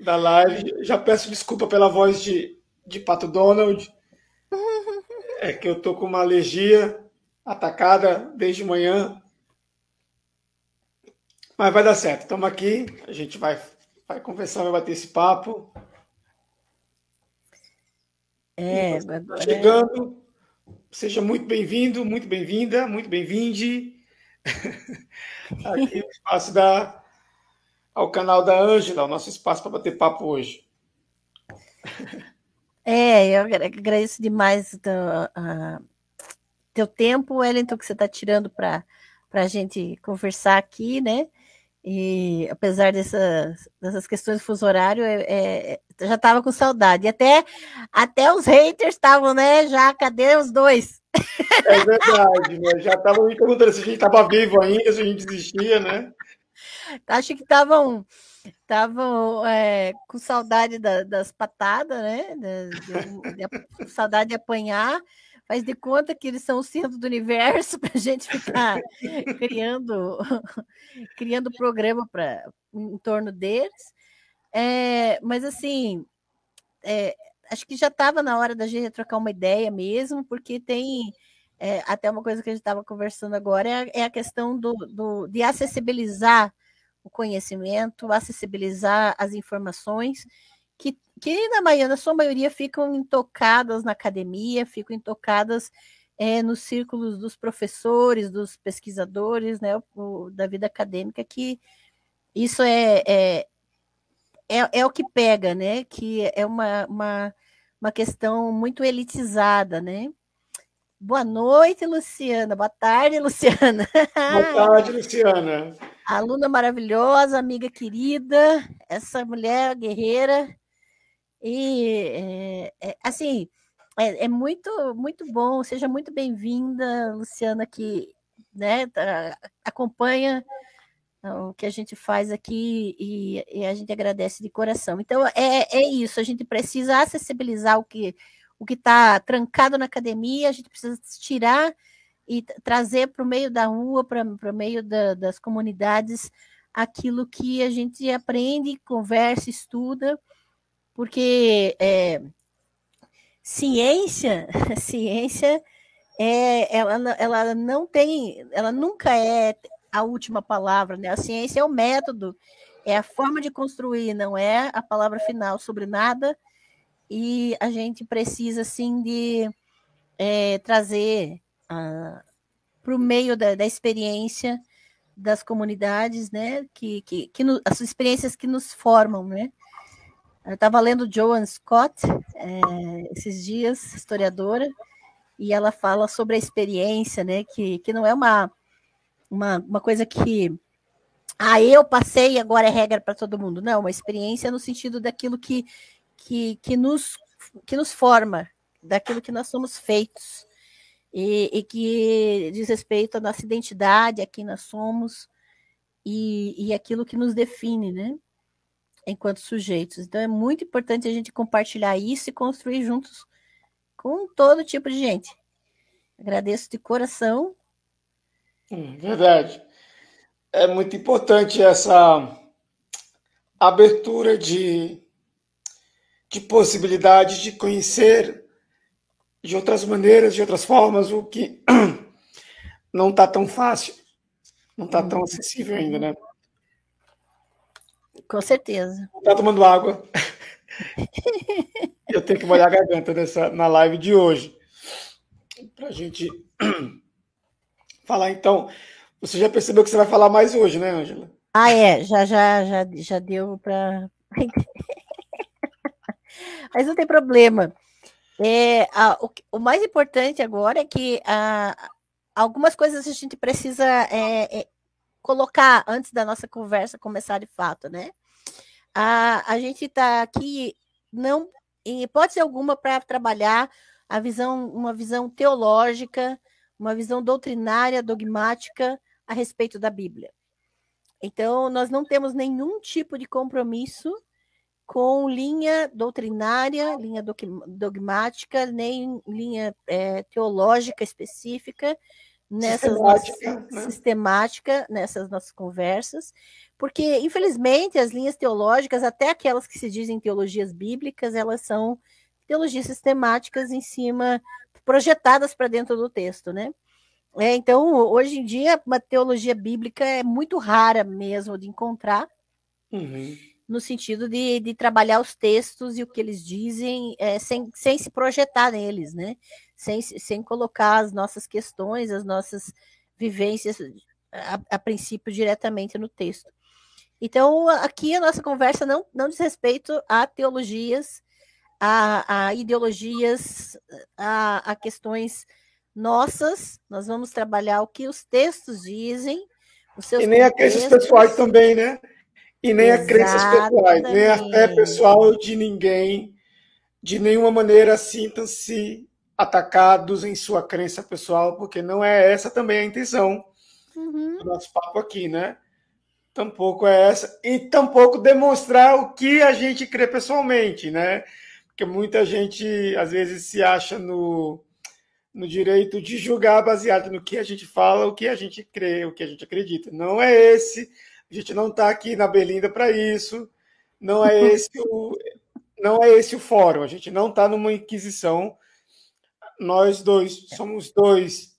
da live. Já peço desculpa pela voz de Pato Donald. É que eu tô com uma alergia atacada desde manhã, mas vai dar certo. Estamos aqui, a gente vai conversar, vai bater esse papo. E É, você está agora. chegando, seja muito bem-vindo, muito bem-vinda, muito bem-vinde aqui no espaço ao canal da Ângela, o nosso espaço para bater papo hoje. Eu agradeço demais teu tempo, Wellington, que você está tirando para a gente conversar aqui, né? E apesar dessas questões de fuso horário, já estava com saudade. E até os haters estavam, né? Já, cadê os dois? É verdade, né? Já estavam me perguntando se a gente estava vivo ainda, se a gente desistia, né? Acho que estavam com saudade das patadas, né? Saudade de apanhar. Faz de conta que eles são o centro do universo para a gente ficar criando, criando programa em torno deles. Mas assim, é, acho que já estava na hora da gente trocar uma ideia mesmo, porque tem até uma coisa que a gente estava conversando agora, é a questão de acessibilizar o conhecimento, acessibilizar as informações, na sua maioria ficam intocadas na academia, ficam intocadas nos círculos dos professores, dos pesquisadores, né, da vida acadêmica, que isso é o que pega, né? Que é uma questão muito elitizada, né? Boa noite, Luciana. Boa tarde, Luciana. Boa tarde, Luciana. Aluna maravilhosa, amiga querida, essa mulher guerreira. Assim, é muito, muito bom. Seja muito bem-vinda, Luciana, que né, acompanha o que a gente faz aqui e a gente agradece de coração. Então, é isso, a gente precisa acessibilizar o que está trancado na academia, a gente precisa tirar e trazer para o meio da rua, para o meio das comunidades, aquilo que a gente aprende, conversa, estuda, porque ciência, ciência ela não tem, ela nunca é a última palavra, né? A ciência é o método, é a forma de construir, não é a palavra final sobre nada. E a gente precisa, sim, de trazer para o meio da experiência das comunidades, né? As experiências que nos formam, né? Eu estava lendo Joan Scott esses dias, historiadora, e ela fala sobre a experiência, né? Que não é uma coisa que eu passei e agora é regra para todo mundo. Não, uma experiência no sentido daquilo que, que, nos, que nos forma, daquilo que nós somos feitos, que diz respeito à nossa identidade, a quem nós somos, e aquilo que nos define, né? Enquanto sujeitos. Então é muito importante a gente compartilhar isso e construir juntos com todo tipo de gente. Agradeço de coração. Verdade. É muito importante essa abertura de possibilidades de conhecer de outras maneiras, de outras formas, o que não está tão fácil, não está tão acessível ainda, né? Com certeza. Está tomando água. Eu tenho que molhar a garganta na live de hoje. Para a gente falar, então. Você já percebeu que você vai falar mais hoje, né, Ângela? Já deu para. Mas não tem problema. O mais importante agora é que algumas coisas a gente precisa colocar antes da nossa conversa começar de fato, né? A gente está aqui, não, em hipótese alguma, para trabalhar uma visão teológica, uma visão doutrinária, dogmática a respeito da Bíblia. Então, nós não temos nenhum tipo de compromisso com linha doutrinária, linha dogmática, nem linha teológica específica, sistemática nessas nossas conversas, porque, infelizmente, as linhas teológicas, até aquelas que se dizem teologias bíblicas, elas são teologias sistemáticas em cima, projetadas para dentro do texto, né? Então, hoje em dia, uma teologia bíblica é muito rara mesmo de encontrar, no sentido de trabalhar os textos e o que eles dizem sem se projetar neles, né? Sem colocar as nossas questões, as nossas vivências, a princípio, diretamente no texto. Então, aqui a nossa conversa não diz respeito a teologias, a ideologias, a questões nossas. Nós vamos trabalhar o que os textos dizem, os seus e nem a crenças pessoais também, né? E nem a crenças pessoais, nem a fé pessoal de ninguém. De nenhuma maneira sintam-se atacados em sua crença pessoal, porque não é essa também a intenção do nosso papo aqui, né? Tampouco é essa. E tampouco demonstrar o que a gente crê pessoalmente, né? Porque muita gente, às vezes, se acha no direito de julgar baseado no que a gente fala, o que a gente crê, o que a gente acredita. Não é esse. A gente não está aqui na Belinda para isso. Não é esse o fórum. A gente não está numa inquisição. Nós dois somos dois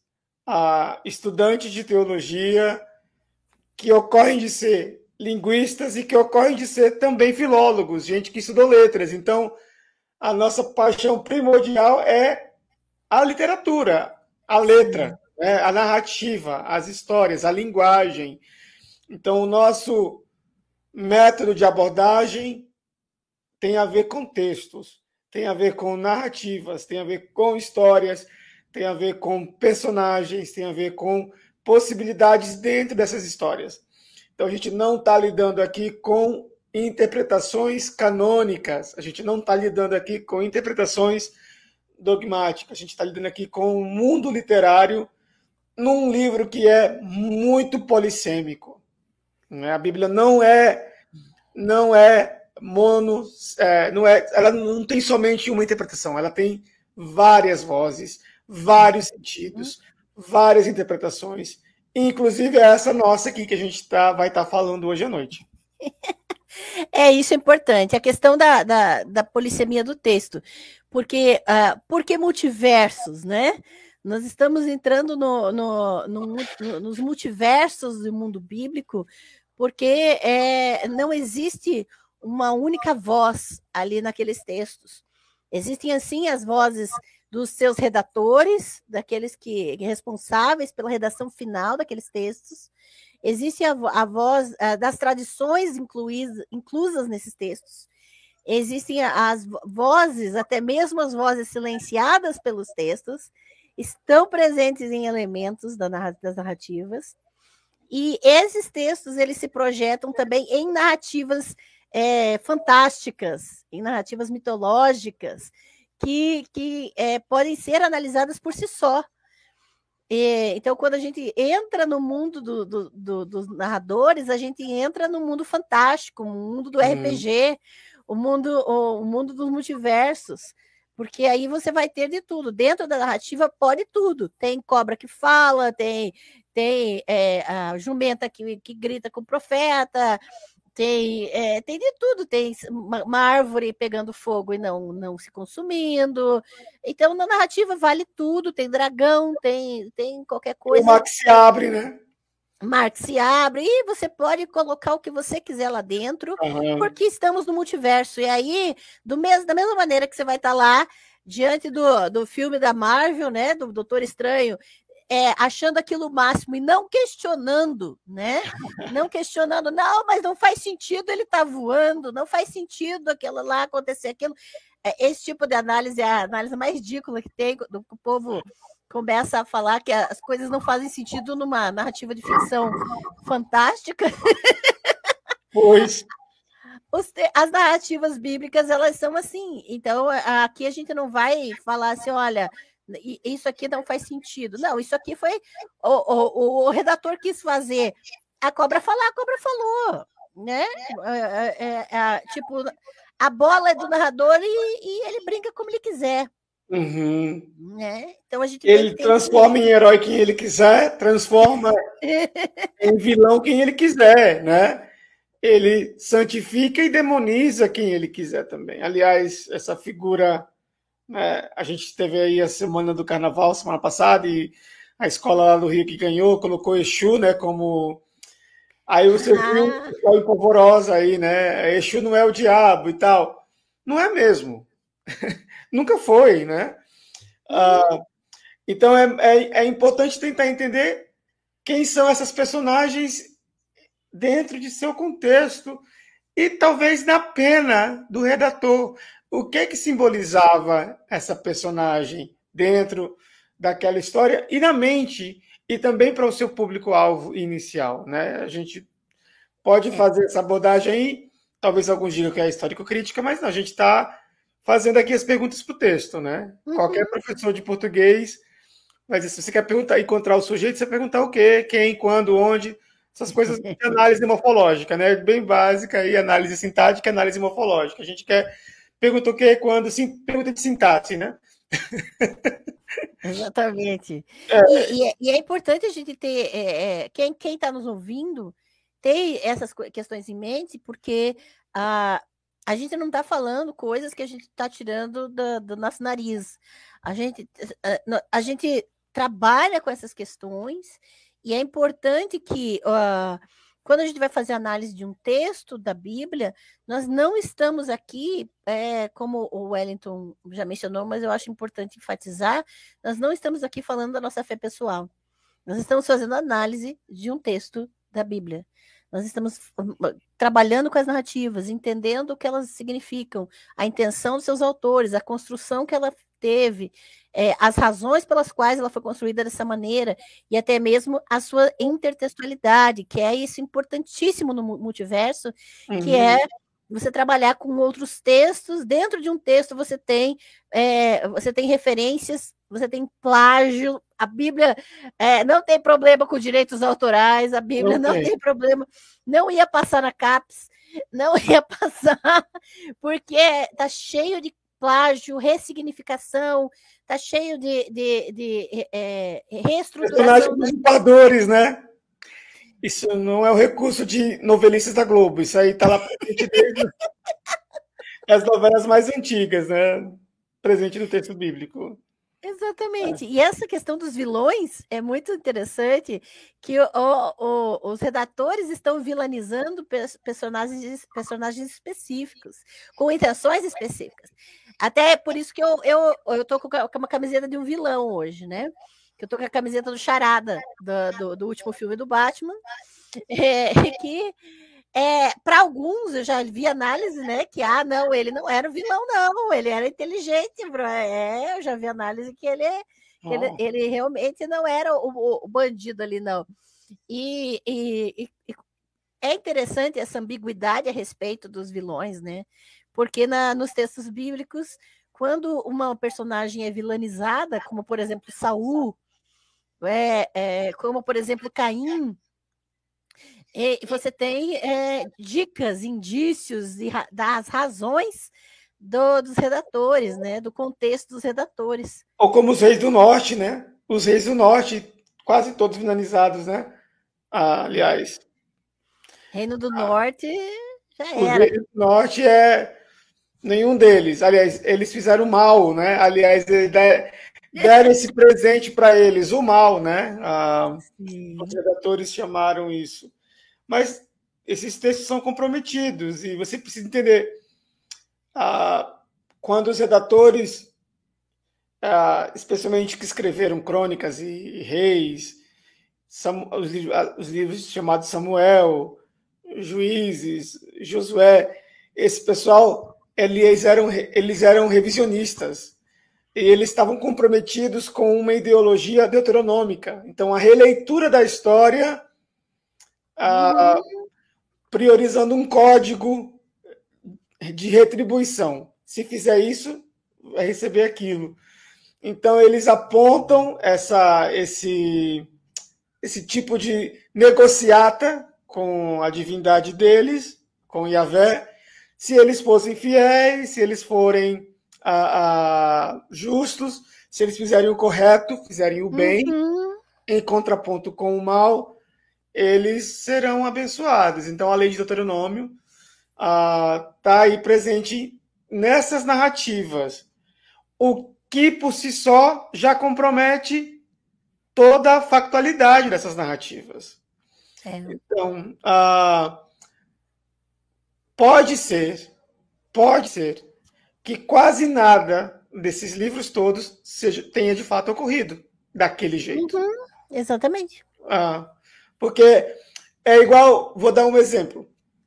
estudantes de teologia que ocorrem de ser linguistas e que ocorrem de ser também filólogos, gente que estudou letras. Então, a nossa paixão primordial é a literatura, a letra, né? A narrativa, as histórias, a linguagem. Então, o nosso método de abordagem tem a ver com textos, tem a ver com narrativas, tem a ver com histórias, tem a ver com personagens, tem a ver com possibilidades dentro dessas histórias. Então, a gente não está lidando aqui com interpretações canônicas, a gente não está lidando aqui com interpretações dogmáticas, a gente está lidando aqui com o mundo literário num livro que é muito polissêmico. A Bíblia não é mono, ela não tem somente uma interpretação, ela tem várias vozes, vários sentidos, várias interpretações, inclusive essa nossa aqui que a gente vai estar falando hoje à noite. Isso é importante, a questão da polissemia do texto, porque multiversos, né? Nós estamos entrando nos multiversos do mundo bíblico, porque não existe uma única voz ali naqueles textos. Existem, assim, as vozes dos seus redatores, daqueles que responsáveis pela redação final daqueles textos. Existe a voz das tradições inclusas nesses textos. Existem as vozes, até mesmo as vozes silenciadas pelos textos, estão presentes em elementos das narrativas. E esses textos, eles se projetam também em narrativas fantásticas, em narrativas mitológicas, que podem ser analisadas por si só. Então, quando a gente entra no mundo dos narradores, a gente entra no mundo fantástico, o mundo do RPG, o mundo dos multiversos, porque aí você vai ter de tudo. Dentro da narrativa pode tudo. Tem cobra que fala, tem a jumenta que grita com o profeta, tem de tudo, tem uma árvore pegando fogo e não se consumindo. Então, na narrativa vale tudo, tem dragão, tem qualquer coisa. O mar que se abre, né? Mar que se abre, e você pode colocar o que você quiser lá dentro, porque estamos no multiverso. E aí, da mesma maneira que você vai estar lá, diante do filme da Marvel, né, do Doutor Estranho, achando aquilo o máximo e não questionando, né? Não questionando, não, mas não faz sentido ele estar voando, não faz sentido aquilo lá acontecer, aquilo. Esse tipo de análise é a análise mais ridícula que tem, do que o povo começa a falar que as coisas não fazem sentido numa narrativa de ficção fantástica. Pois. As narrativas bíblicas, elas são assim. Então, aqui a gente não vai falar assim, olha, isso aqui não faz sentido. Não, isso aqui foi... O redator quis fazer a cobra falar, a cobra falou. Né? Tipo, a bola é do narrador e ele brinca como ele quiser. Uhum. Né? Então a gente tem que Ele ter transforma em herói quem ele quiser, transforma em vilão quem ele quiser, né? Ele santifica e demoniza quem ele quiser também. Aliás, essa figura, né, a gente teve aí a semana do Carnaval, semana passada, e a escola lá do Rio que ganhou colocou Exu, né, como... Aí você viu o Ah, pessoal empolvorosa aí, né? Exu não é o diabo e tal. Não é mesmo. Nunca foi, né? uhum, Então é importante tentar entender quem são essas personagens dentro de seu contexto e talvez na pena do redator. O que que simbolizava essa personagem dentro daquela história e na mente e também para o seu público-alvo inicial, né? A gente pode é, fazer essa abordagem aí, talvez alguns digam que é histórico-crítica, mas não, a gente está fazendo aqui as perguntas para o texto, né? Qualquer uhum. professor de português, mas se você quer perguntar, encontrar o sujeito, você perguntar o quê, quem, quando, onde, essas coisas de análise morfológica, né? Bem básica aí, análise sintática, análise morfológica. A gente quer pergunta o quê, quando, sim, pergunta de sintaxe, né? Exatamente. E é importante a gente ter, quem está nos ouvindo, ter essas questões em mente, porque a gente não está falando coisas que a gente está tirando do nosso nariz. A gente trabalha com essas questões e é importante que, quando a gente vai fazer análise de um texto da Bíblia, nós não estamos aqui, como o Wellington já mencionou, mas eu acho importante enfatizar, nós não estamos aqui falando da nossa fé pessoal. Nós estamos fazendo análise de um texto da Bíblia. Nós estamos trabalhando com as narrativas, entendendo o que elas significam, a intenção dos seus autores, a construção que ela teve, as razões pelas quais ela foi construída dessa maneira, e até mesmo a sua intertextualidade, que é isso importantíssimo no multiverso, que Uhum. é você trabalhar com outros textos. Dentro de um texto você tem referências, você tem plágio. A Bíblia não tem problema com direitos autorais, a Bíblia Não não tem. tem problema, não ia passar na CAPES, não ia passar, porque está cheio de plágio, ressignificação, está cheio de Personagem reestruturação. usurpadores, né? Isso não é o recurso de novelistas da Globo, isso aí está lá presente desde as novelas mais antigas, né? Presente no texto bíblico. Exatamente. E essa questão dos vilões é muito interessante, que os redatores estão vilanizando personagens específicos, com intenções específicas. Até por isso que eu tô com uma camiseta de um vilão hoje, né? Que eu tô com a camiseta do Charada, do último filme do Batman, que para alguns, eu já vi análise, né, que, não, ele não era o vilão, não, ele era inteligente, bro. Eu já vi análise que Oh. ele realmente não era o bandido ali, não. E é interessante essa ambiguidade a respeito dos vilões, né? Porque nos textos bíblicos, quando uma personagem é vilanizada, como por exemplo Saul, como por exemplo Caim, você tem dicas, indícios das razões dos redatores, né? Do contexto dos redatores. Ou como os reis do norte, né? Os reis do norte, quase todos finalizados, né? Aliás, Reino do Norte já os era. reis do norte é nenhum deles. Aliás, eles fizeram mal, né? Aliás, deram esse presente para eles, o mal, né? Os Sim. redatores chamaram isso. Mas esses textos são comprometidos e você precisa entender quando os redatores, especialmente que escreveram crônicas e reis, os livros chamados Samuel, Juízes, Josué, esse pessoal, eles eram revisionistas e eles estavam comprometidos com uma ideologia deuteronômica. Então, a releitura da história, Uhum. priorizando um código de retribuição. Se fizer isso, vai receber aquilo. Então, eles apontam esse tipo de negociata com a divindade deles, com Yahvé, se eles fossem fiéis, se eles forem justos, se eles fizerem o correto, fizerem o bem, Uhum. em contraponto com o mal, eles serão abençoados. Então, a lei de Deuteronômio está aí presente nessas narrativas, o que por si só já compromete toda a factualidade dessas narrativas. Então, pode ser que quase nada desses livros todos tenha de fato ocorrido daquele jeito. Uhum. Exatamente. Porque é igual, vou dar um exemplo.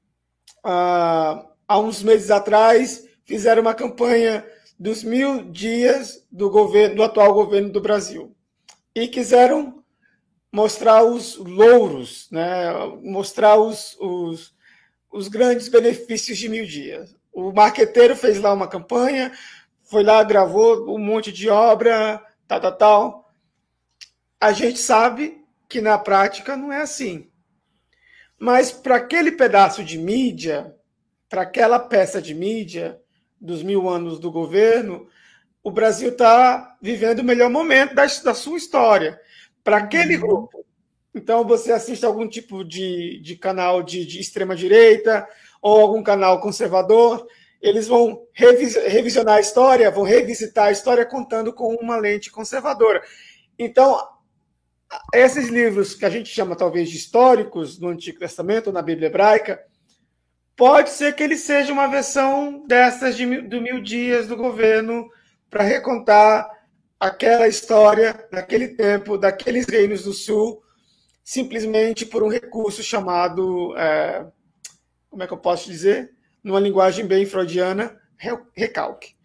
Há uns meses atrás, fizeram uma campanha dos 1000 dias do atual governo do Brasil. E quiseram mostrar os louros, né? Mostrar os grandes benefícios de 1000 dias. O marqueteiro fez lá uma campanha, foi lá, gravou um monte de obra, tal. A gente sabe que na prática não é assim. Mas para aquele pedaço de mídia, para aquela peça de mídia dos 1000 anos do governo, o Brasil está vivendo o melhor momento da sua história. Para aquele grupo. Então, você assiste algum tipo de canal de extrema-direita ou algum canal conservador, eles vão revisionar a história, vão revisitar a história contando com uma lente conservadora. Então, esses livros que a gente chama talvez de históricos no Antigo Testamento ou na Bíblia hebraica, pode ser que eles sejam uma versão dessas do 1000 dias do governo para recontar aquela história daquele tempo, daqueles reinos do sul, simplesmente por um recurso chamado, como é que eu posso dizer? Numa linguagem bem freudiana, recalque.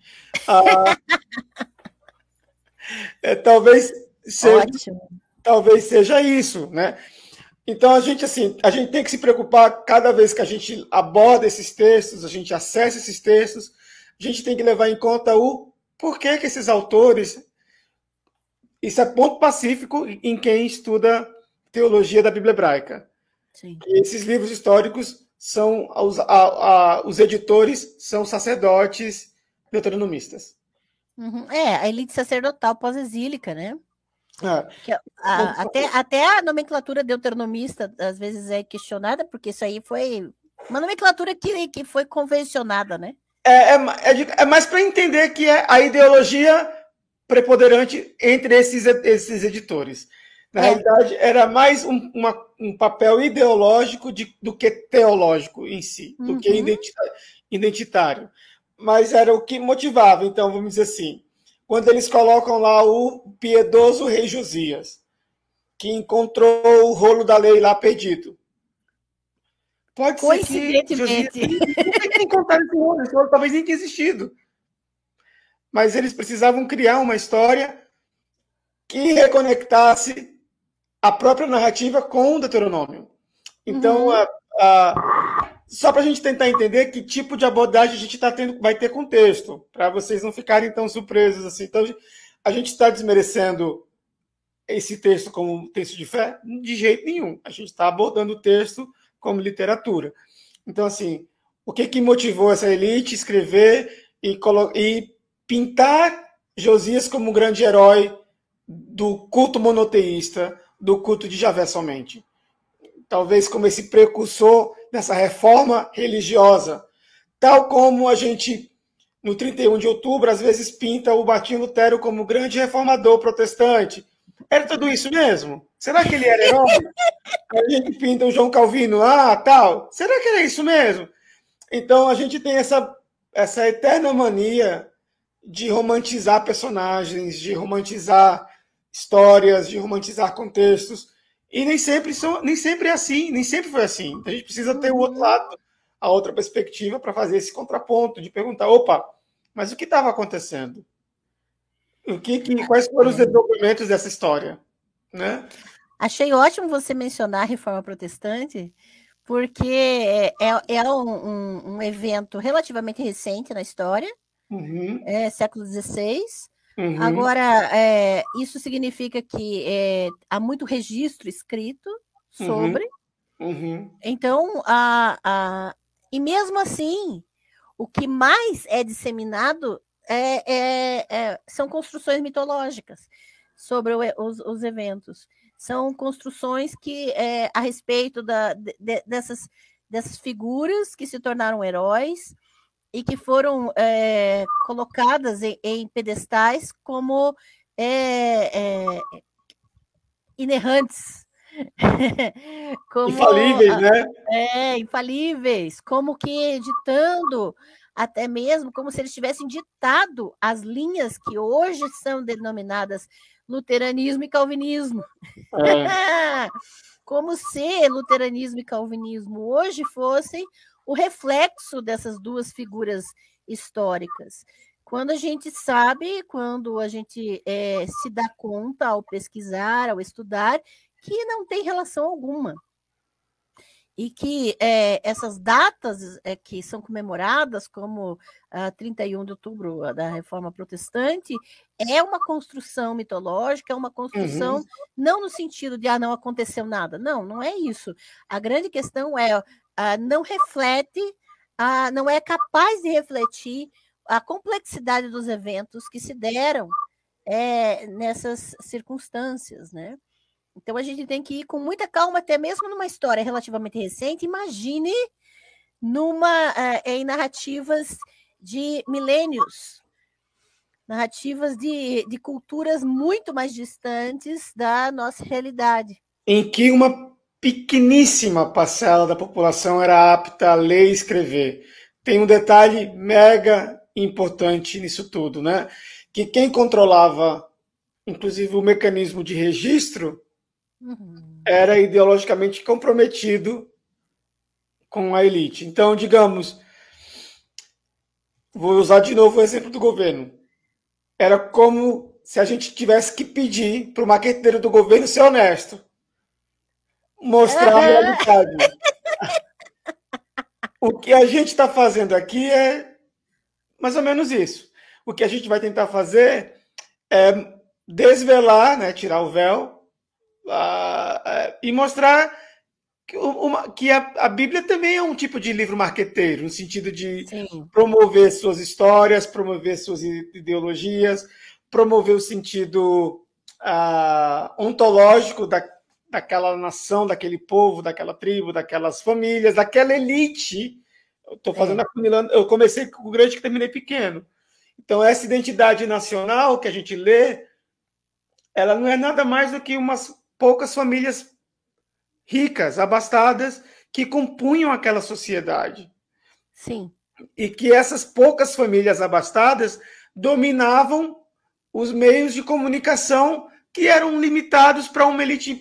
Talvez seja isso, né? Então a gente tem que se preocupar cada vez que a gente aborda esses textos, a gente acessa esses textos, a gente tem que levar em conta o porquê que esses autores. Isso é ponto pacífico em quem estuda teologia da Bíblia hebraica. Sim. Esses livros históricos são os editores são sacerdotes deuteronomistas. Uhum. A elite sacerdotal pós-exílica, né? Até a nomenclatura deuteronomista às vezes é questionada, porque isso aí foi uma nomenclatura que foi convencionada, né? É mais para entender que é a ideologia preponderante entre esses editores. Na realidade, era mais um papel ideológico do que teológico em si, do que identitário. Mas era o que motivava. Então, vamos dizer assim, quando eles colocam lá o piedoso rei Josias, que encontrou o rolo da lei lá perdido. Pode ser que Josias nem encontraram esse rolo talvez nem tenha existido. Mas eles precisavam criar uma história que reconectasse a própria narrativa com o Deuteronômio. Então, só para a gente tentar entender que tipo de abordagem a gente vai ter com o texto, para vocês não ficarem tão surpresos assim. Então, a gente está desmerecendo esse texto como texto de fé? De jeito nenhum. A gente está abordando o texto como literatura. Então, assim, o que motivou essa elite a escrever e pintar Josias como um grande herói do culto monoteísta, do culto de Javé somente? Talvez como esse precursor dessa reforma religiosa, tal como a gente, no 31 de outubro, às vezes pinta o Martinho Lutero como grande reformador protestante. Era tudo isso mesmo? Será que ele era herói? A gente pinta o João Calvino lá, tal. Será que era isso mesmo? Então, a gente tem essa eterna mania de romantizar personagens, de romantizar histórias, de romantizar contextos. E nem sempre é assim, nem sempre foi assim. A gente precisa ter o outro lado, a outra perspectiva para fazer esse contraponto, de perguntar, opa, mas o que estava acontecendo? Quais foram os desenvolvimentos dessa história? Né? Achei ótimo você mencionar a Reforma Protestante, porque é um evento relativamente recente na história, século XVI. Agora, isso significa que há muito registro escrito sobre. Então, e mesmo assim, o que mais é disseminado são construções mitológicas sobre os eventos. São construções que, a respeito dessas figuras que se tornaram heróis e que foram colocadas em pedestais como inerrantes. Como, infalíveis, né? Infalíveis, como que ditando, até mesmo como se eles tivessem ditado as linhas que hoje são denominadas luteranismo e calvinismo. Como se luteranismo e calvinismo hoje fossem o reflexo dessas duas figuras históricas. Quando a gente sabe, quando a gente se dá conta ao pesquisar, ao estudar, que não tem relação alguma. E que essas datas que são comemoradas, como 31 de outubro da Reforma Protestante, é uma construção mitológica, é uma construção não no sentido de não aconteceu nada. Não, não é isso. A grande questão não reflete, não é capaz de refletir a complexidade dos eventos que se deram nessas circunstâncias, né? Então, a gente tem que ir com muita calma, até mesmo numa história relativamente recente. Imagine em narrativas de milênios, narrativas de culturas muito mais distantes da nossa realidade. Em que uma pequeníssima parcela da população era apta a ler e escrever. Tem um detalhe mega importante nisso tudo, né? Que quem controlava, inclusive, o mecanismo de registro era ideologicamente comprometido com a elite. Então, digamos, vou usar de novo o exemplo do governo. Era como se a gente tivesse que pedir para o marqueteiro do governo ser honesto. Mostrar a realidade. O que a gente está fazendo aqui é mais ou menos isso. O que a gente vai tentar fazer é desvelar, né, tirar o véu, e mostrar que a Bíblia também é um tipo de livro marqueteiro, no sentido de promover suas histórias, promover suas ideologias, promover o sentido ontológico daquela nação, daquele povo, daquela tribo, daquelas famílias, daquela elite. Eu estou fazendo afunilando. Eu comecei com o grande que terminei pequeno. Então, essa identidade nacional que a gente lê, ela não é nada mais do que umas poucas famílias ricas, abastadas, que compunham aquela sociedade. Sim. E que essas poucas famílias abastadas dominavam os meios de comunicação que eram limitados para uma elite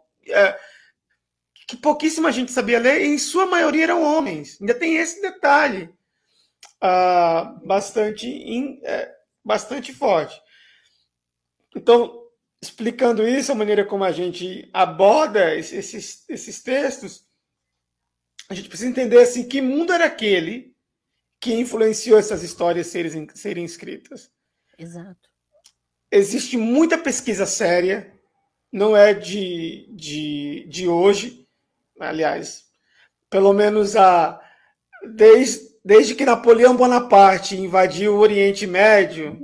que pouquíssima gente sabia ler, e em sua maioria eram homens. Ainda tem esse detalhe bastante forte. Então, explicando isso, a maneira como a gente aborda esses textos, a gente precisa entender assim, que mundo era aquele que influenciou essas histórias serem escritas. Exato. Existe muita pesquisa séria, não é de hoje, aliás, pelo menos desde que Napoleão Bonaparte invadiu o Oriente Médio.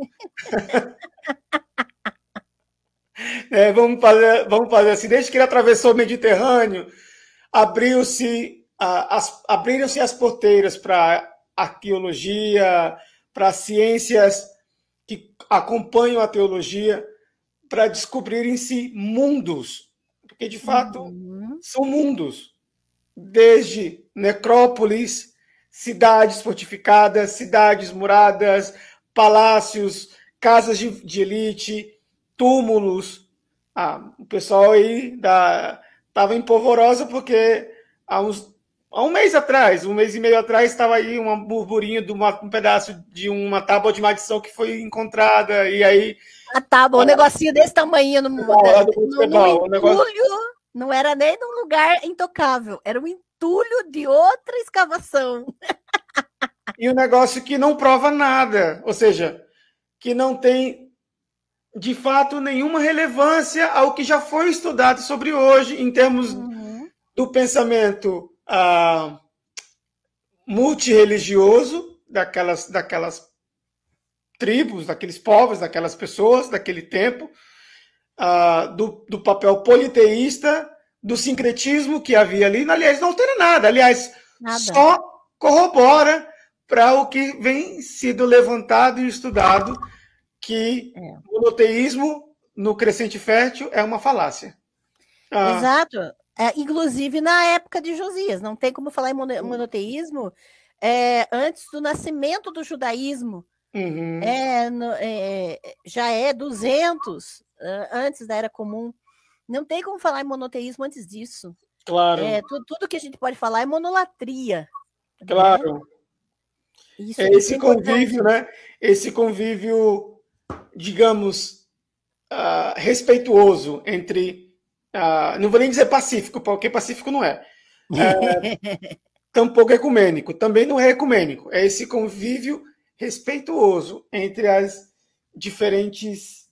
Vamos fazer assim, desde que ele atravessou o Mediterrâneo, abriram-se as porteiras para arqueologia, para ciências que acompanham a teologia, para descobrirem-se mundos, porque de fato são mundos, desde necrópolis, cidades fortificadas, cidades muradas, palácios, casas de elite, túmulos. O pessoal aí estava em polvorosa porque há um mês atrás, um mês e meio atrás, estava aí um burburinho de um pedaço de uma tábua de maldição que foi encontrada, e aí... A tábua, um negocinho desse tamanho no entulho, não era nem num lugar intocável, era um entulho de outra escavação. E um negócio que não prova nada, ou seja, que não tem, de fato, nenhuma relevância ao que já foi estudado sobre hoje, em termos do pensamento multirreligioso, daquelas tribos, daqueles povos, daquelas pessoas, daquele tempo, do papel politeísta, do sincretismo que havia ali. Aliás, não altera nada. Aliás, Nada. só corrobora para o que vem sido levantado e estudado, que o monoteísmo no crescente fértil é uma falácia. Exato. Inclusive na época de Josias. Não tem como falar em monoteísmo antes do nascimento do judaísmo. Uhum. Já é 200 antes da Era Comum. Não tem como falar em monoteísmo antes disso. Claro. Tudo que a gente pode falar é monolatria. Claro. Né? Isso, esse convívio, né? Esse convívio, digamos, respeituoso entre... não vou nem dizer pacífico, porque pacífico não é. Tampouco ecumênico. Também não é ecumênico. É esse convívio respeituoso entre as diferentes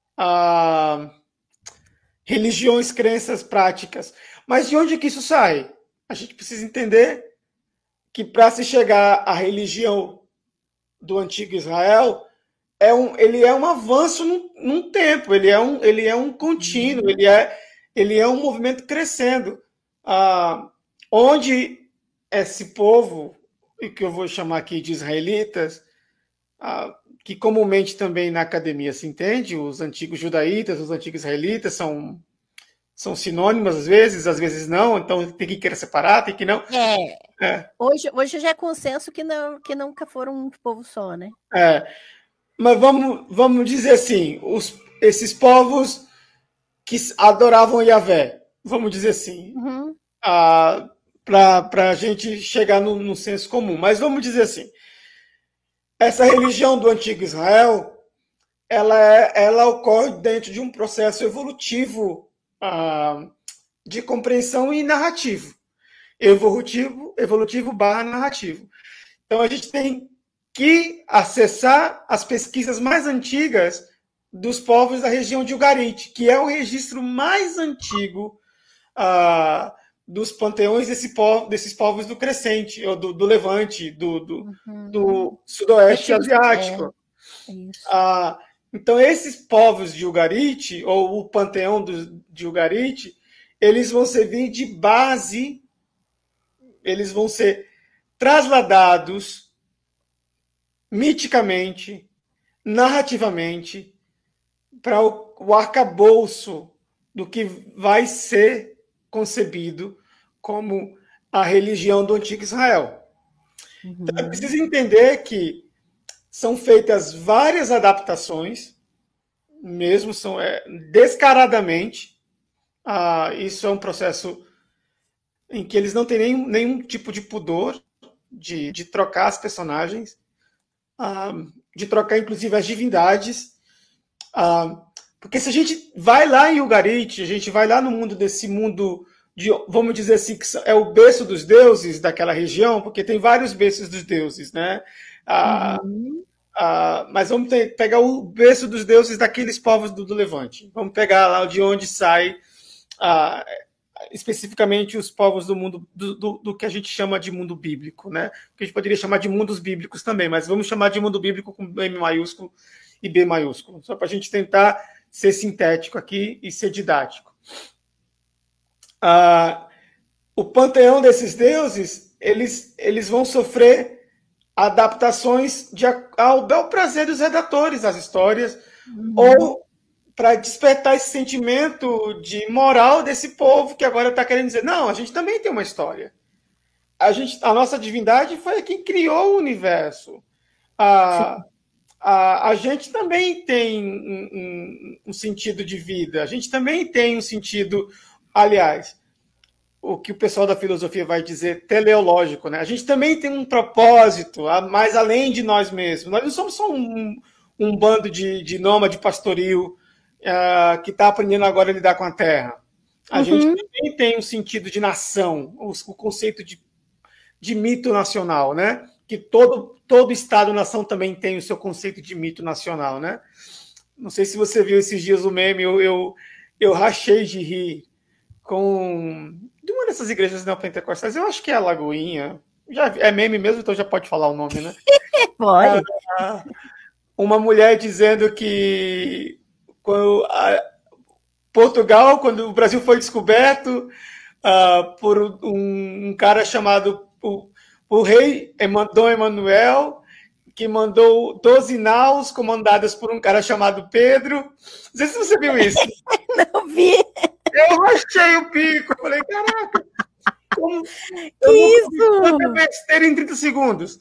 religiões, crenças, práticas. Mas de onde que isso sai? A gente precisa entender que para se chegar à religião do antigo Israel, ele é um avanço num tempo, ele é um contínuo, ele é um movimento crescendo, onde esse povo, que eu vou chamar aqui de israelitas, que comumente também na academia se entende, os antigos judaítas, os antigos israelitas são sinônimos às vezes não, então tem que querer separar, tem que não. Hoje já é consenso que nunca foram um povo só, né? Mas vamos dizer assim, esses povos que adoravam Yahvé, vamos dizer assim, para a gente chegar no senso comum. Mas vamos dizer assim, essa religião do antigo Israel, ela ocorre dentro de um processo evolutivo de compreensão e narrativo. Evolutivo barra narrativo. Então a gente tem que acessar as pesquisas mais antigas dos povos da região de Ugarit, que é o registro mais antigo dos panteões desses povos do Crescente, ou do Levante, do Sudoeste Asiático. Então, esses povos de Ugarit, ou o panteão de Ugarit, eles vão servir de base, eles vão ser trasladados miticamente, narrativamente, para o arcabouço do que vai ser concebido como a religião do antigo Israel. Então, é preciso entender que são feitas várias adaptações, mesmo são descaradamente. Isso é um processo em que eles não têm nenhum tipo de pudor de trocar as personagens, de trocar inclusive as divindades, porque se a gente vai lá em Ugarit, a gente vai lá no mundo desse mundo, vamos dizer assim, que é o berço dos deuses daquela região, porque tem vários berços dos deuses, né? Mas vamos pegar o berço dos deuses daqueles povos do Levante. Vamos pegar lá de onde sai especificamente os povos do mundo do que a gente chama de mundo bíblico, né? Que a gente poderia chamar de mundos bíblicos também, mas vamos chamar de mundo bíblico com M maiúsculo e B maiúsculo, só para a gente tentar ser sintético aqui e ser didático. O panteão desses deuses, eles vão sofrer adaptações ao bel prazer dos redatores das histórias, ou para despertar esse sentimento de moral desse povo que agora está querendo dizer, não, a gente também tem uma história. A nossa divindade foi quem criou o universo. A gente também tem um sentido de vida, a gente também tem um sentido, aliás, o que o pessoal da filosofia vai dizer teleológico, né? A gente também tem um propósito, mais além de nós mesmos. Nós não somos só um bando de nômade pastoril que está aprendendo agora a lidar com a terra. A gente também tem um sentido de nação, o conceito de mito nacional, né? Que todo Estado-nação também tem o seu conceito de mito nacional, né? Não sei se você viu esses dias o meme, eu rachei de rir de uma dessas igrejas neopentecostais, eu acho que é a Lagoinha, é meme mesmo, então já pode falar o nome, né? Pode. uma mulher dizendo que Portugal, quando o Brasil foi descoberto por um cara chamado o rei Dom Emanuel, que mandou 12 naus comandadas por um cara chamado Pedro. Não sei se você viu isso. Não vi. Eu rachei o bico. Eu falei, caraca, como que isso? Tanta besteira em 30 segundos.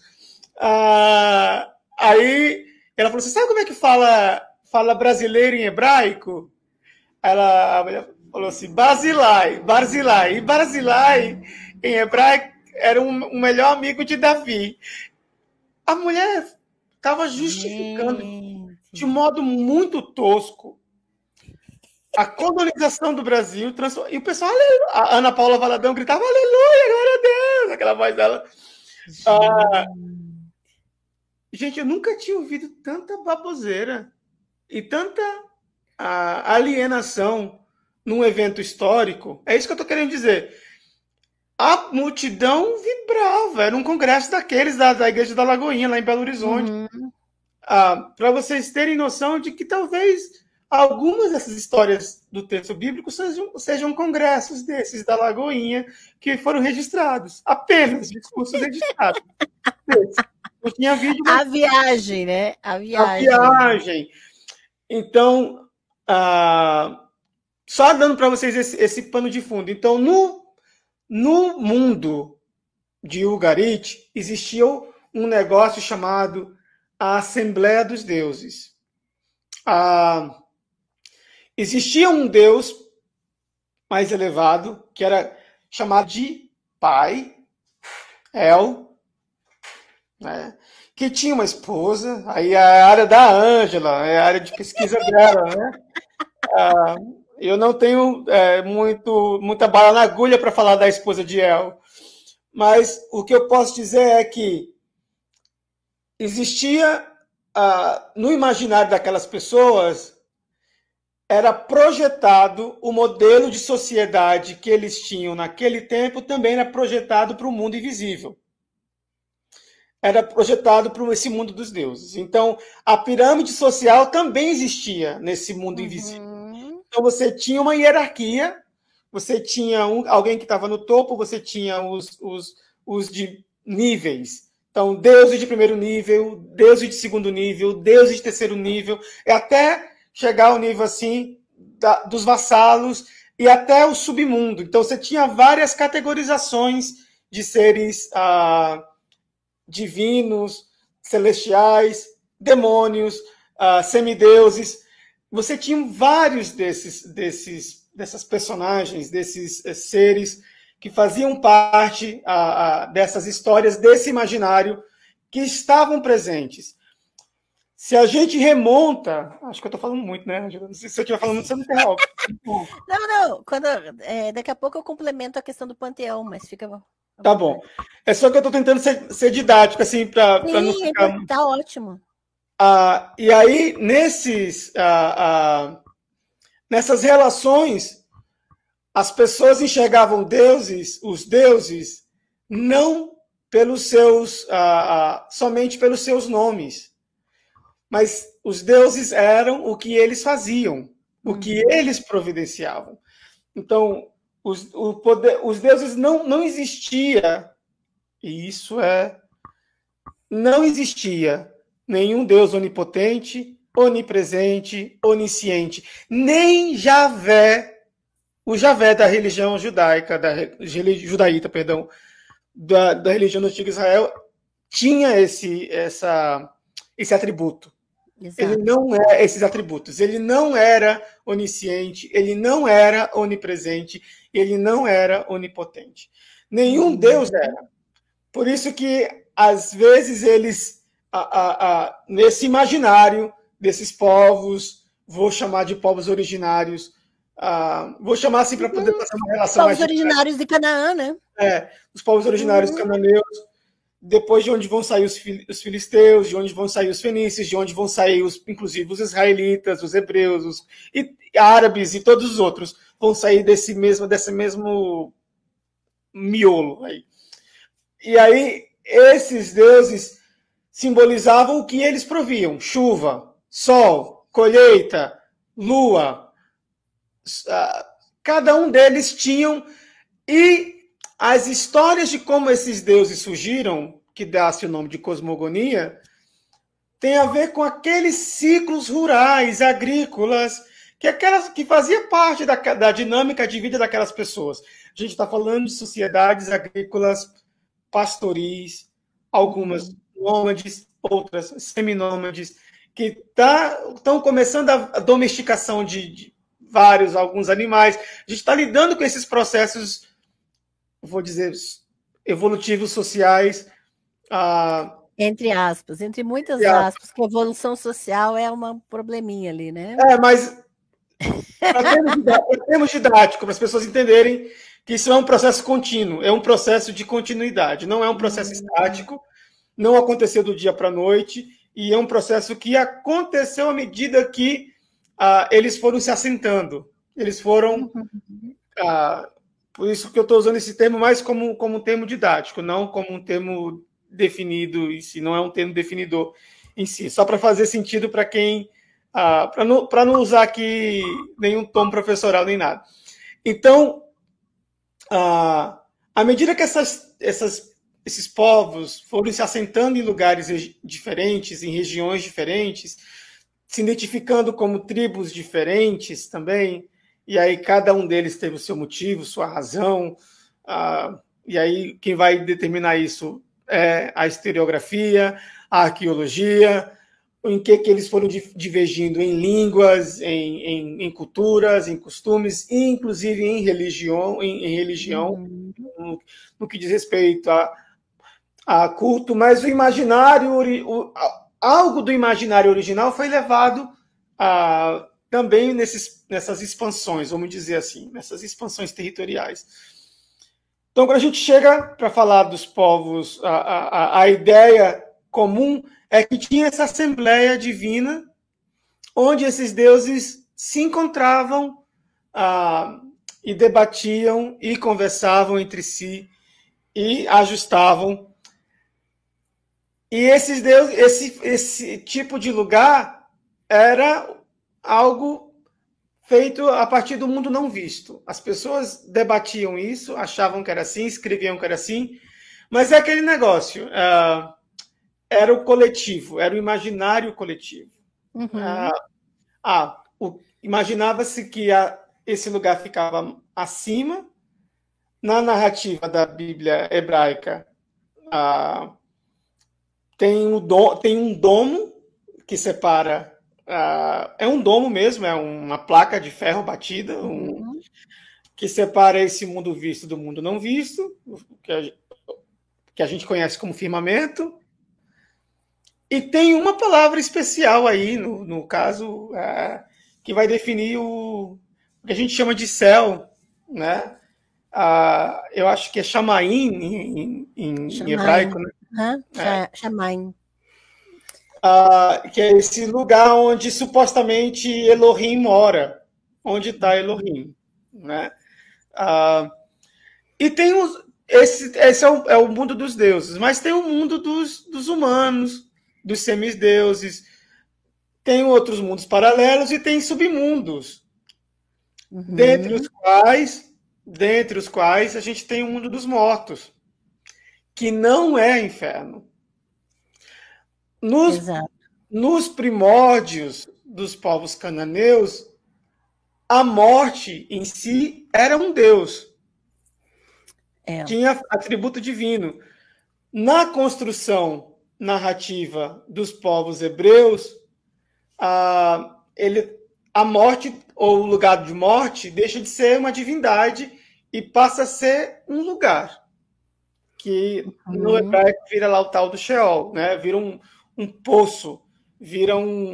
Aí ela falou assim, sabe como é que fala brasileiro em hebraico? A mulher falou assim, Barzilai. E Barzilai, em hebraico, era um melhor amigo de Davi. A mulher estava justificando de um modo muito tosco a colonização do Brasil. E o pessoal, a Ana Paula Valadão gritava, aleluia, glória a Deus, aquela voz dela. Gente, eu nunca tinha ouvido tanta baboseira e tanta alienação num evento histórico. É isso que eu estou querendo dizer. A multidão vibrava, era um congresso daqueles da Igreja da Lagoinha, lá em Belo Horizonte. Para vocês terem noção de que talvez algumas dessas histórias do texto bíblico sejam congressos desses da Lagoinha que foram registrados. Apenas discursos registrados. Não tinha vídeo. A viagem, né? A viagem. Então, só dando para vocês esse pano de fundo. Então, no mundo de Ugarit, existia um negócio chamado a Assembleia dos Deuses. Existia um Deus mais elevado, que era chamado de Pai, El, né? Que tinha uma esposa, aí é a área da Ângela, é a área de pesquisa dela, né? Eu não tenho muita bala na agulha para falar da esposa de El, mas o que eu posso dizer é que existia, no imaginário daquelas pessoas, era projetado o modelo de sociedade que eles tinham naquele tempo, também era projetado para o mundo invisível. Era projetado para esse mundo dos deuses. Então, a pirâmide social também existia nesse mundo invisível. Então, você tinha uma hierarquia, você tinha alguém que estava no topo, você tinha os de níveis. Então, deuses de primeiro nível, deuses de segundo nível, deuses de terceiro nível, e até chegar ao nível assim dos vassalos e até o submundo. Então, você tinha várias categorizações de seres divinos, celestiais, demônios, semideuses. Você tinha vários dessas personagens, desses seres que faziam parte dessas histórias, desse imaginário, que estavam presentes. Se a gente remonta... Acho que eu estou falando muito, né, Angela? Se eu estiver falando muito, você me interrompe. Não. Daqui a pouco eu complemento a questão do panteão, mas fica... Tá bom. É só que eu estou tentando ser didático, assim, para não ficar... Tá ótimo. E aí, nessas relações, as pessoas enxergavam os deuses, não pelos seus... somente pelos seus nomes. Mas os deuses eram o que eles faziam, o que eles providenciavam. Então, os deuses não existia, e isso não existia nenhum Deus onipotente, onipresente, onisciente, nem Javé, o Javé da religião judaica, judaíta, perdão, da religião do antigo Israel, tinha esse atributo. Exato. Ele não esses atributos. Ele não era onisciente, ele não era onipresente, ele não era onipotente. Nenhum Deus era. Por isso que, às vezes, eles, nesse imaginário desses povos, vou chamar de povos originários, vou chamar assim para poder fazer uma relação povos mais originários de Canaã, né? Os povos originários cananeus, depois de onde vão sair os filisteus, de onde vão sair os fenícios, de onde vão sair, inclusive, os israelitas, os hebreus, os árabes e todos os outros vão sair desse mesmo miolo aí. E aí, esses deuses simbolizavam o que eles proviam: chuva, sol, colheita, lua. Cada um deles tinham. E as histórias de como esses deuses surgiram, que dá-se o nome de cosmogonia, tem a ver com aqueles ciclos rurais, agrícolas, que fazia parte da dinâmica de vida daquelas pessoas. A gente está falando de sociedades agrícolas pastoris, algumas nômades, outras seminômades, que estão começando a domesticação de alguns animais. A gente está lidando com esses processos, vou dizer, evolutivos sociais. Entre aspas, entre muitas aspas, que a evolução social é um probleminha ali, né? Mas para termos didáticos, para as pessoas entenderem que isso é um processo contínuo, é um processo de continuidade, não é um processo estático, não aconteceu do dia para a noite, e é um processo que aconteceu à medida que eles foram se assentando. Eles foram... por isso que eu estou usando esse termo mais como um termo didático, não como um termo definido em si, não é um termo definidor em si, só para fazer sentido para quem... para não usar aqui nenhum tom professoral nem nada. Então, à medida que esses povos foram se assentando em lugares diferentes, em regiões diferentes, se identificando como tribos diferentes também, e aí cada um deles teve o seu motivo, sua razão, e aí quem vai determinar isso é a historiografia, a arqueologia, em que eles foram divergindo em línguas, em culturas, em costumes, e inclusive em religião, no que diz respeito a culto, mas o imaginário, algo do imaginário original foi levado também nessas expansões, vamos dizer assim, nessas expansões territoriais. Então, quando a gente chega para falar dos povos, a ideia comum é que tinha essa assembleia divina, onde esses deuses se encontravam e debatiam e conversavam entre si e ajustavam. E esses deuses, esse tipo de lugar era algo feito a partir do mundo não visto. As pessoas debatiam isso, achavam que era assim, escreviam que era assim, mas é aquele negócio... era o coletivo, era o imaginário coletivo. Imaginava-se que esse lugar ficava acima. Na narrativa da Bíblia hebraica, tem um domo que separa... é um domo mesmo, é uma placa de ferro batida, que separa esse mundo visto do mundo não visto, que a gente conhece como firmamento. E tem uma palavra especial aí, no caso, que vai definir o que a gente chama de céu, né? Eu acho que é Shamaim em hebraico, né? Shamaim. Que é esse lugar onde supostamente Elohim mora, onde está Elohim, né? E tem esse é o mundo dos deuses, mas tem o mundo dos humanos, dos semideuses, tem outros mundos paralelos e tem submundos, dentre os quais a gente tem o mundo dos mortos, que não é inferno. Nos primórdios dos povos cananeus, a morte em si era um deus. Tinha atributo divino. Na construção narrativa dos povos hebreus, a morte, ou o lugar de morte, deixa de ser uma divindade e passa a ser um lugar, que no hebraico vira lá o tal do Sheol, né? Vira um poço, vira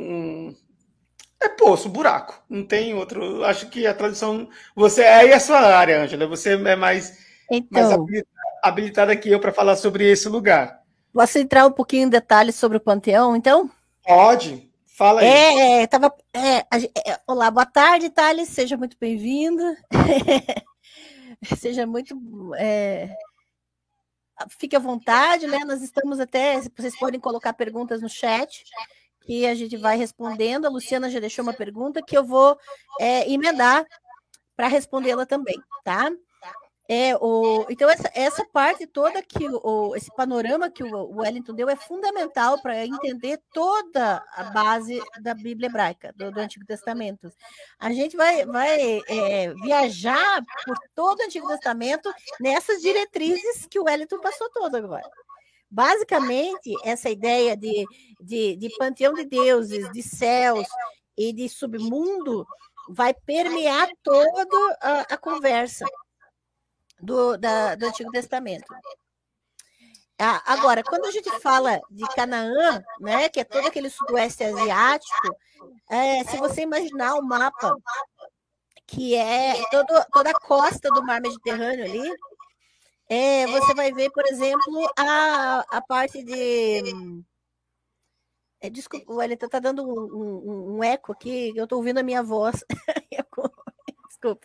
é poço, buraco, não tem outro. Acho que a tradução... Aí é a sua área, Ângela, você é mais habilitada que eu para falar sobre esse lugar. Posso entrar um pouquinho em detalhes sobre o Panteão, então? Pode, fala aí. Olá, boa tarde, Thales, seja muito bem-vindo. Seja muito... fique à vontade, né? Nós estamos até, vocês podem colocar perguntas no chat, que a gente vai respondendo. A Luciana já deixou uma pergunta que eu vou emendar para respondê-la também, tá? Então, essa parte toda que esse panorama que o Wellington deu é fundamental para entender toda a base da Bíblia hebraica, do Antigo Testamento. A gente vai viajar por todo o Antigo Testamento nessas diretrizes que o Wellington passou todo agora. Basicamente, essa ideia de panteão de deuses, de céus e de submundo vai permear toda a conversa do Antigo Testamento. Agora, quando a gente fala de Canaã, né, que é todo aquele sudoeste asiático, se você imaginar o mapa, que é toda a costa do Mar Mediterrâneo ali, você vai ver, por exemplo, a parte de... desculpa, o Wellington está dando um eco aqui, eu estou ouvindo a minha voz. Desculpa.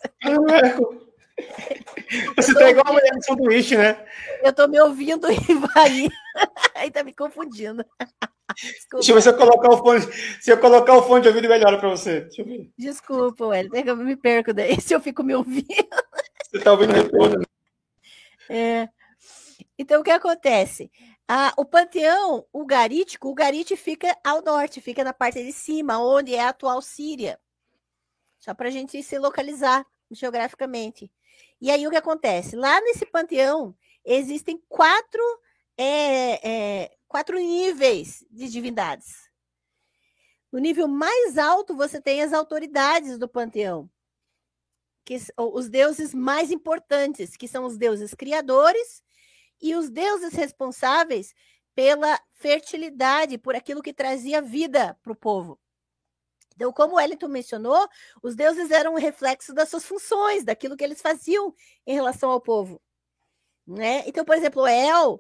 Você está igual a mulher do sanduíche, né? Eu estou me ouvindo e vai. Aí está me confundindo. Desculpa. Deixa eu ver se eu colocar o fone. Se eu colocar o fone de ouvido, melhora para você. Deixa eu ver. Desculpa, Wellington, eu me perco daí se eu fico me ouvindo. Você está ouvindo retorno. Então, o que acontece? O panteão ugarítico, o Ugarite fica ao norte, fica na parte de cima, onde é a atual Síria. Só para a gente se localizar geograficamente. E aí, o que acontece? Lá nesse panteão, existem quatro níveis de divindades. No nível mais alto, você tem as autoridades do panteão, que os deuses mais importantes, que são os deuses criadores e os deuses responsáveis pela fertilidade, por aquilo que trazia vida para o povo. Então, como o Wellington mencionou, os deuses eram um reflexo das suas funções, daquilo que eles faziam em relação ao povo. Né? Então, por exemplo, El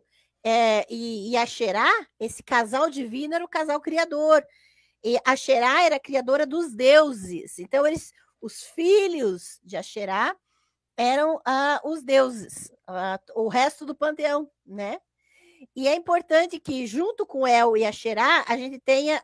e Asherá, esse casal divino era o casal criador. E Asherá era a criadora dos deuses. Então, os filhos de Asherá eram os deuses, o resto do panteão, né? E é importante que, junto com El e Asherá, a gente tenha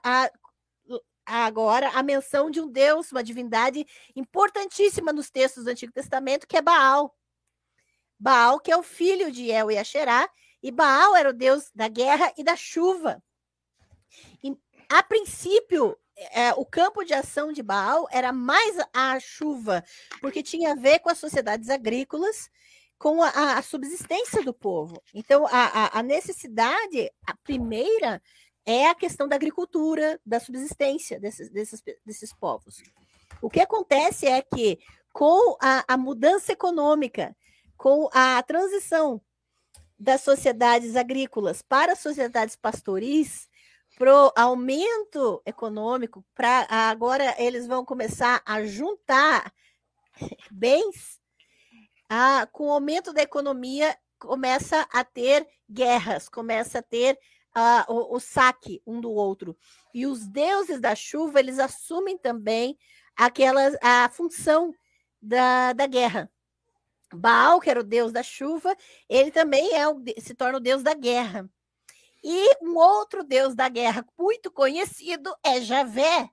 agora a menção de um deus, uma divindade importantíssima nos textos do Antigo Testamento, que é Baal. Baal, que é o filho de El e Asherá, e Baal era o deus da guerra e da chuva. E, a princípio, o campo de ação de Baal era mais a chuva, porque tinha a ver com as sociedades agrícolas, com a subsistência do povo. Então, a necessidade, a primeira, é a questão da agricultura, da subsistência desses povos. O que acontece é que, com a mudança econômica, com a transição das sociedades agrícolas para as sociedades pastoris, para o aumento econômico, agora eles vão começar a juntar bens, com o aumento da economia, começa a ter guerras, começa a ter o saque um do outro. E os deuses da chuva, eles assumem também a função da guerra. Baal, que era o deus da chuva, ele também se torna o deus da guerra. E um outro deus da guerra muito conhecido é Javé.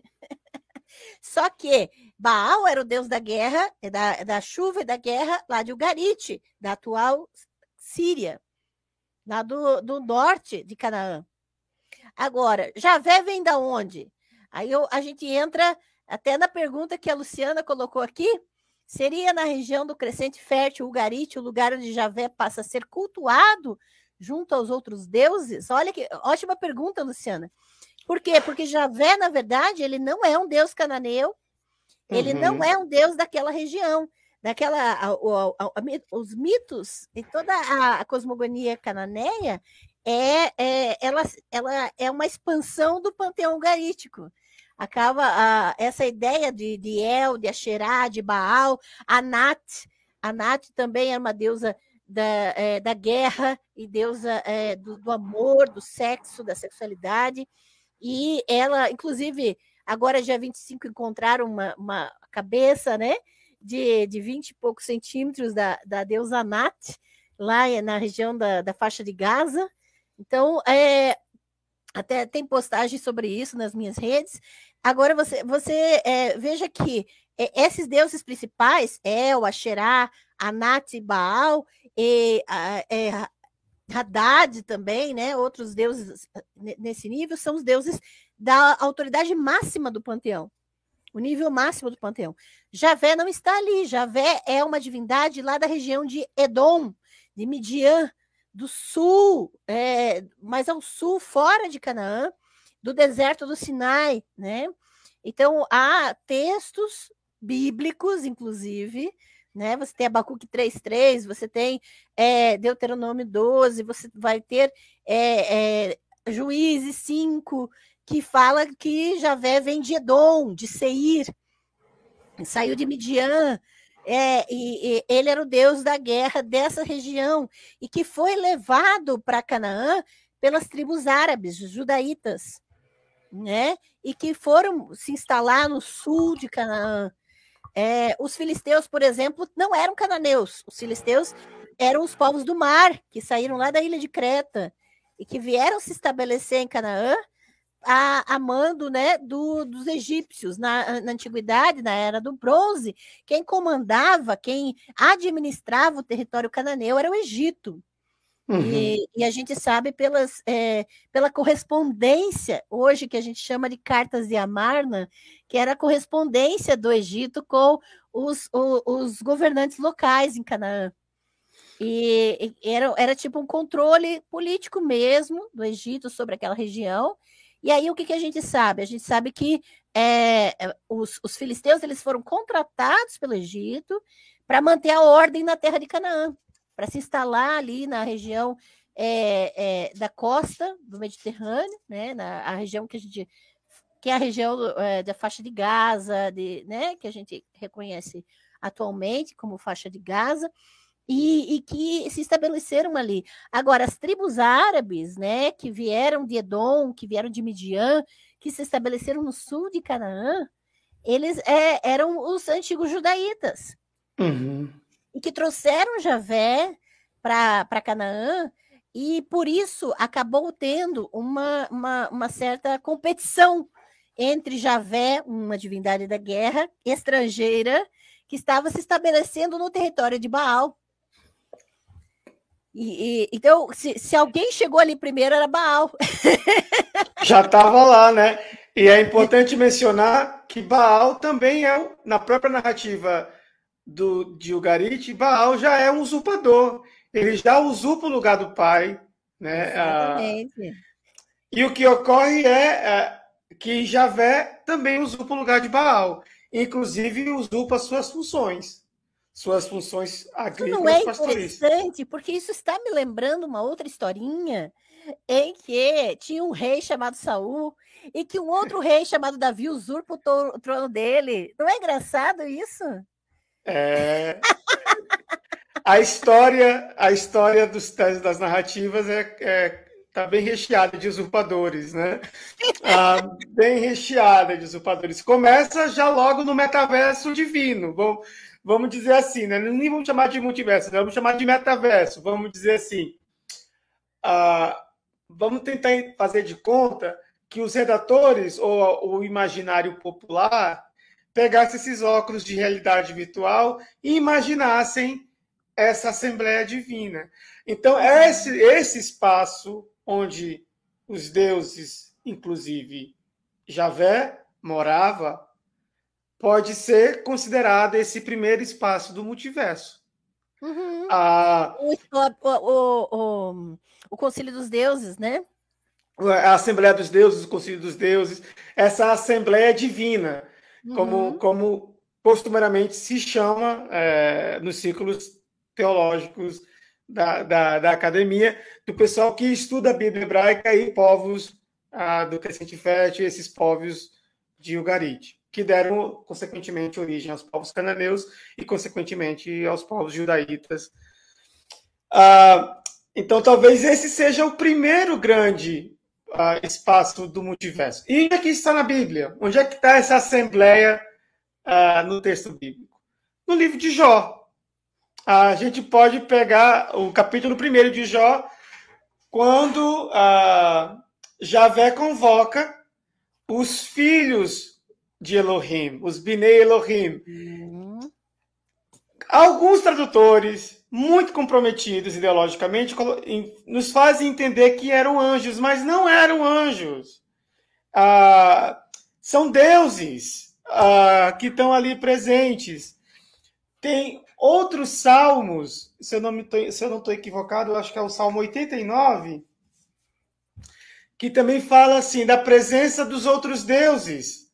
Só que Baal era o deus da guerra, da chuva e da guerra lá de Ugarite, da atual Síria, lá do norte de Canaã. Agora, Javé vem da onde? Aí a gente entra até na pergunta que a Luciana colocou aqui. Seria na região do Crescente Fértil, Ugarite, o lugar onde Javé passa a ser cultuado junto aos outros deuses? Olha que ótima pergunta, Luciana. Por quê? Porque Javé, na verdade, ele não é um deus cananeu, ele não é um deus daquela região, os mitos e toda a cosmogonia cananeia ela é uma expansão do panteão ugarítico. Acaba essa ideia de El, de Asherá, de Baal, Anat. Anat também é uma deusa da guerra e deusa do amor, do sexo, da sexualidade. E ela, inclusive, agora dia 25 encontraram uma cabeça, né, de 20 e poucos centímetros da deusa Anat, lá na região da faixa de Gaza. Então, até tem postagem sobre isso nas minhas redes. Agora, você veja que esses deuses principais, El, Asherá, Anat e Baal, e Haddad também, né? Outros deuses nesse nível, são os deuses da autoridade máxima do panteão. O nível máximo do panteão. Javé não está ali. Javé é uma divindade lá da região de Edom, de Midian, do sul, mais ao sul, fora de Canaã, do deserto do Sinai, né? Então, há textos bíblicos, inclusive, né? Você tem Abacuque 3:3, você tem Deuteronômio 12, você vai ter Juízes 5, que fala que Javé vem de Edom, de Seir, saiu de Midian, e ele era o deus da guerra dessa região, e que foi levado para Canaã pelas tribos árabes, os judaítas, né? E que foram se instalar no sul de Canaã. Os filisteus, por exemplo, não eram cananeus, os filisteus eram os povos do mar, que saíram lá da ilha de Creta, e que vieram se estabelecer em Canaã, a mando, né, dos egípcios. Na antiguidade, na era do bronze, quem comandava, quem administrava o território cananeu era o Egito. Uhum. E a gente sabe pela correspondência, hoje que a gente chama de cartas de Amarna, que era a correspondência do Egito com os governantes locais em Canaã. E era tipo um controle político mesmo do Egito sobre aquela região. E aí, o que a gente sabe? A gente sabe que os filisteus eles foram contratados pelo Egito para manter a ordem na terra de Canaã, para se instalar ali na região da costa do Mediterrâneo, né? A região que é a região da faixa de Gaza, né? Que a gente reconhece atualmente como faixa de Gaza. E que se estabeleceram ali. Agora, as tribos árabes, né, que vieram de Edom, que vieram de Midian, que se estabeleceram no sul de Canaã, eles eram os antigos judaítas. Uhum. E que trouxeram Javé para Canaã, e por isso acabou tendo uma certa competição entre Javé, uma divindade da guerra, estrangeira, que estava se estabelecendo no território de Baal. Então, se alguém chegou ali primeiro, era Baal. Já estava lá, né? E é importante mencionar que Baal também na própria narrativa de Ugarit, Baal já é um usurpador. Ele já usurpa o lugar do pai, né? Exatamente. E o que ocorre é que Javé também usurpa o lugar de Baal. Inclusive, usurpa suas funções agrícolas. Isso não é interessante, porque isso está me lembrando uma outra historinha em que tinha um rei chamado Saul e que um outro rei chamado Davi usurpa o trono dele. Não é engraçado isso? A história das narrativas está bem recheada de usurpadores, né? Bem recheada de usurpadores. Começa já logo no metaverso divino. Vamos dizer assim, né? Nem vamos chamar de multiverso, vamos chamar de metaverso. Vamos dizer assim. Vamos tentar fazer de conta que os redatores ou o imaginário popular pegassem esses óculos de realidade virtual e imaginassem essa Assembleia Divina. Então, esse espaço onde os deuses, inclusive Javé, morava, pode ser considerado esse primeiro espaço do multiverso. Uhum. O Concílio dos Deuses, né? A Assembleia dos Deuses, o Concílio dos Deuses, essa Assembleia Divina, como costumeiramente se chama nos círculos teológicos da academia, do pessoal que estuda a Bíblia hebraica e povos do Crescente Fértil, esses povos de Ugarit, que deram, consequentemente, origem aos povos cananeus e, consequentemente, aos povos judaítas. Então, talvez esse seja o primeiro grande espaço do multiverso. E onde é que está na Bíblia? Onde é que está essa assembleia no texto bíblico? No livro de Jó. A gente pode pegar o capítulo 1 de Jó, quando Javé convoca os filhos de Elohim, os Binei Elohim. Alguns tradutores, muito comprometidos ideologicamente, nos fazem entender que eram anjos, mas não eram anjos. São deuses que estão ali presentes. Tem outros salmos, se eu não estou equivocado, eu acho que é o Salmo 89, que também fala assim da presença dos outros deuses.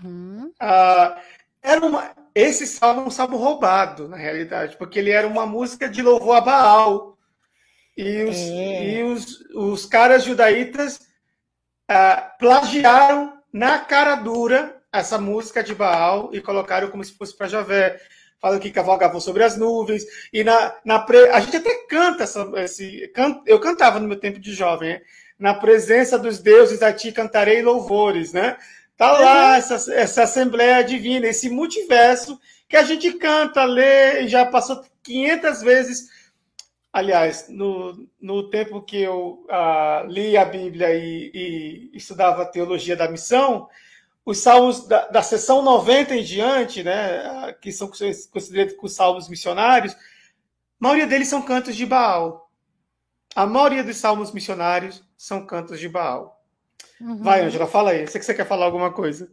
Esse salmo é um salmo roubado, na realidade, porque ele era uma música de louvor a Baal. E os caras judaítas plagiaram na cara dura essa música de Baal e colocaram como se fosse para Javé. Falam que cavalgavam sobre as nuvens. E a gente até canta eu cantava no meu tempo de jovem, né? Na presença dos deuses a ti cantarei louvores, né? Tá lá essa Assembleia Divina, esse multiverso que a gente canta, lê, e já passou 500 vezes. Aliás, no tempo que eu li a Bíblia e estudava a teologia da missão, os salmos da seção 90 em diante, né, que são considerados os salmos missionários, a maioria deles são cantos de Baal. A maioria dos salmos missionários são cantos de Baal. Vai, Ângela, fala aí. Eu sei que você quer falar alguma coisa.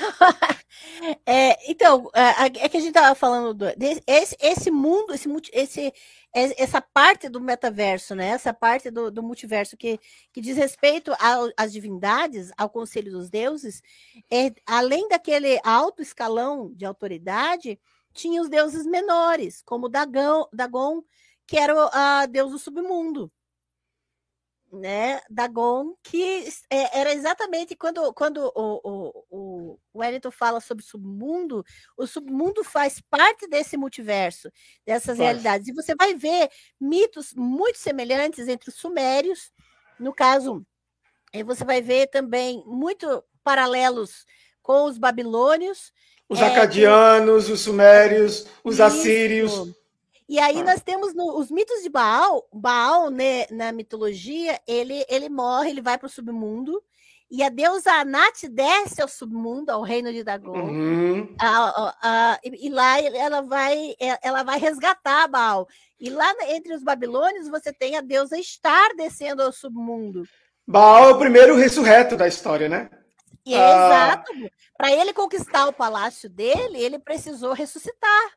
Então, é que a gente estava falando esse mundo, essa parte do metaverso, né? Essa parte do multiverso que diz respeito às divindades, ao conselho dos deuses, além daquele alto escalão de autoridade, tinha os deuses menores, como Dagon, que era o deus do submundo. Né, Dagon, que era exatamente quando o Wellington fala sobre o submundo faz parte desse multiverso, dessas realidades. E você vai ver mitos muito semelhantes entre os sumérios, no caso, você vai ver também muito paralelos com os babilônios. Os acadianos, os sumérios, os assírios. E aí nós temos os mitos de Baal, né, na mitologia, ele morre, ele vai para o submundo, e a deusa Anat desce ao submundo, ao reino de Dagon, e lá ela vai resgatar Baal. E lá entre os babilônios você tem a deusa Estar descendo ao submundo. Baal é o primeiro ressurreto da história, né? Exato. Para ele conquistar o palácio dele, ele precisou ressuscitar.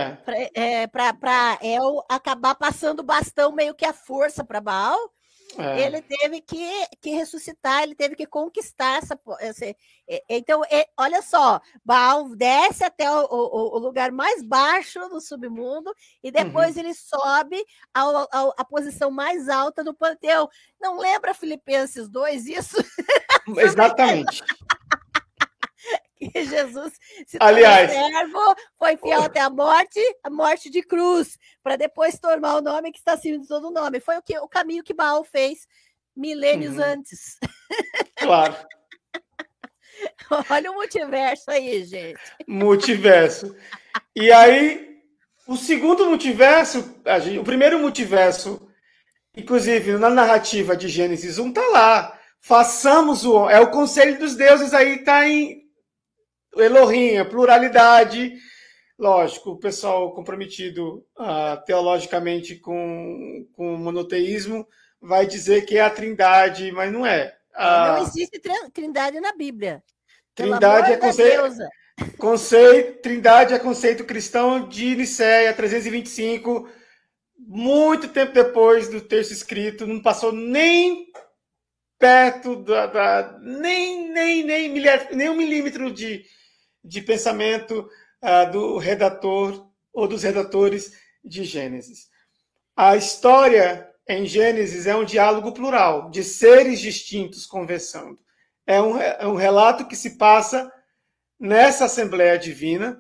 Para El acabar passando o bastão, meio que a força para Baal, ele teve que ressuscitar, ele teve que conquistar então, olha só, Baal desce até o lugar mais baixo do submundo e depois ele sobe à posição mais alta do panteão. Não lembra Filipenses 2 isso? Exatamente. Que Jesus se tornou servo, foi fiel até a morte de cruz, para depois tomar o nome que está acima de todo nome. Foi o caminho que Baal fez milênios antes. Claro. Olha o multiverso aí, gente. Multiverso. E aí, o segundo multiverso, o primeiro multiverso, inclusive na narrativa de Gênesis 1, tá lá. Façamos é o conselho dos deuses, aí tá em Elohim, a pluralidade. Lógico, o pessoal comprometido teologicamente com o monoteísmo vai dizer que é a Trindade, mas não é. Não existe Trindade na Bíblia. Trindade Trindade é conceito cristão de Nicéia 325, muito tempo depois do texto escrito, não passou nem perto nem um milímetro de pensamento do redator ou dos redatores de Gênesis. A história em Gênesis é um diálogo plural, de seres distintos conversando. É um relato que se passa nessa Assembleia Divina,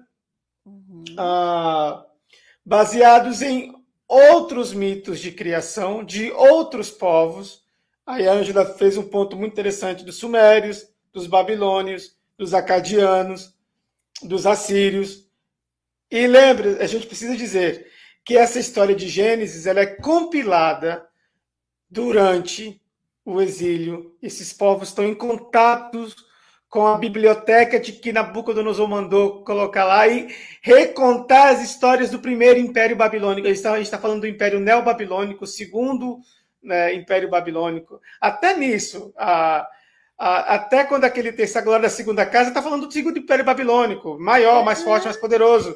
baseados em outros mitos de criação, de outros povos. Aí a Ângela fez um ponto muito interessante dos sumérios, dos babilônios, dos acadianos, dos assírios. E lembre, a gente precisa dizer que essa história de Gênesis ela é compilada durante o exílio. Esses povos estão em contato com a biblioteca de que Nabucodonosor mandou colocar lá e recontar as histórias do primeiro Império Babilônico. A gente está falando do Império Neobabilônico, o segundo, né, Império Babilônico. Até nisso, até quando aquele texto, a glória da segunda casa, está falando do segundo Império Babilônico, maior, mais forte, mais poderoso.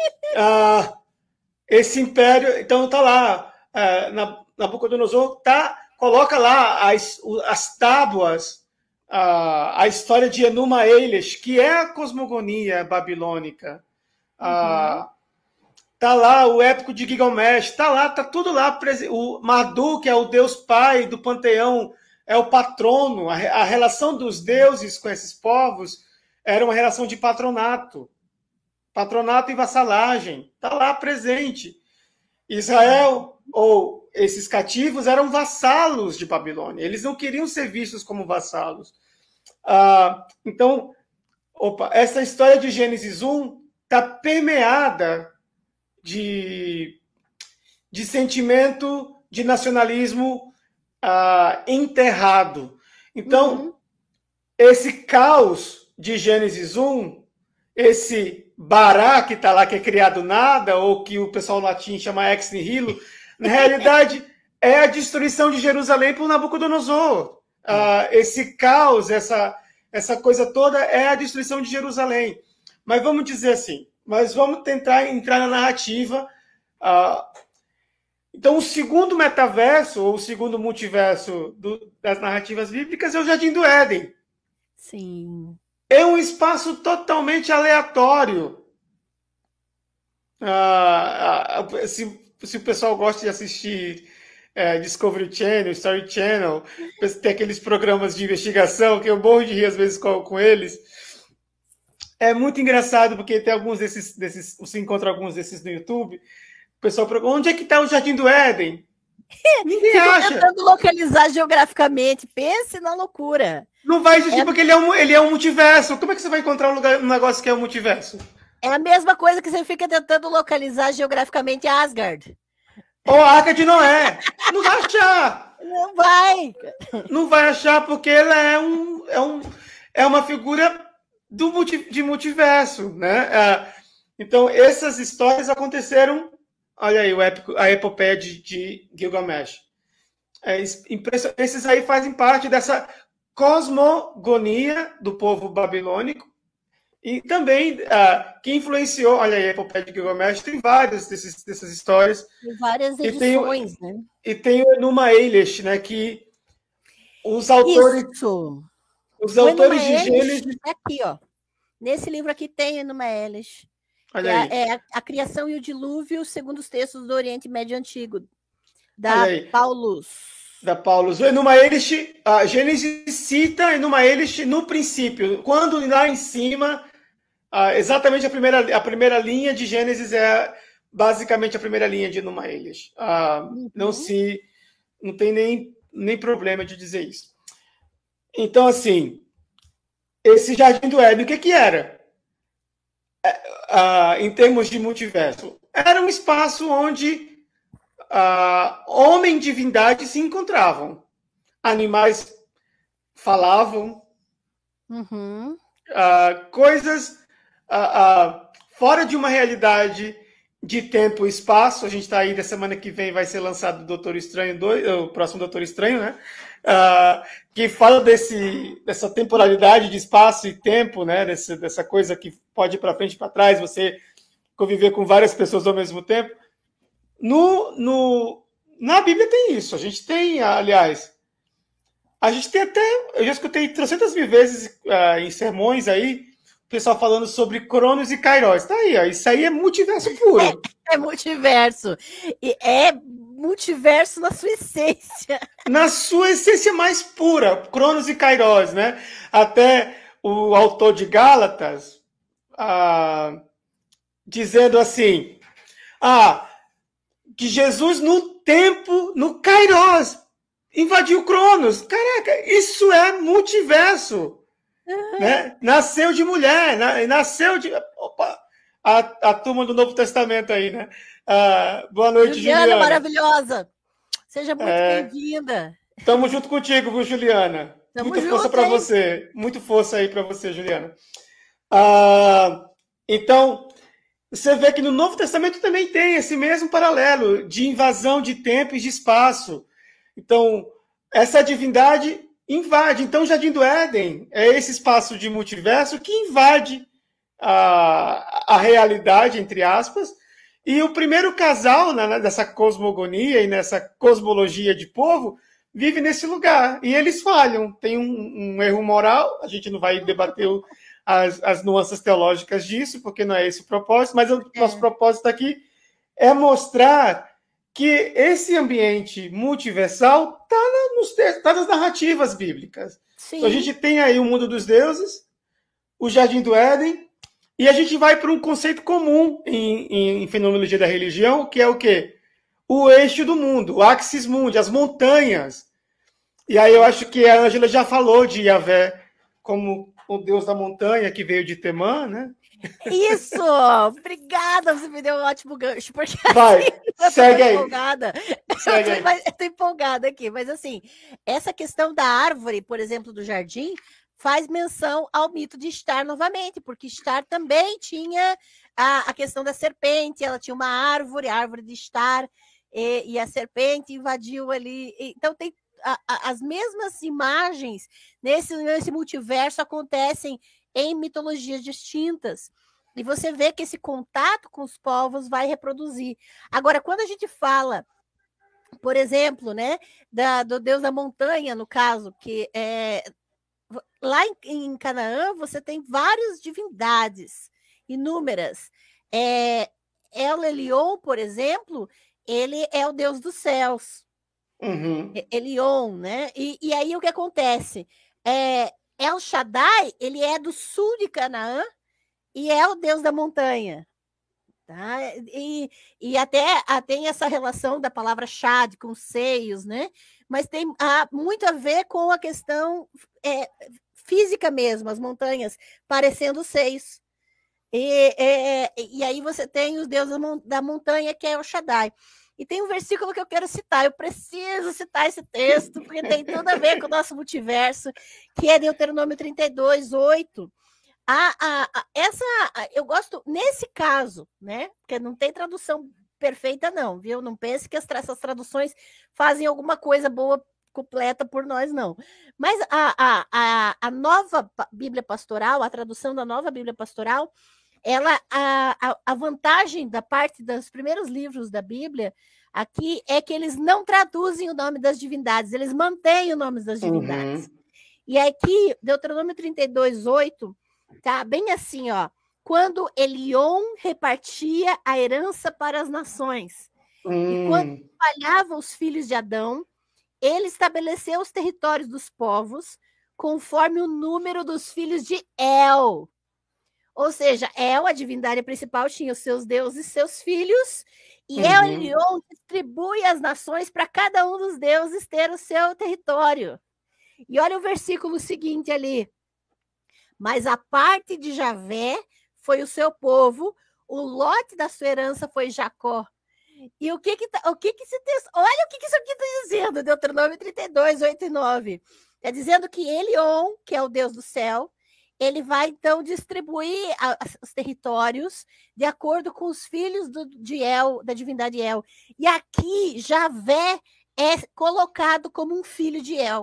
Esse império, então está lá, Nabucodonosor coloca lá as tábuas, a história de Enuma Elish, que é a cosmogonia babilônica. Tá lá o épico de Gilgamesh, tá tudo lá. O Marduk, que é o deus pai do panteão, é o patrono. A relação dos deuses com esses povos era uma relação de patronato e vassalagem. Tá lá presente. Israel, ou esses cativos, eram vassalos de Babilônia. Eles não queriam ser vistos como vassalos. Então, essa história de Gênesis 1 está permeada de sentimento de nacionalismo enterrado. Então, esse caos de Gênesis 1, esse bará que está lá, que é criado nada, ou que o pessoal latim chama ex nihilo, na realidade é a destruição de Jerusalém por Nabucodonosor. Esse caos, essa coisa toda é a destruição de Jerusalém. Mas vamos dizer assim, vamos tentar entrar na narrativa. Então, o segundo metaverso, ou o segundo multiverso das narrativas bíblicas é o Jardim do Éden. Sim. É um espaço totalmente aleatório. Se o pessoal gosta de assistir Discovery Channel, Story Channel, tem aqueles programas de investigação que eu morro de rir às vezes com eles. É muito engraçado, porque tem alguns desses, você encontra alguns desses no YouTube. O pessoal pergunta, onde é que está o Jardim do Éden? Ninguém acha. Tentando localizar geograficamente. Pense na loucura. Não vai existir, porque ele é um multiverso. Como é que você vai encontrar um negócio que é um multiverso? É a mesma coisa que você fica tentando localizar geograficamente Asgard. Ou a Arca de Noé. Não vai achar. Não vai. Não vai achar, porque ela é uma figura de multiverso, né? Então, essas histórias aconteceram. Olha aí, a epopeia de Gilgamesh. Esses aí fazem parte dessa cosmogonia do povo babilônico e também que influenciou. Olha aí, a epopeia de Gilgamesh tem várias dessas histórias. Tem várias edições, né? E tem o Enuma Elish, né? Que os autores. Isso. Os autores de Gênesis. É aqui, ó. Nesse livro aqui tem Enuma Elish. Olha aí. É a criação e o dilúvio, segundo os textos do Oriente Médio Antigo, da Paulus. Da Paulus. O Enuma Elish, a Gênesis cita Enuma Elish no princípio, quando lá em cima, exatamente a primeira linha de Gênesis é basicamente a primeira linha de Enuma Elish. Não tem nem problema de dizer isso. Então, assim, esse Jardim do Éden, o que era? Em termos de multiverso, era um espaço onde homem e divindade se encontravam. Animais falavam. Coisas fora de uma realidade de tempo e espaço. A gente está aí, da semana que vem vai ser lançado o Doutor Estranho 2, o próximo Doutor Estranho, né? Que fala dessa temporalidade de espaço e tempo, né? Dessa coisa que pode ir para frente e para trás, você conviver com várias pessoas ao mesmo tempo. Na Bíblia tem isso. A gente tem, aliás, eu já escutei 300 mil vezes em sermões aí, o pessoal falando sobre Cronos e Kairos. Tá aí, ó, isso aí é multiverso puro. É multiverso. E é multiverso na sua essência. Na sua essência mais pura, Cronos e Kairos, né? Até o autor de Gálatas dizendo assim, que Jesus no Kairos, invadiu Cronos. Caraca, isso é multiverso. Né? Nasceu de mulher, nasceu de... Opa! a turma do Novo Testamento aí, né? Boa noite, Juliana. Maravilhosa. Seja muito bem-vinda. Tamo junto contigo, viu, Juliana? Muita força para você. Muito força aí para você, Juliana. Então, você vê que no Novo Testamento também tem esse mesmo paralelo de invasão de tempo e de espaço. Então, essa divindade invade. Então, o Jardim do Éden é esse espaço de multiverso que invade a realidade, entre aspas, e o primeiro casal dessa cosmogonia e nessa cosmologia de povo vive nesse lugar. E eles falham. Tem um erro moral, a gente não vai debater as nuances teológicas disso, porque não é esse o propósito, mas o nosso propósito aqui é mostrar que esse ambiente multiversal está nas narrativas bíblicas. Então, a gente tem aí o mundo dos deuses, o Jardim do Éden, e a gente vai para um conceito comum em fenomenologia da religião, que é o quê? O eixo do mundo, o axis mundi, as montanhas. E aí eu acho que a Ângela já falou de Yahvé como o deus da montanha, que veio de Temã, né? Isso! Obrigada, você me deu um ótimo gancho. Porque, vai, assim, segue aí. Eu tô empolgada aqui, mas assim, essa questão da árvore, por exemplo, do jardim, faz menção ao mito de Estar novamente, porque Estar também tinha a questão da serpente, ela tinha uma árvore, a árvore de Estar, e a serpente invadiu ali. Então, tem as mesmas imagens nesse multiverso acontecem em mitologias distintas. E você vê que esse contato com os povos vai reproduzir. Agora, quando a gente fala, por exemplo, né, do deus da montanha, no caso, que lá em Canaã você tem várias divindades, inúmeras. El Elyon, por exemplo, ele é o deus dos céus. Elion, né? E aí o que acontece? El Shaddai, ele é do sul de Canaã e é o deus da montanha. Tá? E até tem essa relação da palavra Shad com seios, né? Mas tem muito a ver com a questão física mesmo, as montanhas parecendo seios. E aí você tem os deuses da montanha, que é o Shaddai. E tem um versículo que eu quero citar, eu preciso citar esse texto, porque tem tudo a ver com o nosso multiverso, que é Deuteronômio 32, 8. Eu gosto, nesse caso, né? Porque não tem tradução perfeita, não, viu? Não pense que essas traduções fazem alguma coisa boa, completa por nós, não. Mas a nova Bíblia Pastoral, a tradução da nova Bíblia Pastoral, a vantagem da parte dos primeiros livros da Bíblia aqui é que eles não traduzem o nome das divindades, eles mantêm o nome das divindades. E aqui, Deuteronômio 32, 8, tá bem assim, ó. Quando Elion repartia a herança para as nações, e quando espalhava os filhos de Adão, ele estabeleceu os territórios dos povos conforme o número dos filhos de El. Ou seja, El, a divindade principal, tinha os seus deuses e seus filhos, e El Elyon distribui as nações para cada um dos deuses ter o seu território. E olha o versículo seguinte ali. Mas a parte de Javé foi o seu povo, o lote da sua herança foi Jacó. E o que esse texto... Olha o que isso aqui está dizendo, Deuteronômio 32, 8 e 9. Está dizendo que Elion, que é o Deus do céu, ele vai, então, distribuir os territórios de acordo com os filhos de El, da divindade El. E aqui, Javé é colocado como um filho de El.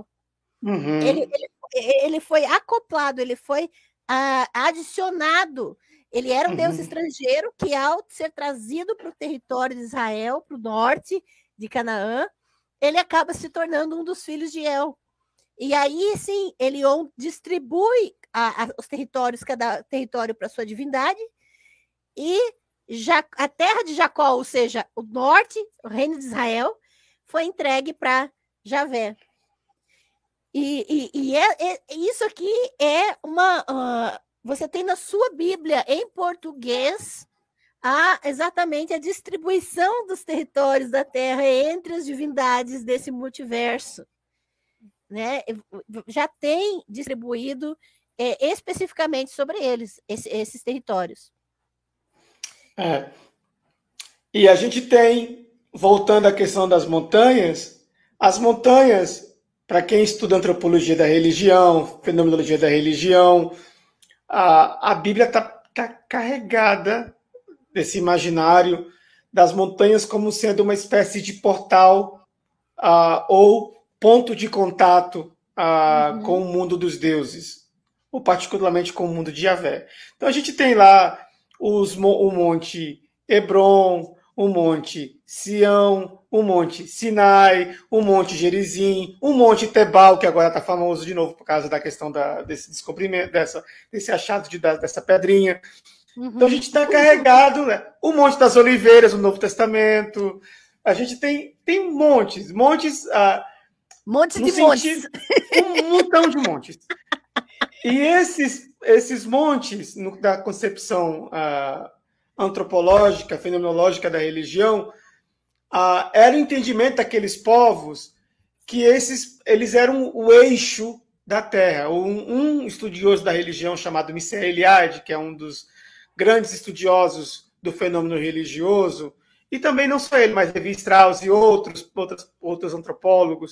Ele foi acoplado, ele foi adicionado. Ele era um deus estrangeiro que, ao ser trazido para o território de Israel, para o norte de Canaã, ele acaba se tornando um dos filhos de El. E aí, sim, Elion distribui os territórios, cada território para sua divindade, e a terra de Jacó, ou seja, o norte, o reino de Israel, foi entregue para Javé. Isso aqui é você tem na sua Bíblia, em português, exatamente a distribuição dos territórios da terra entre as divindades desse multiverso. Né? Já tem distribuído especificamente sobre eles, esses territórios. É. E a gente tem, voltando à questão das montanhas, as montanhas, para quem estuda antropologia da religião, fenomenologia da religião, a Bíblia tá carregada desse imaginário das montanhas como sendo uma espécie de portal ou ponto de contato com o mundo dos deuses, ou particularmente com o mundo de Yahvé. Então a gente tem lá o Monte Hebron, o Monte Sião, o Monte Sinai, o Monte Gerizim, o Monte Tebal, que agora está famoso de novo por causa da questão desse descobrimento, desse achado dessa pedrinha. Então a gente está carregado, né? O Monte das Oliveiras, o Novo Testamento. A gente tem montes. Montes de montes. Um montão de montes. E esses montes, da concepção antropológica, fenomenológica da religião, era o entendimento daqueles povos que eles eram o eixo da Terra. Um estudioso da religião chamado Mircea Eliade, que é um dos grandes estudiosos do fenômeno religioso, e também não só ele, mas Levi Strauss e outros antropólogos,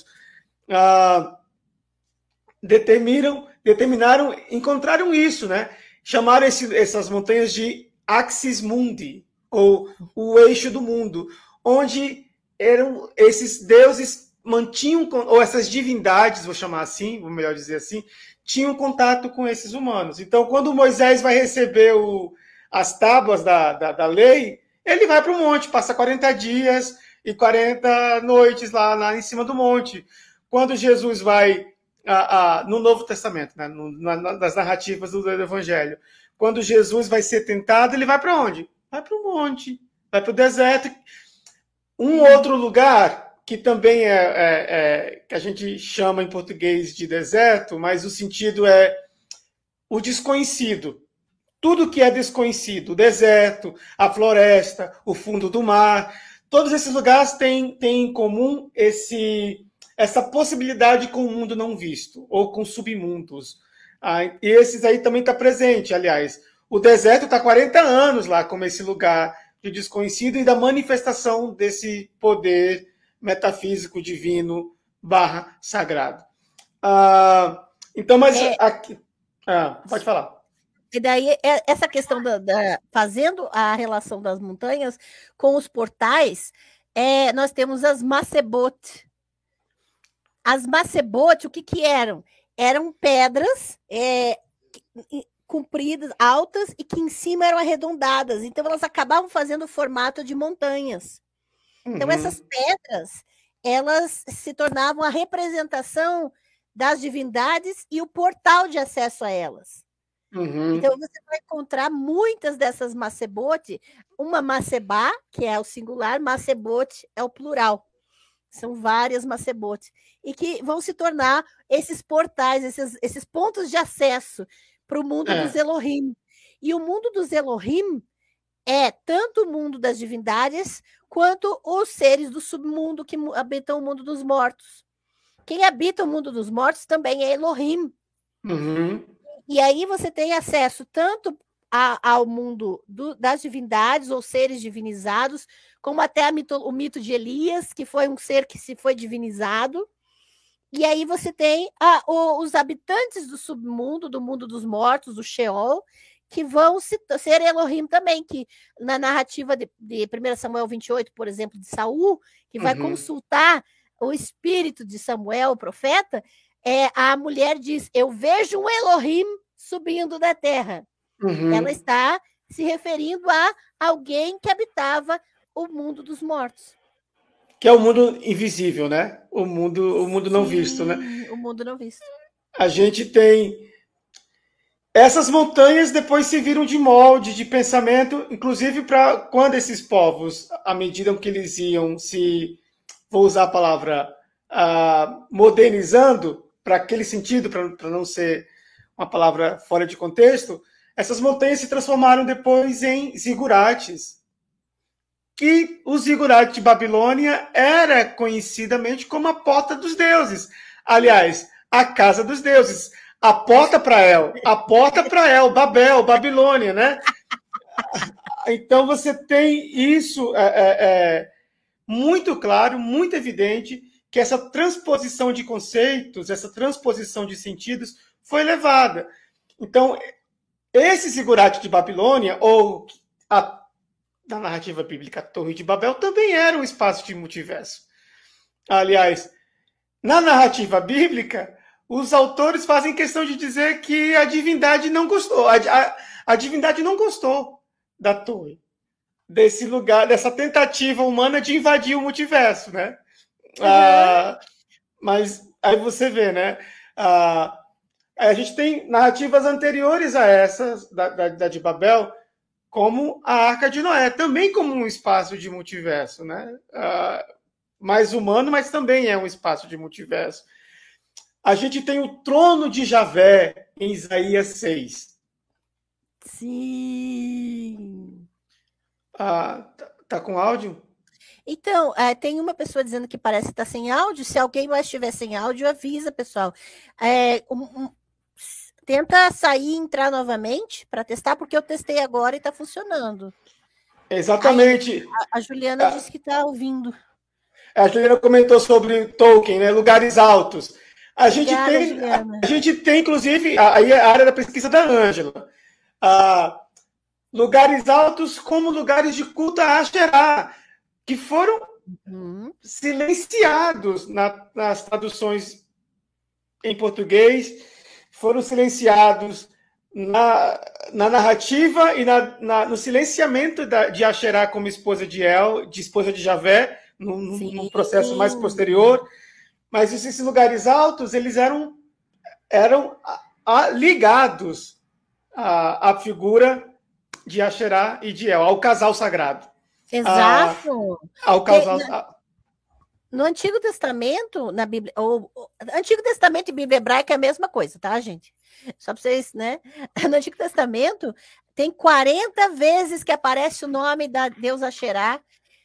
encontraram isso, né? Chamaram essas montanhas de Axis Mundi, ou o eixo do mundo, onde eram esses deuses mantinham, ou essas divindades, vou chamar assim, vou melhor dizer assim, tinham contato com esses humanos. Então, quando Moisés vai receber as tábuas da lei, ele vai para o monte, passa 40 dias e 40 noites lá em cima do monte. Quando Jesus vai no Novo Testamento, né, nas narrativas do Evangelho, quando Jesus vai ser tentado, ele vai para onde? Vai para o monte, vai para o deserto. Um outro lugar que também que a gente chama em português de deserto, mas o sentido é o desconhecido. Tudo que é desconhecido, o deserto, a floresta, o fundo do mar, todos esses lugares têm em comum essa possibilidade com o mundo não visto, ou com submundos. E esses aí também está presente, aliás. O deserto está 40 anos lá como esse lugar de desconhecido e da manifestação desse poder metafísico, divino, sagrado. Então, mas aqui... pode falar. E daí, essa questão fazendo a relação das montanhas com os portais, nós temos as Macebot. As Macebot, o que eram? Eram pedras compridas, altas, e que em cima eram arredondadas. Então, elas acabavam fazendo o formato de montanhas. Então, essas pedras, elas se tornavam a representação das divindades e o portal de acesso a elas. Então, você vai encontrar muitas dessas Macebot, uma Macebá, que é o singular, Macebot é o plural. São várias Macebot. E que vão se tornar esses portais, esses pontos de acesso para o mundo dos Elohim. E o mundo dos Elohim é tanto o mundo das divindades quanto os seres do submundo que habitam o mundo dos mortos. Quem habita o mundo dos mortos também é Elohim. E aí você tem acesso tanto ao mundo das divindades ou seres divinizados, como até o mito de Elias, que foi um ser que se foi divinizado. E aí você tem os habitantes do submundo, do mundo dos mortos, do Sheol, que vão ser Elohim também, que na narrativa de 1 Samuel 28, por exemplo, de Saul, que vai consultar o espírito de Samuel, o profeta, a mulher diz, eu vejo um Elohim subindo da terra. Ela está se referindo a alguém que habitava o mundo dos mortos. Que é o mundo invisível, né? O mundo não visto, né? O mundo não visto. A gente tem... Essas montanhas depois se viram de molde, de pensamento, inclusive para quando esses povos, à medida que eles iam vou usar a palavra, modernizando, para aquele sentido, para não ser uma palavra fora de contexto, essas montanhas se transformaram depois em zigurates. Que o zigurate de Babilônia era conhecidamente como a porta dos deuses. Aliás, a casa dos deuses. A porta para El, Babel, Babilônia, né? Então você tem isso muito claro, muito evidente, que essa transposição de conceitos, essa transposição de sentidos foi levada. Então, esse zigurate de Babilônia, ou da narrativa bíblica, a Torre de Babel, também era um espaço de multiverso. Aliás, na narrativa bíblica, os autores fazem questão de dizer que a divindade não gostou. A divindade não gostou da torre, desse lugar, dessa tentativa humana de invadir o multiverso, né? Uhum. Mas aí você vê, né? A gente tem narrativas anteriores a essas, da de Babel, como a Arca de Noé, também como um espaço de multiverso, né? Mais humano, mas também é um espaço de multiverso. A gente tem o trono de Javé em Isaías 6. Sim. Tá com áudio? Então, tem uma pessoa dizendo que parece que está sem áudio. Se alguém mais estiver sem áudio, avisa, pessoal. Tenta sair e entrar novamente para testar, porque eu testei agora e está funcionando. Exatamente. Aí, a Juliana disse que está ouvindo. A Juliana comentou sobre Tolkien, né? Lugares altos. A gente tem, inclusive, aí a área da pesquisa da Ângela. Lugares altos como lugares de culto a Asherá, que foram silenciados nas traduções em português, foram silenciados na narrativa e no silenciamento de Asherá como esposa de esposa de Javé, num processo mais posterior. Mas esses lugares altos, eles eram ligados à figura de Asherá e de El, ao casal sagrado. Exato. Ao casal... No Antigo Testamento, na Bíblia, Antigo Testamento e Bíblia Hebraica é a mesma coisa, tá, gente? Só para vocês, né? No Antigo Testamento, tem 40 vezes que aparece o nome da deusa Asherá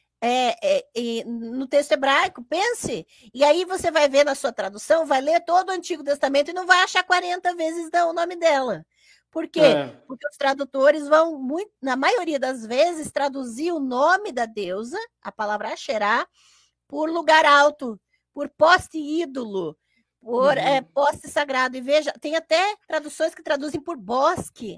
no texto hebraico, pense. E aí você vai ver na sua tradução, vai ler todo o Antigo Testamento e não vai achar 40 vezes o nome dela. Por quê? Porque os tradutores vão, na maioria das vezes, traduzir o nome da deusa, a palavra Asherá, por lugar alto, por poste ídolo, por poste sagrado. E veja, tem até traduções que traduzem por bosque.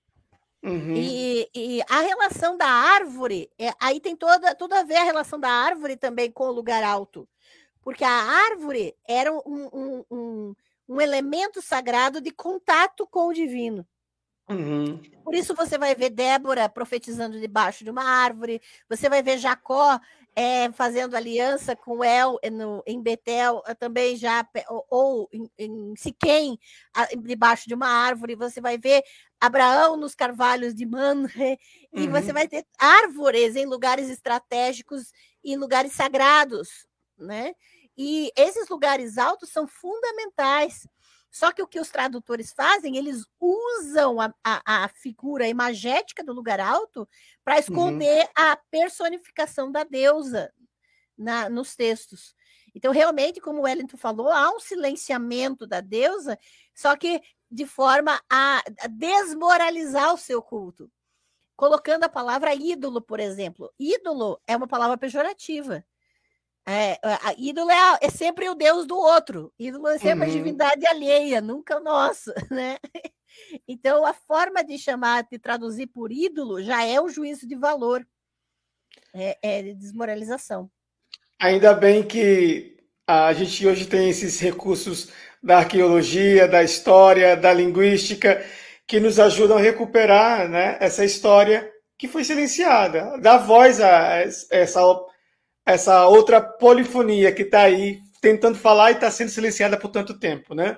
E a relação da árvore, aí tem tudo a ver a relação da árvore também com o lugar alto. Porque a árvore era um elemento sagrado de contato com o divino. Por isso você vai ver Débora profetizando debaixo de uma árvore, você vai ver Jacó fazendo aliança com El em Betel, também já, ou em Siquém, debaixo de uma árvore, você vai ver Abraão nos carvalhos de Manre, e você vai ter árvores em lugares estratégicos e lugares sagrados, né? E esses lugares altos são fundamentais. Só que o que os tradutores fazem, eles usam a figura imagética do lugar alto para esconder a personificação da deusa nos textos. Então, realmente, como o Wellington falou, há um silenciamento da deusa, só que de forma a desmoralizar o seu culto. Colocando a palavra ídolo, por exemplo. Ídolo é uma palavra pejorativa. A ídolo é sempre o Deus do outro. Ídolo é sempre a divindade alheia, nunca o nosso, né? Então, a forma de traduzir por ídolo já é um juízo de valor, de desmoralização. Ainda bem que a gente hoje tem esses recursos da arqueologia, da história, da linguística, que nos ajudam a recuperar, né, essa história que foi silenciada, dar voz a essa outra polifonia que está aí tentando falar e está sendo silenciada por tanto tempo, né?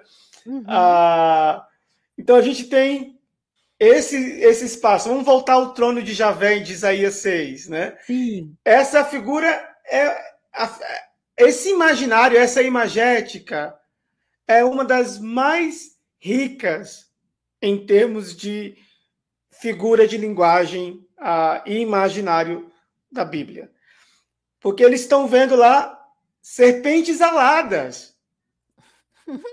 Então a gente tem esse espaço. Vamos voltar ao trono de Javé de Isaías 6, né? Sim. Essa figura esse imaginário, essa imagética é uma das mais ricas em termos de figura de linguagem e imaginário da Bíblia. Porque eles estão vendo lá serpentes aladas.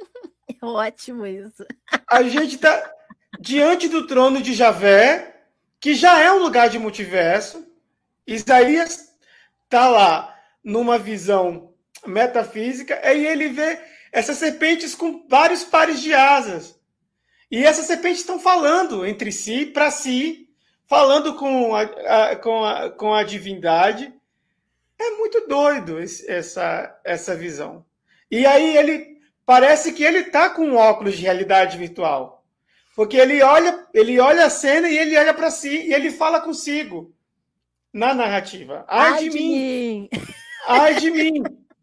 É ótimo isso. A gente está diante do trono de Javé que já é um lugar de multiverso. Isaías está lá numa visão metafísica, e ele vê essas serpentes com vários pares de asas. E essas serpentes estão falando entre si, para si, falando com a divindade. É muito doido essa visão. E aí ele parece que ele está com um óculos de realidade virtual. Porque ele olha a cena e ele olha para si e ele fala consigo na narrativa. Ai de mim! Ai de mim!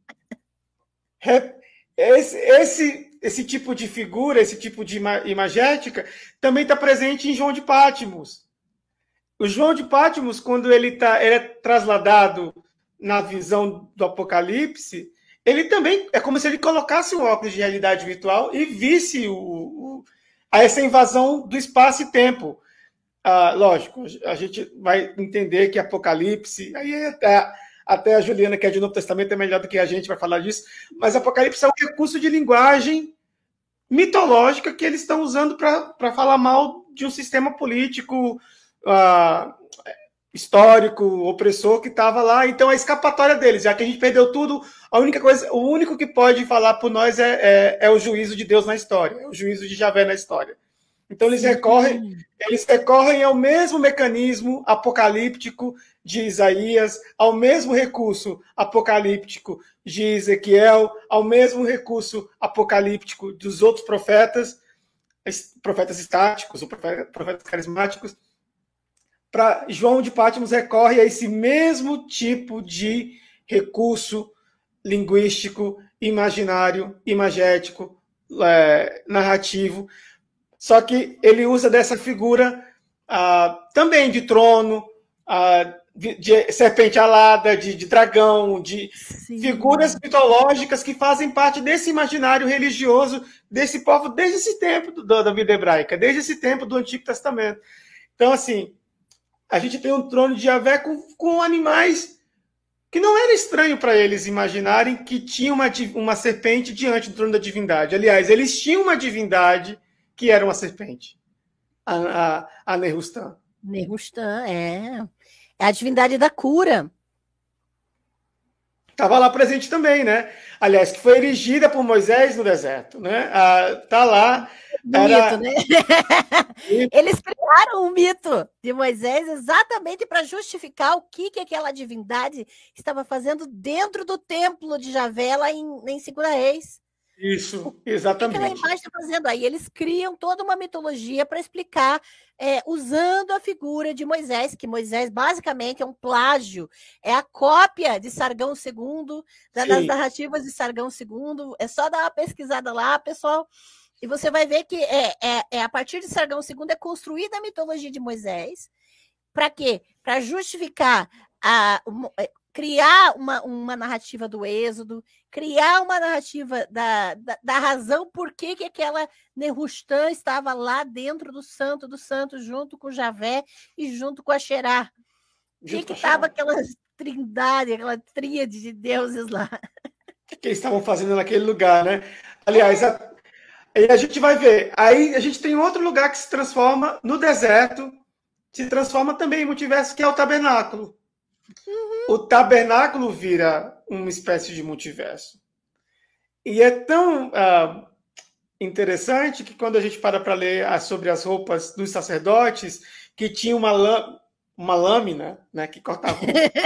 Esse tipo de figura, esse tipo de imagética, também está presente em João de Patmos. O João de Patmos, quando ele é trasladado na visão do Apocalipse, ele também é como se ele colocasse um óculos de realidade virtual e visse essa invasão do espaço e tempo. Lógico, a gente vai entender que Apocalipse, aí até a Juliana, que é de Novo Testamento, é melhor do que a gente vai falar disso, mas Apocalipse é um recurso de linguagem mitológica que eles estão usando para falar mal de um sistema político histórico, opressor que estava lá. Então, a escapatória deles, já que a gente perdeu tudo, o único que pode falar por nós é o juízo de Deus na história, é o juízo de Javé na história. Então, eles recorrem ao mesmo mecanismo apocalíptico de Isaías, ao mesmo recurso apocalíptico de Ezequiel, ao mesmo recurso apocalíptico dos outros profetas estáticos, ou profetas carismáticos. Para João de Patmos recorre a esse mesmo tipo de recurso linguístico, imaginário, imagético, narrativo, só que ele usa dessa figura também de trono, de serpente alada, de dragão, de figuras mitológicas que fazem parte desse imaginário religioso desse povo desde esse tempo da vida hebraica, desde esse tempo do Antigo Testamento. Então, assim, a gente tem um trono de Javé com animais que não era estranho para eles imaginarem que tinha uma serpente diante do trono da divindade. Aliás, eles tinham uma divindade que era uma serpente, a Nehustan. Nehustan, é a divindade da cura. Estava lá presente também, né? Aliás, que foi erigida por Moisés no deserto, né? Tá lá. Mito, né? Eles criaram um mito de Moisés exatamente para justificar o que aquela divindade estava fazendo dentro do templo de Javé lá em 2 Reis. Isso, exatamente. O que aquela imagem está fazendo? Aí eles criam toda uma mitologia para explicar, usando a figura de Moisés, que Moisés basicamente é um plágio, é a cópia de Sargão II, das narrativas de Sargão II. É só dar uma pesquisada lá, pessoal, e você vai ver que a partir de Sargão II é construída a mitologia de Moisés. Para quê? Para justificar criar uma narrativa do Êxodo, criar uma narrativa da razão por que aquela Nehustan estava lá dentro do santo, junto com Javé e junto com Asherá. O que estava aquela trindade, aquela tríade de deuses lá? O que eles estavam fazendo naquele lugar, né? Aliás, aí a gente vai ver. Aí a gente tem outro lugar que se transforma no deserto, se transforma também em multiverso, que é o tabernáculo. O tabernáculo vira uma espécie de multiverso. E é tão interessante que quando a gente para ler sobre as roupas dos sacerdotes, que tinha uma lâmina, né, que cortava.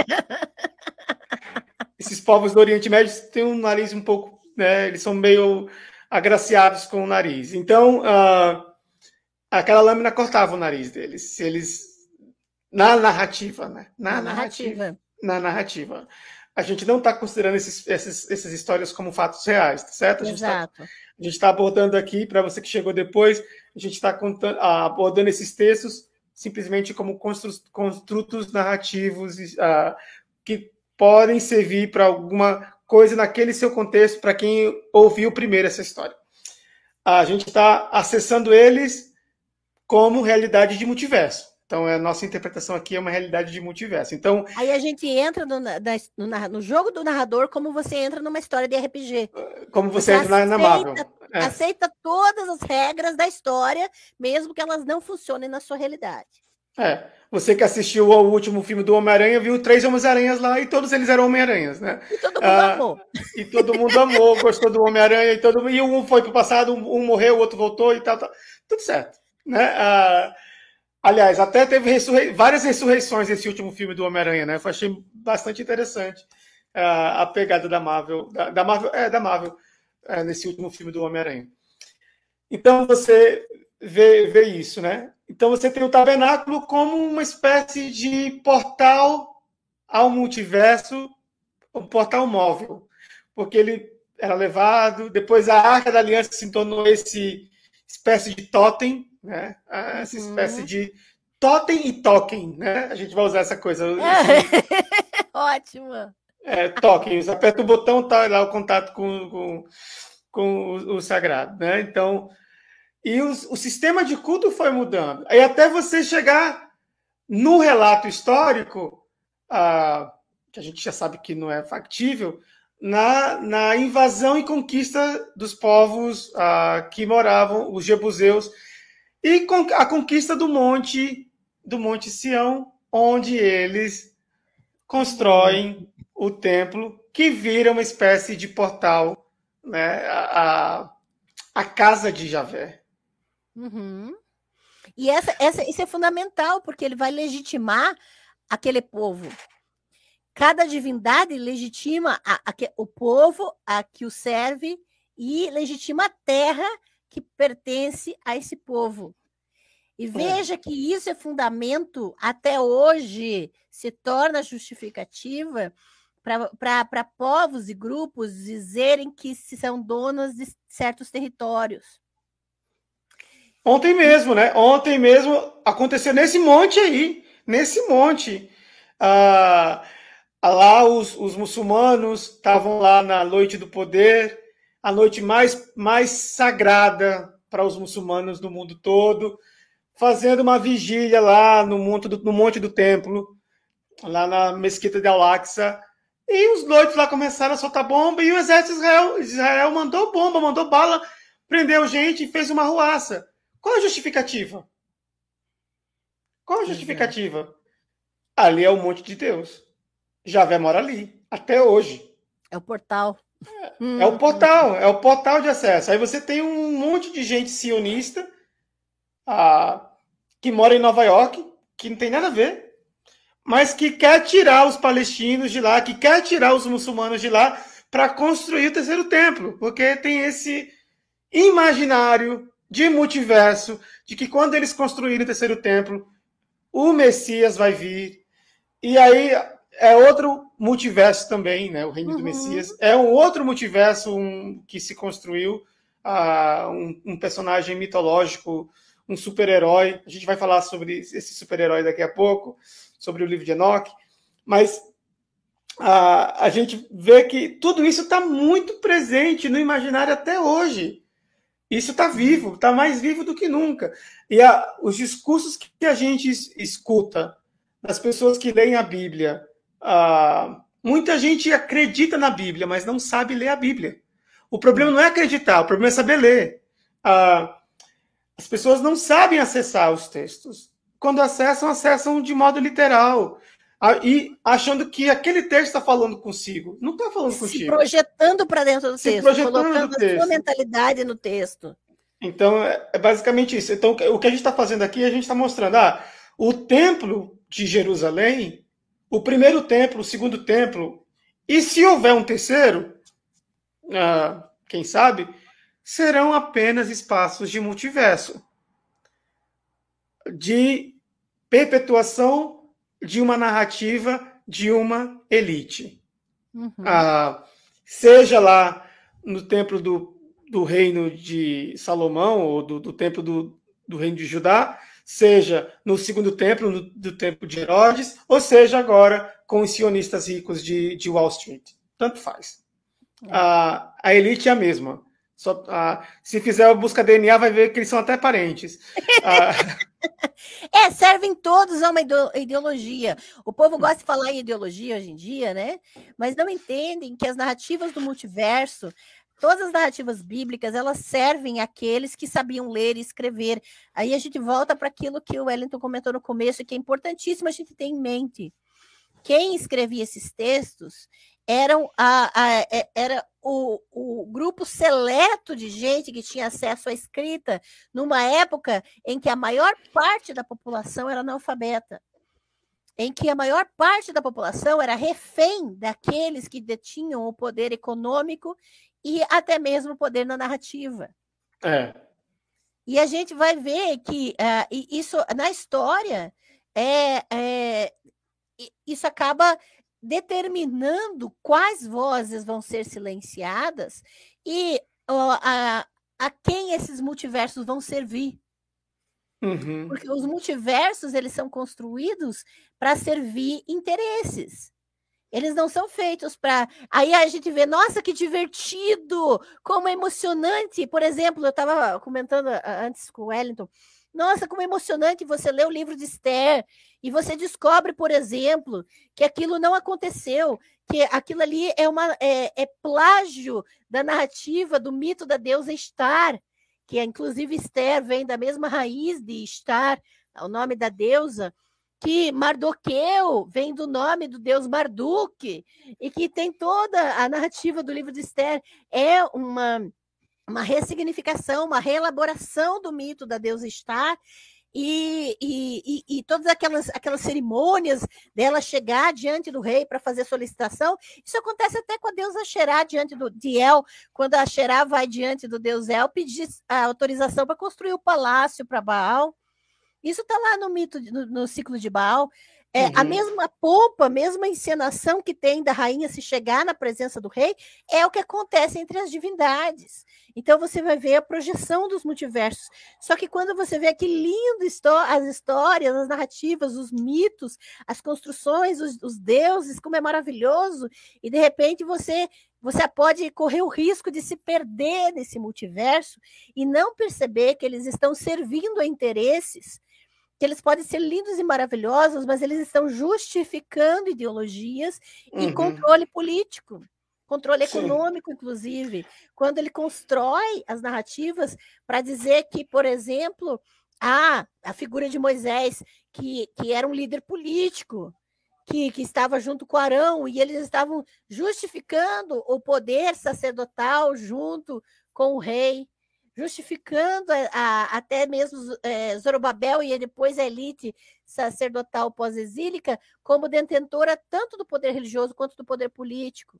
Esses povos do Oriente Médio têm um nariz um pouco, né, eles são meio agraciados com o nariz. Então, aquela lâmina cortava o nariz deles. Na narrativa, né? Na narrativa. A gente não está considerando essas histórias como fatos reais, tá certo? Exato. A gente está abordando aqui, para você que chegou depois, a gente está abordando esses textos simplesmente como construtos narrativos que podem servir para alguma coisa naquele seu contexto, para quem ouviu primeiro essa história. A gente está acessando eles como realidade de multiverso. Então, a nossa interpretação aqui é uma realidade de multiverso. Então, aí a gente entra no jogo do narrador como você entra numa história de RPG. Como você entra na Marvel. Aceita todas as regras da história, mesmo que elas não funcionem na sua realidade. Você que assistiu ao último filme do Homem-Aranha viu 3 Homens-Aranhas lá e todos eles eram Homem-Aranhas, né? E todo mundo amou. E todo mundo amou, gostou do Homem-Aranha e um foi pro passado, um morreu, o outro voltou e tal. Tudo certo, né? Aliás, até teve várias ressurreições nesse último filme do Homem-Aranha, né? Eu achei bastante interessante a pegada da Marvel, da Marvel nesse último filme do Homem-Aranha. Então você vê isso, né? Então você tem o tabernáculo como uma espécie de portal ao multiverso, um portal móvel, porque ele era levado, depois a Arca da Aliança se tornou esse espécie de totem, né? Essa espécie de totem e token, né? A gente vai usar essa coisa. Ótimo. Token. Você aperta o botão, tá lá o contato com o sagrado, né? Então, e o sistema de culto foi mudando. Aí até você chegar no relato histórico, que a gente já sabe que não é factível, na invasão e conquista dos povos que moravam, os jebuseus, e a conquista do Monte Sião, onde eles constroem o templo, que vira uma espécie de portal, né, a casa de Javé. Uhum. E isso é fundamental, porque ele vai legitimar aquele povo. Cada divindade legitima o povo a que o serve e legitima a terra que pertence a esse povo. E veja que isso é fundamento, até hoje, se torna justificativa para povos e grupos dizerem que são donos de certos territórios. Ontem mesmo, né? Ontem mesmo aconteceu nesse monte aí. Nesse monte. Lá os muçulmanos estavam lá na noite do poder, a noite mais sagrada para os muçulmanos do mundo todo, fazendo uma vigília lá no monte do templo, lá na mesquita de Al-Aqsa. E os doidos lá começaram a soltar bomba e o exército de Israel mandou bomba, mandou bala, prendeu gente e fez uma ruaça. Qual a justificativa? Qual a justificativa? Ali é o monte de Deus. Javé mora ali, até hoje. É o portal. É o portal de acesso. Aí você tem um monte de gente sionista que mora em Nova York, que não tem nada a ver, mas que quer tirar os palestinos de lá, que quer tirar os muçulmanos de lá para construir o terceiro templo, porque tem esse imaginário de multiverso, de que quando eles construírem o terceiro templo, o Messias vai vir. E aí é outro multiverso também, né? O reino do Messias. É um outro multiverso que se construiu, um personagem mitológico, um super-herói. A gente vai falar sobre esse super-herói daqui a pouco, sobre o livro de Enoque. Mas a gente vê que tudo isso está muito presente no imaginário até hoje. Isso está vivo, está mais vivo do que nunca. E os discursos que a gente escuta das pessoas que leem a Bíblia, muita gente acredita na Bíblia, mas não sabe ler a Bíblia. O problema não é acreditar, o problema é saber ler. As pessoas não sabem acessar os textos. Quando acessam de modo literal. E achando que aquele texto está falando consigo. Não está falando contigo. Se projetando para dentro do texto, colocando a sua mentalidade no texto. Então, é basicamente isso. Então, o que a gente está fazendo aqui, a gente está mostrando, o templo de Jerusalém, o primeiro templo, o segundo templo, e se houver um terceiro, quem sabe, serão apenas espaços de multiverso, de perpetuação de uma narrativa de uma elite. Seja lá no templo do reino de Salomão, ou do templo do reino de Judá, seja no segundo templo, do templo de Herodes, ou seja agora com os sionistas ricos de Wall Street. Tanto faz. A elite é a mesma. Se fizer a busca DNA, vai ver que eles são até parentes. Servem todos a uma ideologia. O povo gosta de falar em ideologia hoje em dia, né? Mas não entendem que as narrativas do multiverso todas as narrativas bíblicas, elas servem àqueles que sabiam ler e escrever. Aí a gente volta para aquilo que o Wellington comentou no começo, que é importantíssimo a gente ter em mente. Quem escrevia esses textos era o grupo seleto de gente que tinha acesso à escrita numa época em que a maior parte da população era analfabeta, em que a maior parte da população era refém daqueles que detinham o poder econômico e até mesmo o poder na narrativa. E a gente vai ver que isso na história isso acaba determinando quais vozes vão ser silenciadas e a quem esses multiversos vão servir. Uhum. Porque os multiversos, eles são construídos para servir interesses. Eles não são feitos para... Aí a gente vê, nossa, que divertido, como é emocionante. Por exemplo, eu estava comentando antes com o Wellington, nossa, como é emocionante você ler o livro de Esther e você descobre, por exemplo, que aquilo não aconteceu, que aquilo ali é plágio da narrativa do mito da deusa Estar, que inclusive Esther vem da mesma raiz de Estar, o nome da deusa, que Mardoqueu vem do nome do deus Marduk, e que tem toda a narrativa do livro de Esther, é uma ressignificação, uma reelaboração do mito da deusa Estar, e todas aquelas cerimônias dela chegar diante do rei para fazer solicitação, isso acontece até com a deusa Xerá diante de El, quando a Xerá vai diante do deus El pedir a autorização para construir o palácio para Baal. Isso está lá no mito, no ciclo de Baal. A mesma pompa, a mesma encenação que tem da rainha se chegar na presença do rei, é o que acontece entre as divindades. Então você vai ver a projeção dos multiversos. Só que quando você vê que lindo as histórias, as narrativas, os mitos, as construções, os deuses, como é maravilhoso, e de repente você pode correr o risco de se perder nesse multiverso e não perceber que eles estão servindo a interesses, que eles podem ser lindos e maravilhosos, mas eles estão justificando ideologias e controle político, controle econômico, inclusive. Quando ele constrói as narrativas para dizer que, por exemplo, a figura de Moisés, que era um líder político, que estava junto com Arão, e eles estavam justificando o poder sacerdotal junto com o rei, justificando até mesmo Zorobabel e depois a elite sacerdotal pós-exílica como detentora tanto do poder religioso quanto do poder político.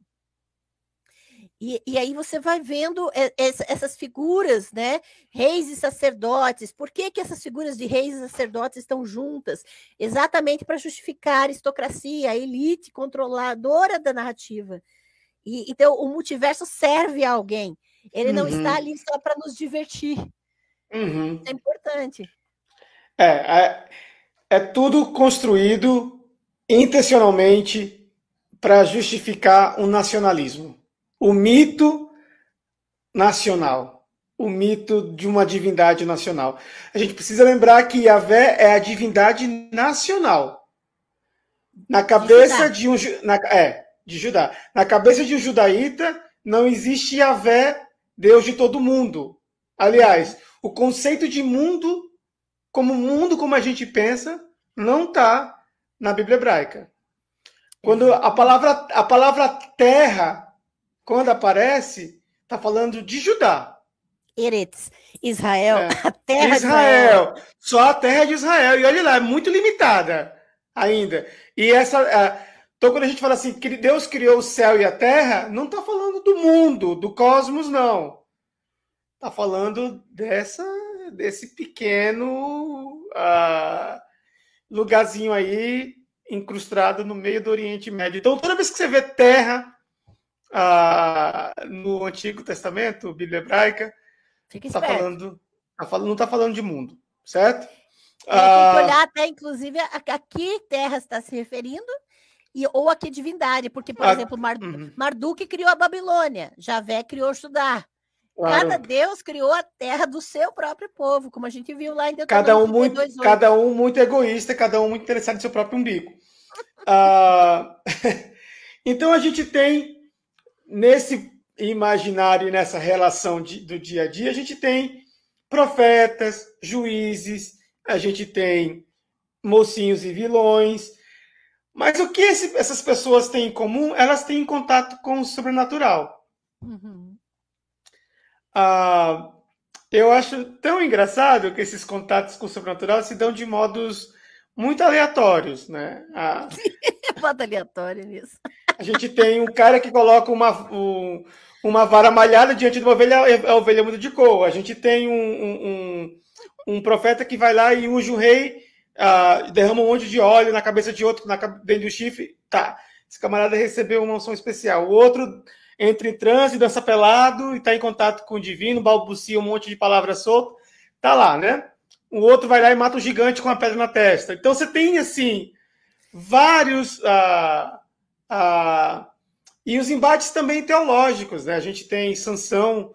E aí você vai vendo essas figuras, né? Reis e sacerdotes. Por que essas figuras de reis e sacerdotes estão juntas? Exatamente para justificar a aristocracia, a elite controladora da narrativa. Então, o multiverso serve a alguém. Ele não está ali só para nos divertir. Isso é importante. É tudo construído intencionalmente para justificar um nacionalismo. O mito nacional. O mito de uma divindade nacional. A gente precisa lembrar que Yahvé é a divindade nacional. Na cabeça de Judá. Na cabeça de um judaíta, não existe Yahvé, Deus de todo mundo. Aliás, o conceito de mundo como a gente pensa, não está na Bíblia hebraica. Quando a palavra terra, quando aparece, está falando de Judá. Eretz, Israel, a terra de Israel. Só a terra de Israel. E olha lá, é muito limitada ainda. E então, quando a gente fala assim, que Deus criou o céu e a terra, não está falando do mundo, do cosmos, não. Está falando desse pequeno lugarzinho aí, incrustado no meio do Oriente Médio. Então, toda vez que você vê terra no Antigo Testamento, Bíblia hebraica, não está falando de mundo, certo? Tem que olhar até, inclusive, a que terra está se referindo, ou a que divindade, porque, por exemplo, Marduk criou a Babilônia, Javé criou Judá. Claro. Cada Deus criou a terra do seu próprio povo, como a gente viu lá em Deuteronômio 32:8. Cada um muito egoísta, cada um muito interessado em seu próprio umbigo. Então a gente tem imaginário e nessa relação do dia a dia, a gente tem profetas, juízes, a gente tem mocinhos e vilões. Mas o que essas pessoas têm em comum? Elas têm contato com o sobrenatural. Uhum. Eu acho tão engraçado que esses contatos com o sobrenatural se dão de modos muito aleatórios, né? Bota aleatório nisso. A gente tem um cara que coloca uma vara malhada diante de uma ovelha, a ovelha muda de cor. A gente tem um profeta que vai lá e unge o rei, derrama um monte de óleo na cabeça de outro, dentro do chifre. Tá, esse camarada recebeu uma unção especial. O outro entra em transe, dança pelado e está em contato com o divino, balbucia um monte de palavras soltas. Tá lá, né? O outro vai lá e mata o gigante com uma pedra na testa. Então você tem, assim, vários... e os embates também teológicos, né? A gente tem Sansão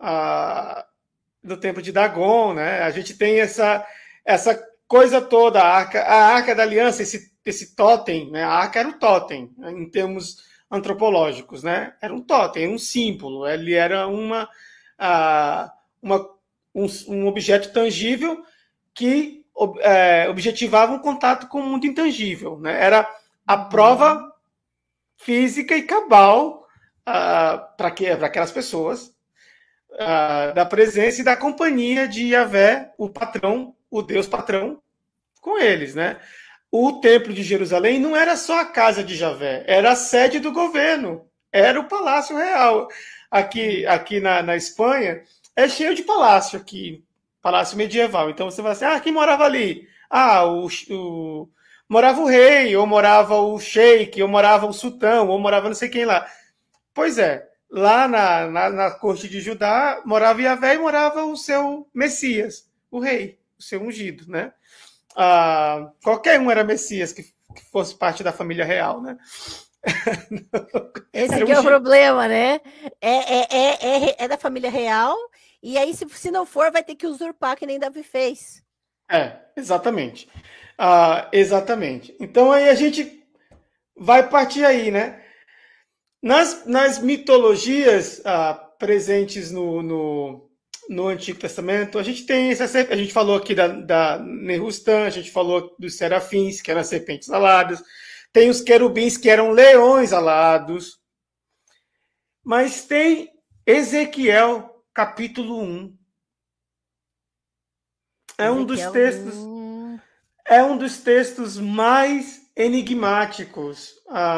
do tempo de Dagon, né? A gente tem essa coisa toda, a arca da aliança, esse totem, né? A arca era um totem, né? Em termos antropológicos, né? Era um totem, um símbolo. Ele era um objeto tangível que objetivava um contato com o mundo intangível, né? Era a prova física e cabal para aquelas pessoas da presença e da companhia de Yahvé, o patrão, o Deus patrão, com eles, né? O templo de Jerusalém não era só a casa de Yahvé, era a sede do governo, era o palácio real. Aqui na Espanha é cheio de palácio aqui, palácio medieval. Então você vai assim, quem morava ali? Morava o rei, ou morava o sheik, ou morava o sultão, ou morava não sei quem lá. Pois é, lá na corte de Judá, morava Yahvé e morava o seu Messias, o rei, o seu ungido, né? Qualquer um era Messias que fosse parte da família real, né? Esse que é o problema, né? É da família real, e aí, se não for, vai ter que usurpar, que nem Davi fez. Exatamente. Exatamente. Então aí a gente vai partir aí, né? Nas mitologias presentes no Antigo Testamento, a gente tem a gente falou aqui da Nehustan, a gente falou dos serafins, que eram serpentes aladas, tem os querubins, que eram leões alados, mas tem Ezequiel, capítulo 1. É um dos textos mais enigmáticos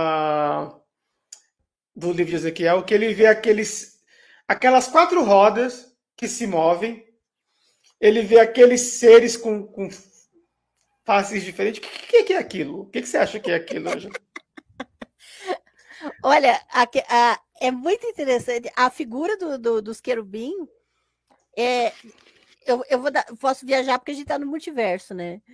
do livro de Ezequiel, que ele vê aquelas 4 rodas que se movem, ele vê aqueles seres com faces diferentes. O que é aquilo? O que você acha que é aquilo, Ângela? Olha, é muito interessante. A figura dos querubim eu posso viajar porque a gente está no multiverso, né?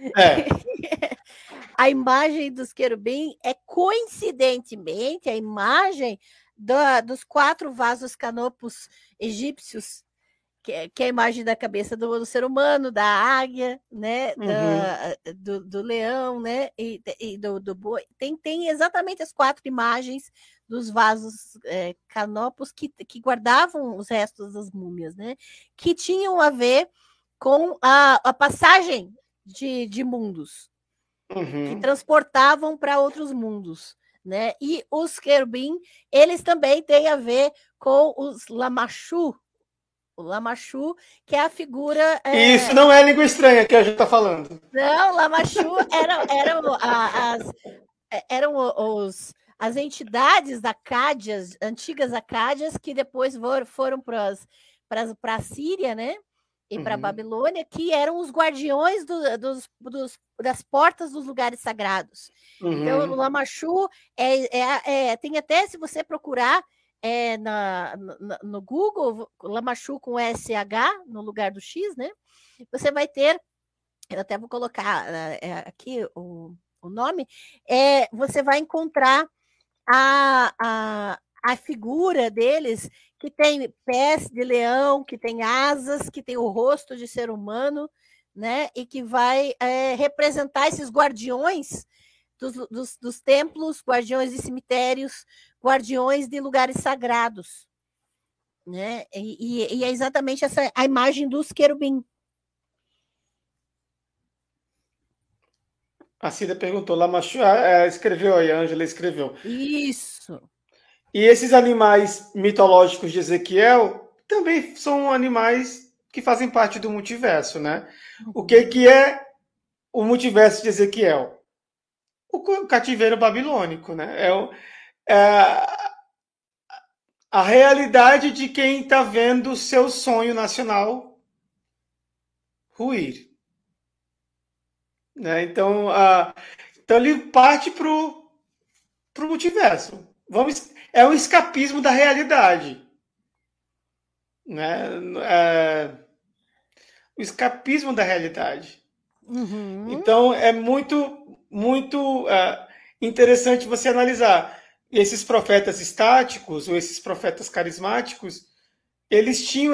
A imagem dos querubim é, coincidentemente, a imagem dos 4 vasos canopos egípcios, que é a imagem da cabeça do ser humano, da águia, né? Do leão, né? E do boi. Tem exatamente as 4 imagens dos vasos canopos que guardavam os restos das múmias, né? Que tinham a ver com a passagem de mundos, que transportavam para outros mundos, né? E os querubim, eles também têm a ver com os Lamachu. O Lamachu, que é a figura... Isso não é língua estranha que a gente está falando. Não, Lamachu eram as entidades acádias, antigas acádias, que depois foram para a Síria, né? E para a Babilônia, que eram os guardiões das portas dos lugares sagrados. Então, o Lamachu tem até, se você procurar no Google, Lamachu com SH no lugar do X, né? Você vai ter, eu até vou colocar aqui o nome, você vai encontrar a figura deles, que tem pés de leão, que tem asas, que tem o rosto de ser humano, né? E que vai representar esses guardiões dos templos, guardiões de cemitérios, guardiões de lugares sagrados. né? E é exatamente essa a imagem dos querubim. A Cida perguntou, Lamachu, escreveu aí, a Ângela escreveu. Isso. E esses animais mitológicos de Ezequiel também são animais que fazem parte do multiverso, né? O que é o multiverso de Ezequiel? O cativeiro babilônico, né? A realidade de quem está vendo o seu sonho nacional ruir. Né? Então ele parte para o multiverso. É um escapismo da realidade. Né? O escapismo da realidade. Uhum. Então é muito, muito interessante você analisar. Esses profetas estáticos ou esses profetas carismáticos, eles tinham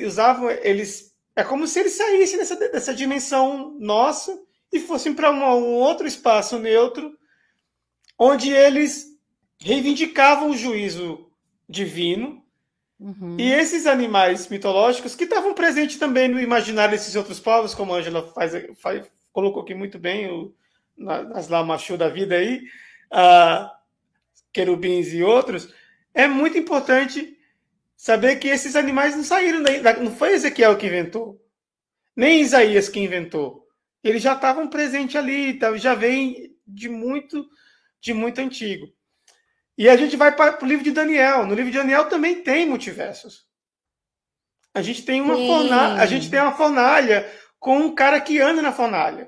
é como se eles saíssem dessa dimensão nossa e fossem para um outro espaço neutro, onde eles reivindicavam o juízo divino. Uhum. E esses animais mitológicos, que estavam presentes também no imaginário desses outros povos, como a Angela colocou aqui muito bem, nas Lamachu da vida aí, querubins e outros, é muito importante saber que esses animais não saíram não foi Ezequiel que inventou, nem Isaías que inventou. Eles já estavam presentes ali, já vem de muito antigo. E a gente vai para o livro de Daniel. No livro de Daniel também tem multiversos. A gente tem uma fornalha com um cara que anda na fornalha.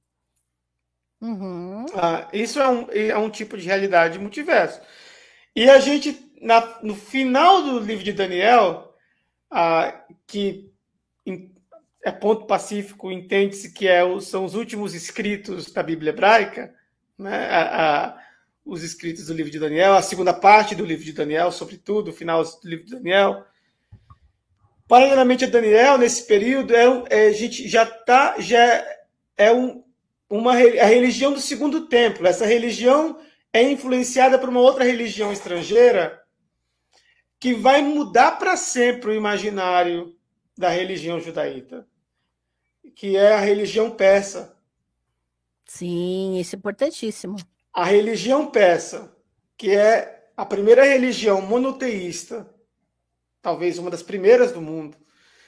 Uhum. Isso é um tipo de realidade multiverso. E a gente, no final do livro de Daniel, que é ponto pacífico, entende-se que são os últimos escritos da Bíblia hebraica, né? Os escritos do livro de Daniel, a segunda parte do livro de Daniel, sobretudo, o final do livro de Daniel. Paralelamente a Daniel, nesse período, a gente já é a religião do segundo templo. Essa religião é influenciada por uma outra religião estrangeira que vai mudar para sempre o imaginário da religião judaíta, que é a religião persa. Sim, isso é importantíssimo. A religião persa, que é a primeira religião monoteísta, talvez uma das primeiras do mundo,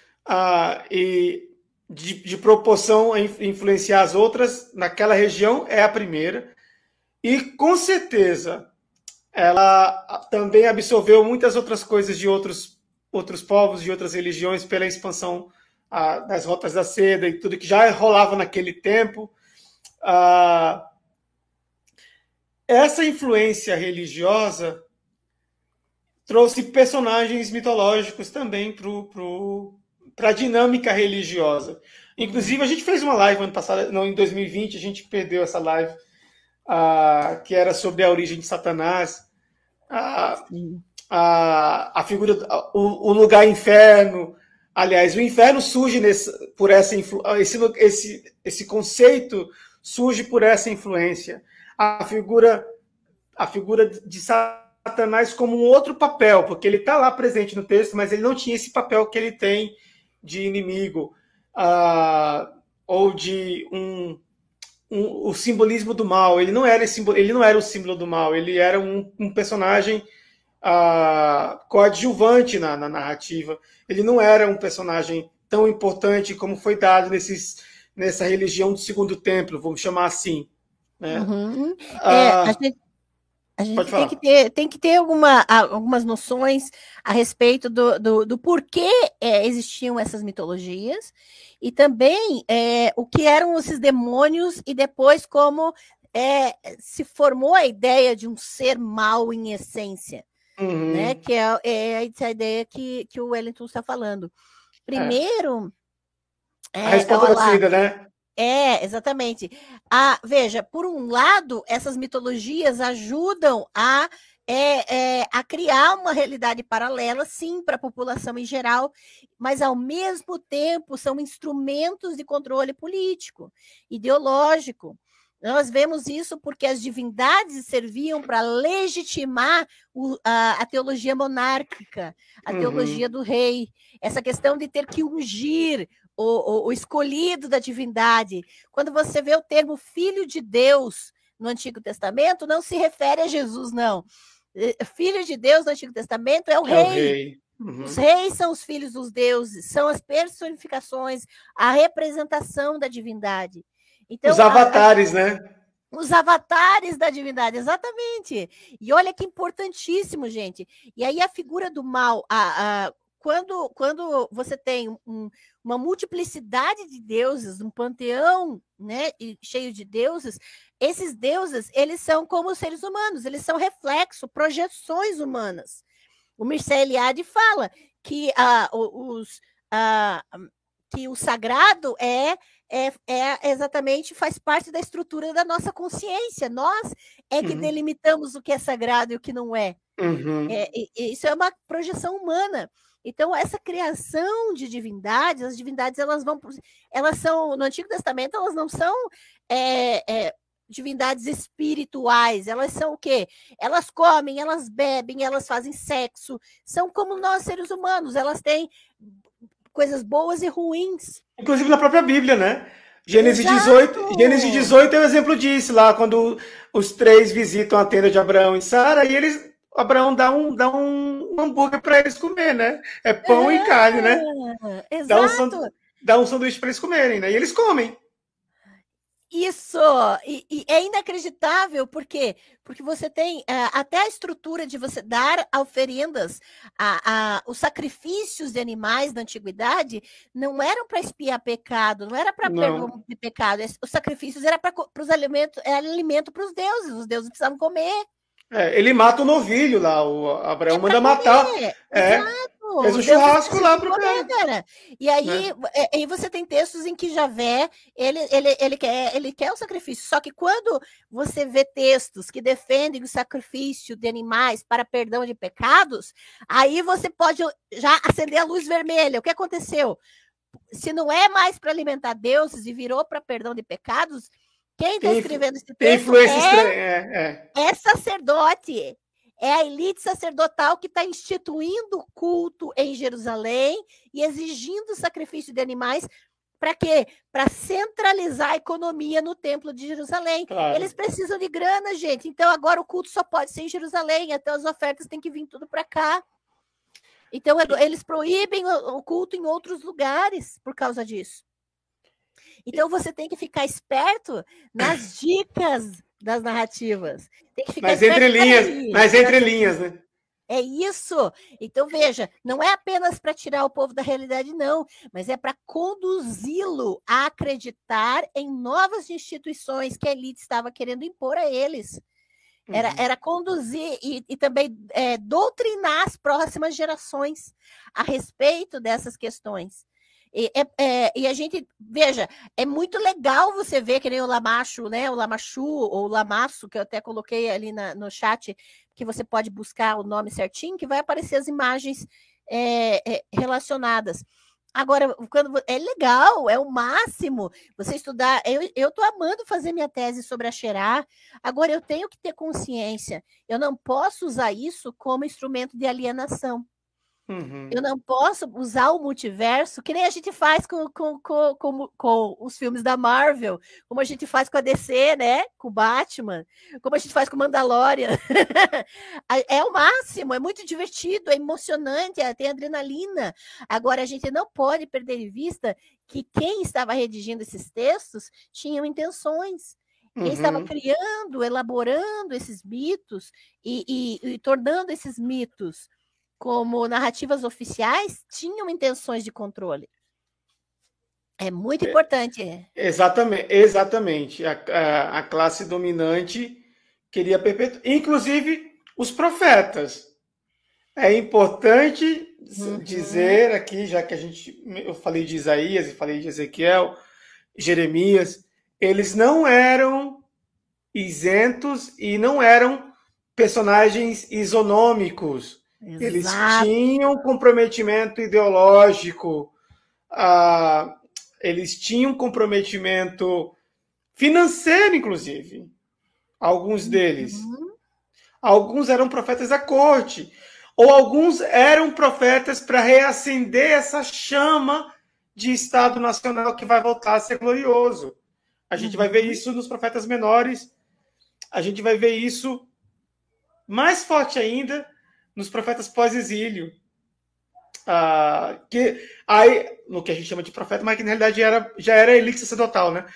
e de proporção a influenciar as outras, naquela região é a primeira. E, com certeza, ela também absorveu muitas outras coisas de outros povos, de outras religiões, pela expansão das rotas da seda e tudo que já rolava naquele tempo. Essa influência religiosa trouxe personagens mitológicos também para a dinâmica religiosa. Inclusive, a gente fez uma live ano passado, não, em 2020, a gente perdeu essa live, que era sobre a origem de Satanás, a figura, o lugar inferno. Aliás, o inferno surge por essa esse conceito surge por essa influência. A figura de Satanás como um outro papel, porque ele está lá presente no texto, mas ele não tinha esse papel que ele tem de inimigo, ou de o simbolismo do mal. Ele não era o símbolo do mal, ele era um personagem coadjuvante na narrativa. Ele não era um personagem tão importante como foi dado nessa religião do segundo templo, vamos chamar assim. Né? Uhum. A gente tem que ter algumas noções a respeito do porquê existiam essas mitologias e também o que eram esses demônios e depois como se formou a ideia de um ser mau em essência, né? Que é essa ideia que o Wellington está falando. Primeiro... a resposta da Cida, né? Exatamente. Veja, por um lado, essas mitologias ajudam a criar uma realidade paralela, sim, para a população em geral, mas, ao mesmo tempo, são instrumentos de controle político, ideológico, Nós vemos isso porque as divindades serviam para legitimar a teologia monárquica, a teologia do rei. Essa questão de ter que ungir o escolhido da divindade. Quando você vê o termo filho de Deus no Antigo Testamento, não se refere a Jesus, não. Filho de Deus no Antigo Testamento é o rei. É o rei. Os reis são os filhos dos deuses, são as personificações, a representação da divindade. Então, os avatares, né? Os avatares da divindade, exatamente. E olha que importantíssimo, gente. E aí a figura do mal, quando você tem uma multiplicidade de deuses, um panteão, né, cheio de deuses, esses deuses, eles são como os seres humanos, eles são reflexo, projeções humanas. O Mircea Eliade fala que que o sagrado exatamente faz parte da estrutura da nossa consciência. Nós é que delimitamos o que é sagrado e o que não é. Isso é uma projeção humana. Então, essa criação de divindades, as divindades, elas são, no Antigo Testamento, elas não são divindades espirituais, elas são o quê? Elas comem, elas bebem, elas fazem sexo, são como nós, seres humanos, elas têm coisas boas e ruins. Inclusive na própria Bíblia, né? Gênesis 18 é um exemplo disso, lá quando os três visitam a tenda de Abraão e Sara, e Abraão dá um hambúrguer para eles comer, né? É pão e carne, né? Exato. Dá um sanduíche para eles comerem, né? E eles comem. Isso, e é inacreditável, por quê? Porque você tem até a estrutura de você dar oferendas, os sacrifícios de animais da antiguidade não eram para expiar pecado, não era para perdão de pecado, os sacrifícios eram para os alimentos, alimento para os deuses precisavam comer. Ele mata o novilho lá, o Abraão manda matar. Exato. Fez um churrasco lá pro cara. E aí, aí você tem textos em que Javé, ele quer o sacrifício. Só que quando você vê textos que defendem o sacrifício de animais para perdão de pecados, aí você pode já acender a luz vermelha. O que aconteceu? Se não é mais para alimentar deuses e virou para perdão de pecados, quem está escrevendo esse texto é sacerdote. É a elite sacerdotal que está instituindo culto em Jerusalém e exigindo sacrifício de animais. Para quê? Para centralizar a economia no templo de Jerusalém. Claro. Eles precisam de grana, gente. Então, agora o culto só pode ser em Jerusalém. Até as ofertas têm que vir tudo para cá. Então, eles proíbem o culto em outros lugares por causa disso. Então, você tem que ficar esperto nas dicas das narrativas. Tem que ficar mas entre linhas, né? É isso. Então, veja, não é apenas para tirar o povo da realidade, não, mas é para conduzi-lo a acreditar em novas instituições que a elite estava querendo impor a eles. Era conduzir e também doutrinar as próximas gerações a respeito dessas questões. E a gente, veja, é muito legal você ver que nem o Lamacho, né? O Lamachu ou o Lamaço, que eu até coloquei ali no chat, que você pode buscar o nome certinho, que vai aparecer as imagens relacionadas. Agora, quando é legal, é o máximo você estudar. Eu estou amando fazer minha tese sobre a Xerá. Agora, eu tenho que ter consciência. Eu não posso usar isso como instrumento de alienação. Eu não posso usar o multiverso, que nem a gente faz com os filmes da Marvel, como a gente faz com a DC, né? Com o Batman, como a gente faz com o Mandalorian. É o máximo, é muito divertido, é emocionante, tem adrenalina. Agora, a gente não pode perder de vista que quem estava redigindo esses textos tinham intenções. Quem estava criando, elaborando esses mitos e tornando esses mitos como narrativas oficiais, tinham intenções de controle. É muito importante. Exatamente. A classe dominante queria perpetuar. Inclusive, os profetas. É importante dizer aqui, já que eu falei de Isaías e falei de Ezequiel, Jeremias, eles não eram isentos e não eram personagens isonômicos. Exato. Eles tinham comprometimento ideológico, eles tinham comprometimento financeiro, inclusive. Alguns deles. Alguns eram profetas da corte. Ou alguns eram profetas para reacender essa chama de Estado Nacional que vai voltar a ser glorioso. A gente vai ver isso nos profetas menores. A gente vai ver isso mais forte ainda nos profetas pós-exílio. No que a gente chama de profeta, mas que na realidade já era elite sacerdotal, né?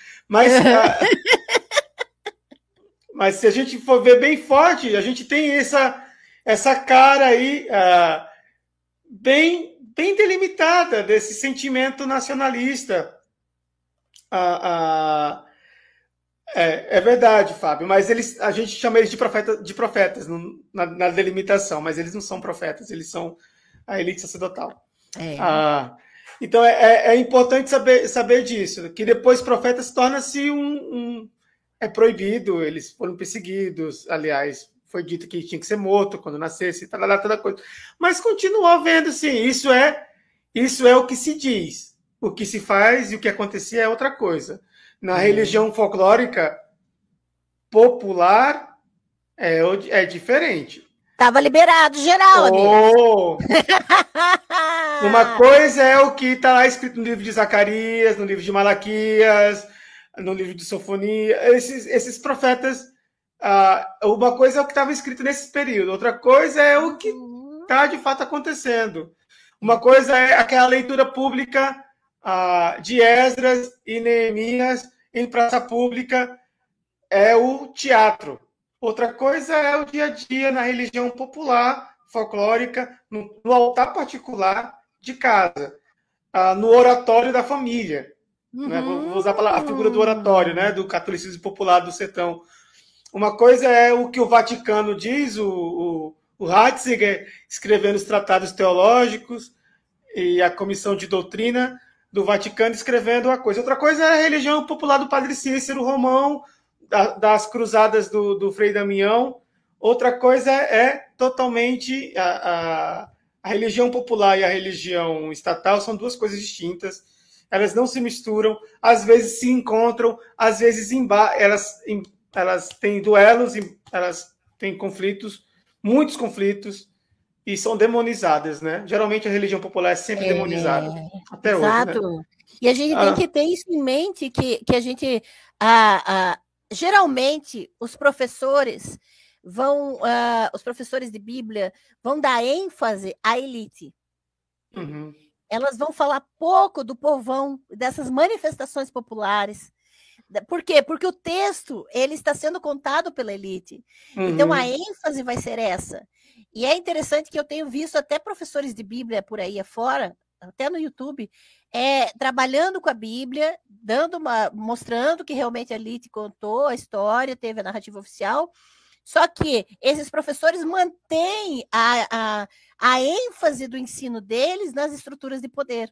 Mas se a gente for ver bem forte, a gente tem essa cara aí bem delimitada desse sentimento nacionalista. É verdade, Fábio, mas a gente chama eles de profetas na delimitação, mas eles não são profetas, eles são a elite sacerdotal. Então é importante saber disso, que depois profetas torna-se é proibido, eles foram perseguidos, aliás, foi dito que tinha que ser morto quando nascesse, toda coisa. Mas continuou havendo, sim, isso é o que se diz. O que se faz e o que acontecia é outra coisa. Na religião folclórica popular é diferente. Estava liberado geral, amigo. Uma coisa é o que está lá escrito no livro de Zacarias, no livro de Malaquias, no livro de Sofonia. Esses profetas, uma coisa é o que estava escrito nesse período, outra coisa é o que está de fato acontecendo. Uma coisa é aquela leitura pública de Esdras e Neemias em praça pública, é o teatro. Outra coisa é o dia a dia na religião popular, folclórica, no altar particular de casa, no oratório da família. Né? Vou usar a figura do oratório, né? Do catolicismo popular do sertão. Uma coisa é o que o Vaticano diz, o Ratzinger escrevendo os tratados teológicos e a comissão de doutrina do Vaticano escrevendo uma coisa. Outra coisa é a religião popular do Padre Cícero Romão, das cruzadas do Frei Damião. Outra coisa é totalmente a religião popular e a religião estatal são duas coisas distintas. Elas não se misturam, às vezes se encontram, às vezes elas têm duelos, elas têm conflitos, muitos conflitos, e são demonizadas, né? Geralmente a religião popular é sempre demonizada, até exato. hoje, né? E a gente tem que ter isso em mente, que a gente... geralmente, os professores os professores de Bíblia vão dar ênfase à elite. Elas vão falar pouco do povão, dessas manifestações populares. Por quê? Porque o texto ele está sendo contado pela elite. Então, a ênfase vai ser essa. E é interessante que eu tenho visto até professores de Bíblia por aí afora, até no YouTube, trabalhando com a Bíblia, mostrando que realmente a elite contou a história, teve a narrativa oficial. Só que esses professores mantêm a ênfase do ensino deles nas estruturas de poder.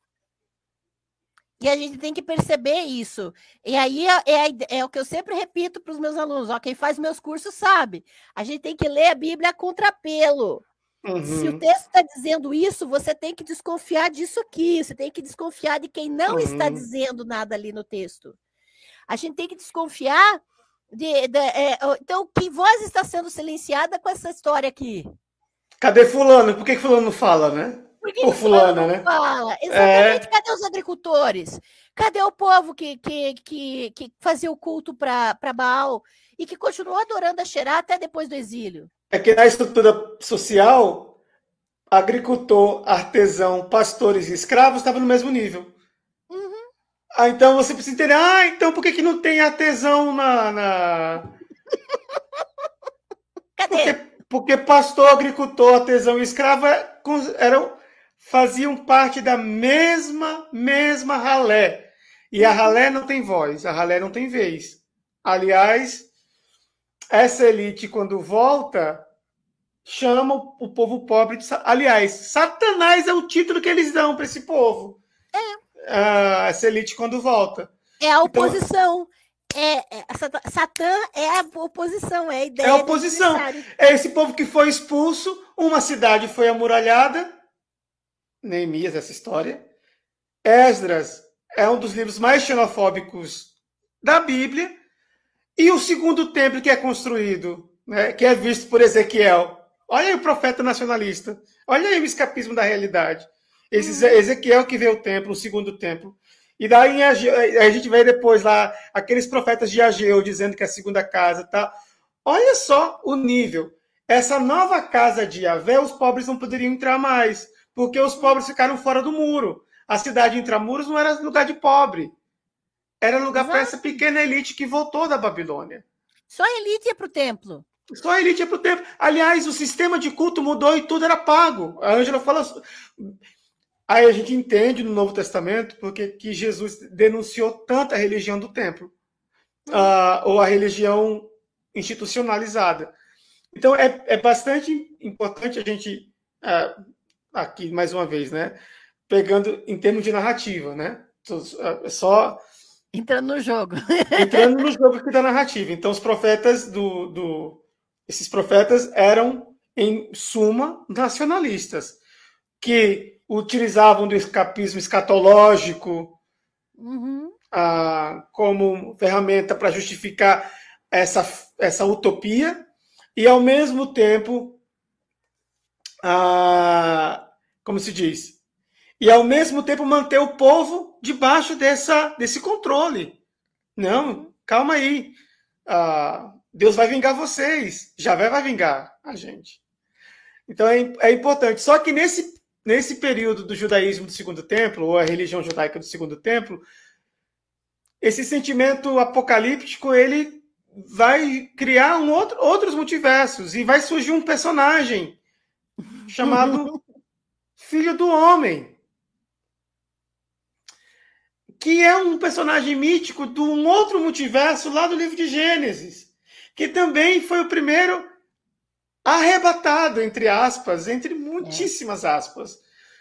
E a gente tem que perceber isso. E aí é o que eu sempre repito para os meus alunos. Quem faz meus cursos sabe. A gente tem que ler a Bíblia a contrapelo. Se o texto está dizendo isso, você tem que desconfiar disso aqui. Você tem que desconfiar de quem não está dizendo nada ali no texto. A gente tem que desconfiar então, que voz está sendo silenciada com essa história aqui? Cadê fulano? Por que fulano não fala, né? Por que fulano não fala? Exatamente. Cadê os agricultores? Cadê o povo que fazia o culto para Baal e que continuou adorando a Xerá até depois do exílio? É que na estrutura social, agricultor, artesão, pastores e escravos estavam no mesmo nível. Então você precisa entender, então por que não tem artesão Cadê? Porque pastor, agricultor, artesão e escravo faziam parte da mesma ralé. E a ralé não tem voz, a ralé não tem vez. Aliás, essa elite, quando volta, chama o povo pobre de... Aliás, Satanás é o título que eles dão para esse povo. Essa elite quando volta. É a oposição. Satã é a oposição, é a ideia. É a oposição. É esse povo que foi expulso, uma cidade foi amuralhada. Neemias, essa história. Esdras é um dos livros mais xenofóbicos da Bíblia, e o segundo templo que é construído, né, que é visto por Ezequiel. Olha aí o profeta nacionalista. Olha aí o escapismo da realidade. Esse Ezequiel que vê o templo, o segundo templo. E daí a gente vê depois lá aqueles profetas de Ageu dizendo que é a segunda casa, tá? Olha só o nível. Essa nova casa de Yahvé, os pobres não poderiam entrar mais, porque os pobres ficaram fora do muro. A cidade intramuros não era lugar de pobre. Era lugar para essa pequena elite que voltou da Babilônia. Só a elite ia para o templo. Só a elite ia para o templo. Aliás, o sistema de culto mudou e tudo era pago. A Ângela fala. Aí a gente entende no Novo Testamento porque que Jesus denunciou tanto a religião do templo, ou a religião institucionalizada. Então é bastante importante a gente, aqui mais uma vez, né, pegando em termos de narrativa, né, só entrando no jogo. Entrando no jogo aqui da narrativa. Então os profetas esses profetas eram em suma nacionalistas, que utilizavam do escapismo escatológico como ferramenta para justificar essa utopia e, ao mesmo tempo, como se diz, e, ao mesmo tempo, manter o povo debaixo desse controle. Não, calma aí. Deus vai vingar vocês. Javé vai vingar a gente. Então, é importante. Só que nesse período do judaísmo do Segundo Templo, ou a religião judaica do Segundo Templo, esse sentimento apocalíptico ele vai criar outros multiversos e vai surgir um personagem chamado Filho do Homem, que é um personagem mítico de um outro multiverso lá do livro de Gênesis, que também foi o primeiro arrebatado, entre aspas, entre muitíssimas aspas.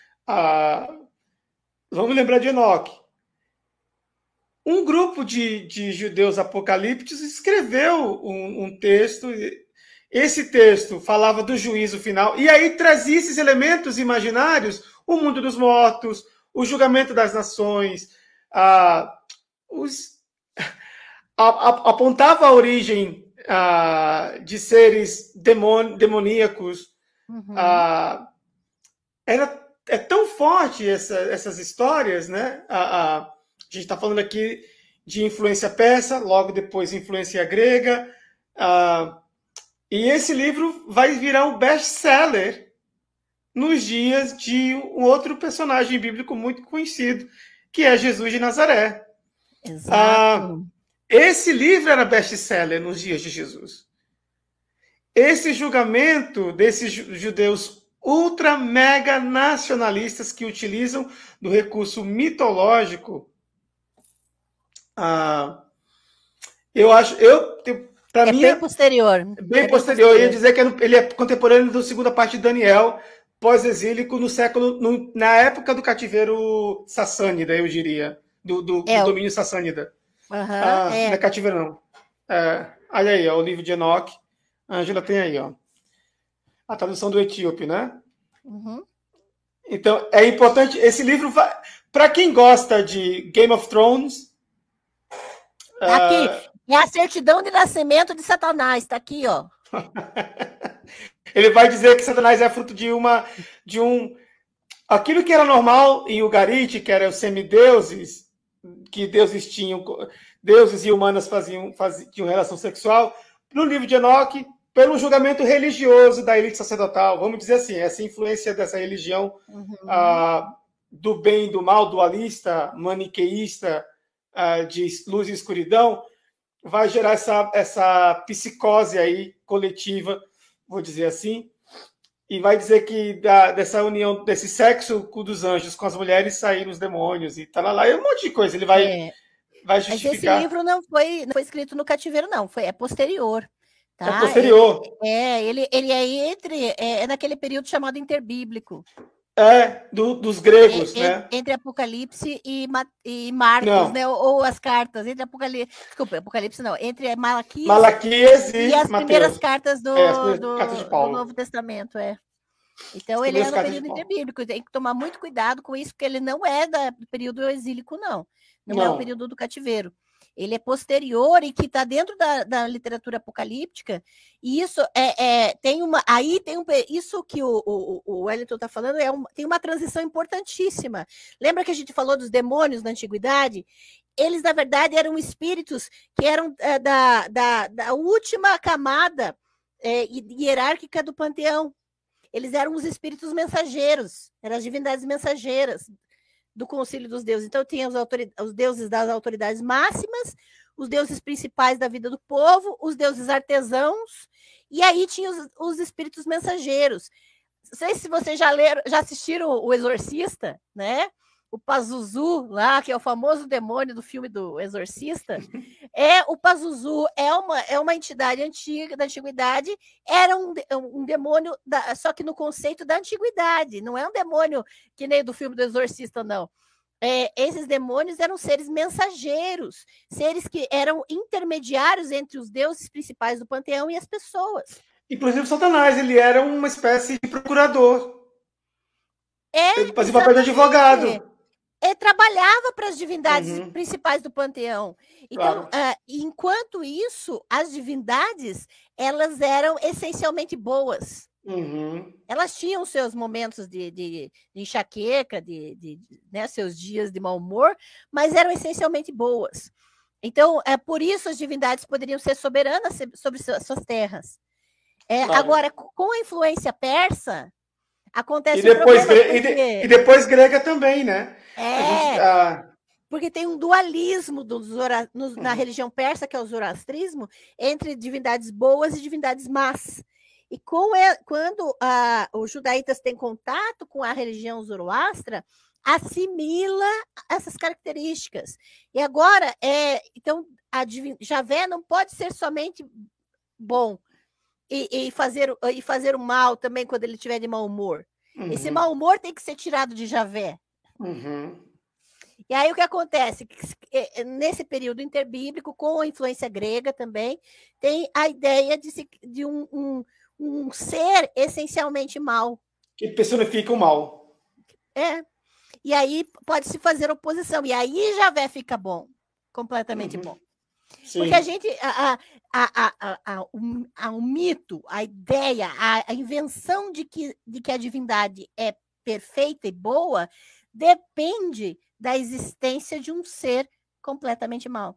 Vamos lembrar de Enoque. Um grupo de judeus apocalípticos escreveu um texto. Esse texto falava do juízo final, e aí trazia esses elementos imaginários, o mundo dos mortos, o julgamento das nações, apontava a origem de seres demoníacos. É tão forte essas histórias, né? A gente está falando aqui de influência persa, logo depois influência grega. E esse livro vai virar um best-seller nos dias de um outro personagem bíblico muito conhecido, que é Jesus de Nazaré. Exato. Esse livro era best-seller nos dias de Jesus. Esse julgamento desses judeus ultra mega nacionalistas que utilizam do recurso mitológico, eu acho, para mim bem posterior. Bem posterior. Eu ia dizer que ele é contemporâneo da segunda parte de Daniel, pós-exílico, na época do cativeiro sassânida, eu diria, do domínio sassânida. Não é cativeiro, não. Olha aí, ó, o livro de Enoque. A Ângela tem aí, ó. A tradução do etíope, né? Então, é importante. Esse livro, para quem gosta de Game of Thrones. Aqui, é a certidão de nascimento de Satanás, está aqui, ó. Ele vai dizer que Satanás é fruto de aquilo que era normal em Ugarit, que eram os semideuses, que deuses e humanas tinham relação sexual. No livro de Enoque, pelo julgamento religioso da elite sacerdotal, vamos dizer assim, essa influência dessa religião do bem e do mal, dualista, maniqueísta, de luz e escuridão, vai gerar essa psicose aí coletiva, vou dizer assim, e vai dizer que dessa união, desse sexo dos anjos com as mulheres saíram os demônios e tal, lá, e um monte de coisa. Ele vai justificar. Mas esse livro não foi escrito no cativeiro, não, é posterior. Tá? É posterior. Ele é naquele período chamado interbíblico. Dos gregos, né? Entre Apocalipse e Marcos, não, né? Ou as cartas, entre Apocalipse não, entre Malaquias e as Mateus. Primeiras cartas cartas de Paulo. do Novo Testamento, Então, ele é no período interbíblico, tem que tomar muito cuidado com isso, porque ele não é do período exílico, não é o período do cativeiro. ele é posterior e que está dentro da literatura apocalíptica, e isso tem uma. Aí tem isso que o Wellington está falando, tem uma transição importantíssima. Lembra que a gente falou dos demônios na antiguidade? Eles, na verdade, eram espíritos que eram da última camada hierárquica do panteão. Eles eram os espíritos mensageiros, eram as divindades mensageiras do concílio dos deuses. Então, tinha os deuses das autoridades máximas, os deuses principais da vida do povo, os deuses artesãos, e aí tinha os espíritos mensageiros. Não sei se vocês já assistiram o Exorcista, né? O Pazuzu, lá, que é o famoso demônio do filme do Exorcista. O Pazuzu é uma entidade antiga, da antiguidade, era um demônio, só que no conceito da antiguidade, não é um demônio que nem do filme do Exorcista, não. Esses demônios eram seres mensageiros, seres que eram intermediários entre os deuses principais do panteão e as pessoas. Inclusive, Satanás, ele era uma espécie de procurador. Ele fazia o papel de advogado. Ele trabalhava para as divindades principais do panteão. Então, claro. Enquanto isso, as divindades, elas eram essencialmente boas. Elas tinham seus momentos de enxaqueca, né, seus dias de mau humor, mas eram essencialmente boas. Então, por isso as divindades poderiam ser soberanas sobre suas terras. Claro. Agora, com a influência persa, acontece e depois grega também, né? Porque tem um dualismo na religião persa, que é o zoroastrismo, entre divindades boas e divindades más. E quando os judaítas têm contato com a religião zoroastra, assimila essas características. E agora, então, Javé não pode ser somente bom e fazer o mal também quando ele estiver de mau humor. Esse mau humor tem que ser tirado de Javé. E aí o que acontece? Nesse período interbíblico, com a influência grega também, tem a ideia de um ser essencialmente mal. Que personifica o mal. E aí pode-se fazer oposição. E aí Javé fica bom, completamente bom. Sim. Porque a gente, o mito, a ideia, a invenção de que a divindade é perfeita e boa depende da existência de um ser completamente mau.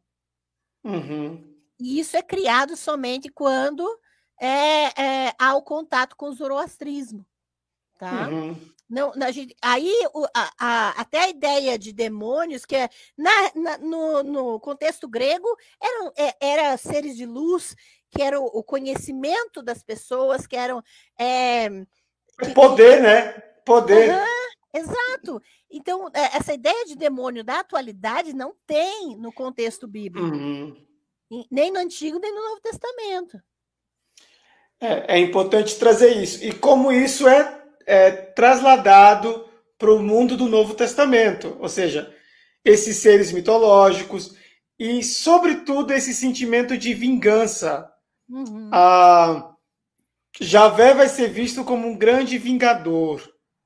E isso é criado somente quando há o contato com o zoroastrismo. Tá? Não, aí até a ideia de demônios, que no contexto grego era seres de luz, que era o conhecimento das pessoas, que eram... poder, né? Poder. Exato. Então, essa ideia de demônio da atualidade não tem no contexto bíblico. Nem no Antigo, nem no Novo Testamento. É importante trazer isso. E como isso é trasladado para o mundo do Novo Testamento. Ou seja, esses seres mitológicos e, sobretudo, esse sentimento de vingança. Javé vai ser visto como um grande vingador.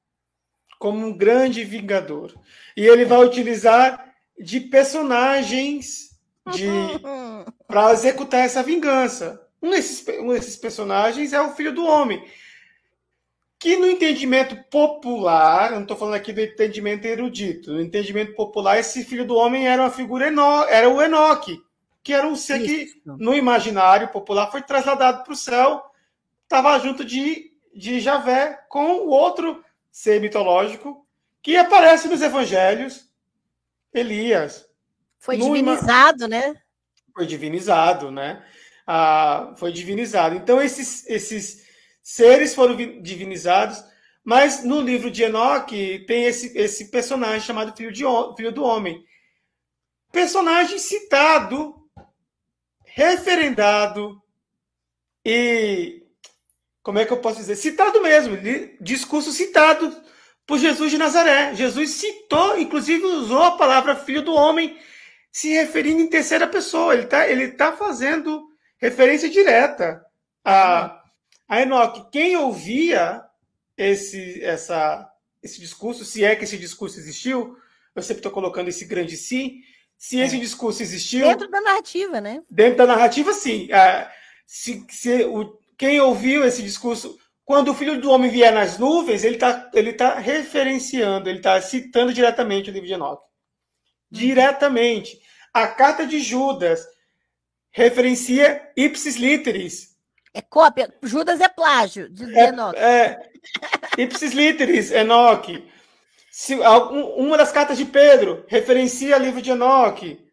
E ele vai utilizar de personagens para executar essa vingança. Um desses personagens é o Filho do Homem, que no entendimento popular, eu não estou falando aqui do entendimento erudito, no entendimento popular, esse Filho do Homem era uma figura, era o Enoque, que era um ser que, no imaginário popular, foi trasladado para o céu, estava junto de Javé com o outro ser mitológico que aparece nos evangelhos, Elias. Foi divinizado, né? Foi divinizado, né? Foi divinizado. Então, esses seres foram divinizados, mas no livro de Enoque tem esse personagem chamado Filho do Homem. Personagem citado, referendado e, como é que eu posso dizer? Citado mesmo, discurso citado por Jesus de Nazaré. Jesus citou, inclusive usou a palavra Filho do Homem, se referindo em terceira pessoa. Ele tá fazendo referência direta a Enoque. Quem ouvia esse discurso, se é que esse discurso existiu, eu sempre estou colocando esse grande sim, Se esse discurso existiu... Dentro da narrativa, né? Dentro da narrativa, sim. Quem ouviu esse discurso... Quando o Filho do Homem vier nas nuvens, ele tá referenciando, ele está citando diretamente o livro de Enoque. Diretamente. A carta de Judas referencia ipsis literis. É cópia. Judas é plágio de Enoque. Ipsis literis, Enoque. Uma das cartas de Pedro referencia o livro de Enoque.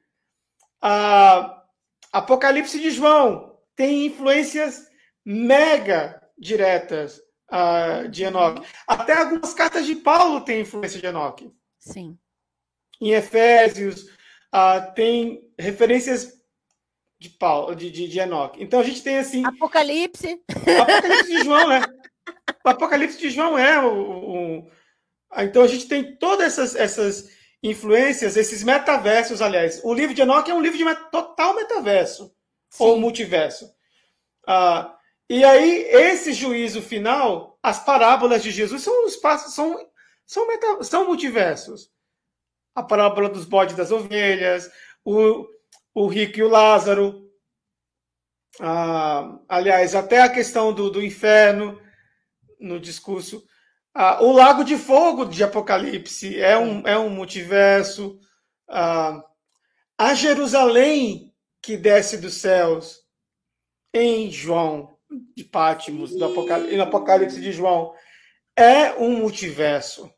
Apocalipse de João tem influências mega diretas de Enoque. Até algumas cartas de Paulo têm influência de Enoque. Sim. Em Efésios, tem referências de Paulo, de Enoque. Então a gente tem assim... Apocalipse de João, né? O Apocalipse de João então a gente tem todas essas influências, esses metaversos, aliás. O livro de Enoque é um livro de total metaverso. Sim. Ou multiverso. E aí, esse juízo final, as parábolas de Jesus são multiversos. A parábola dos bodes das ovelhas, o rico e o Lázaro. Aliás, até a questão do inferno no discurso. O lago de fogo de Apocalipse é um multiverso. A Jerusalém que desce dos céus em João de Patmos, no Apocalipse de João, é um multiverso.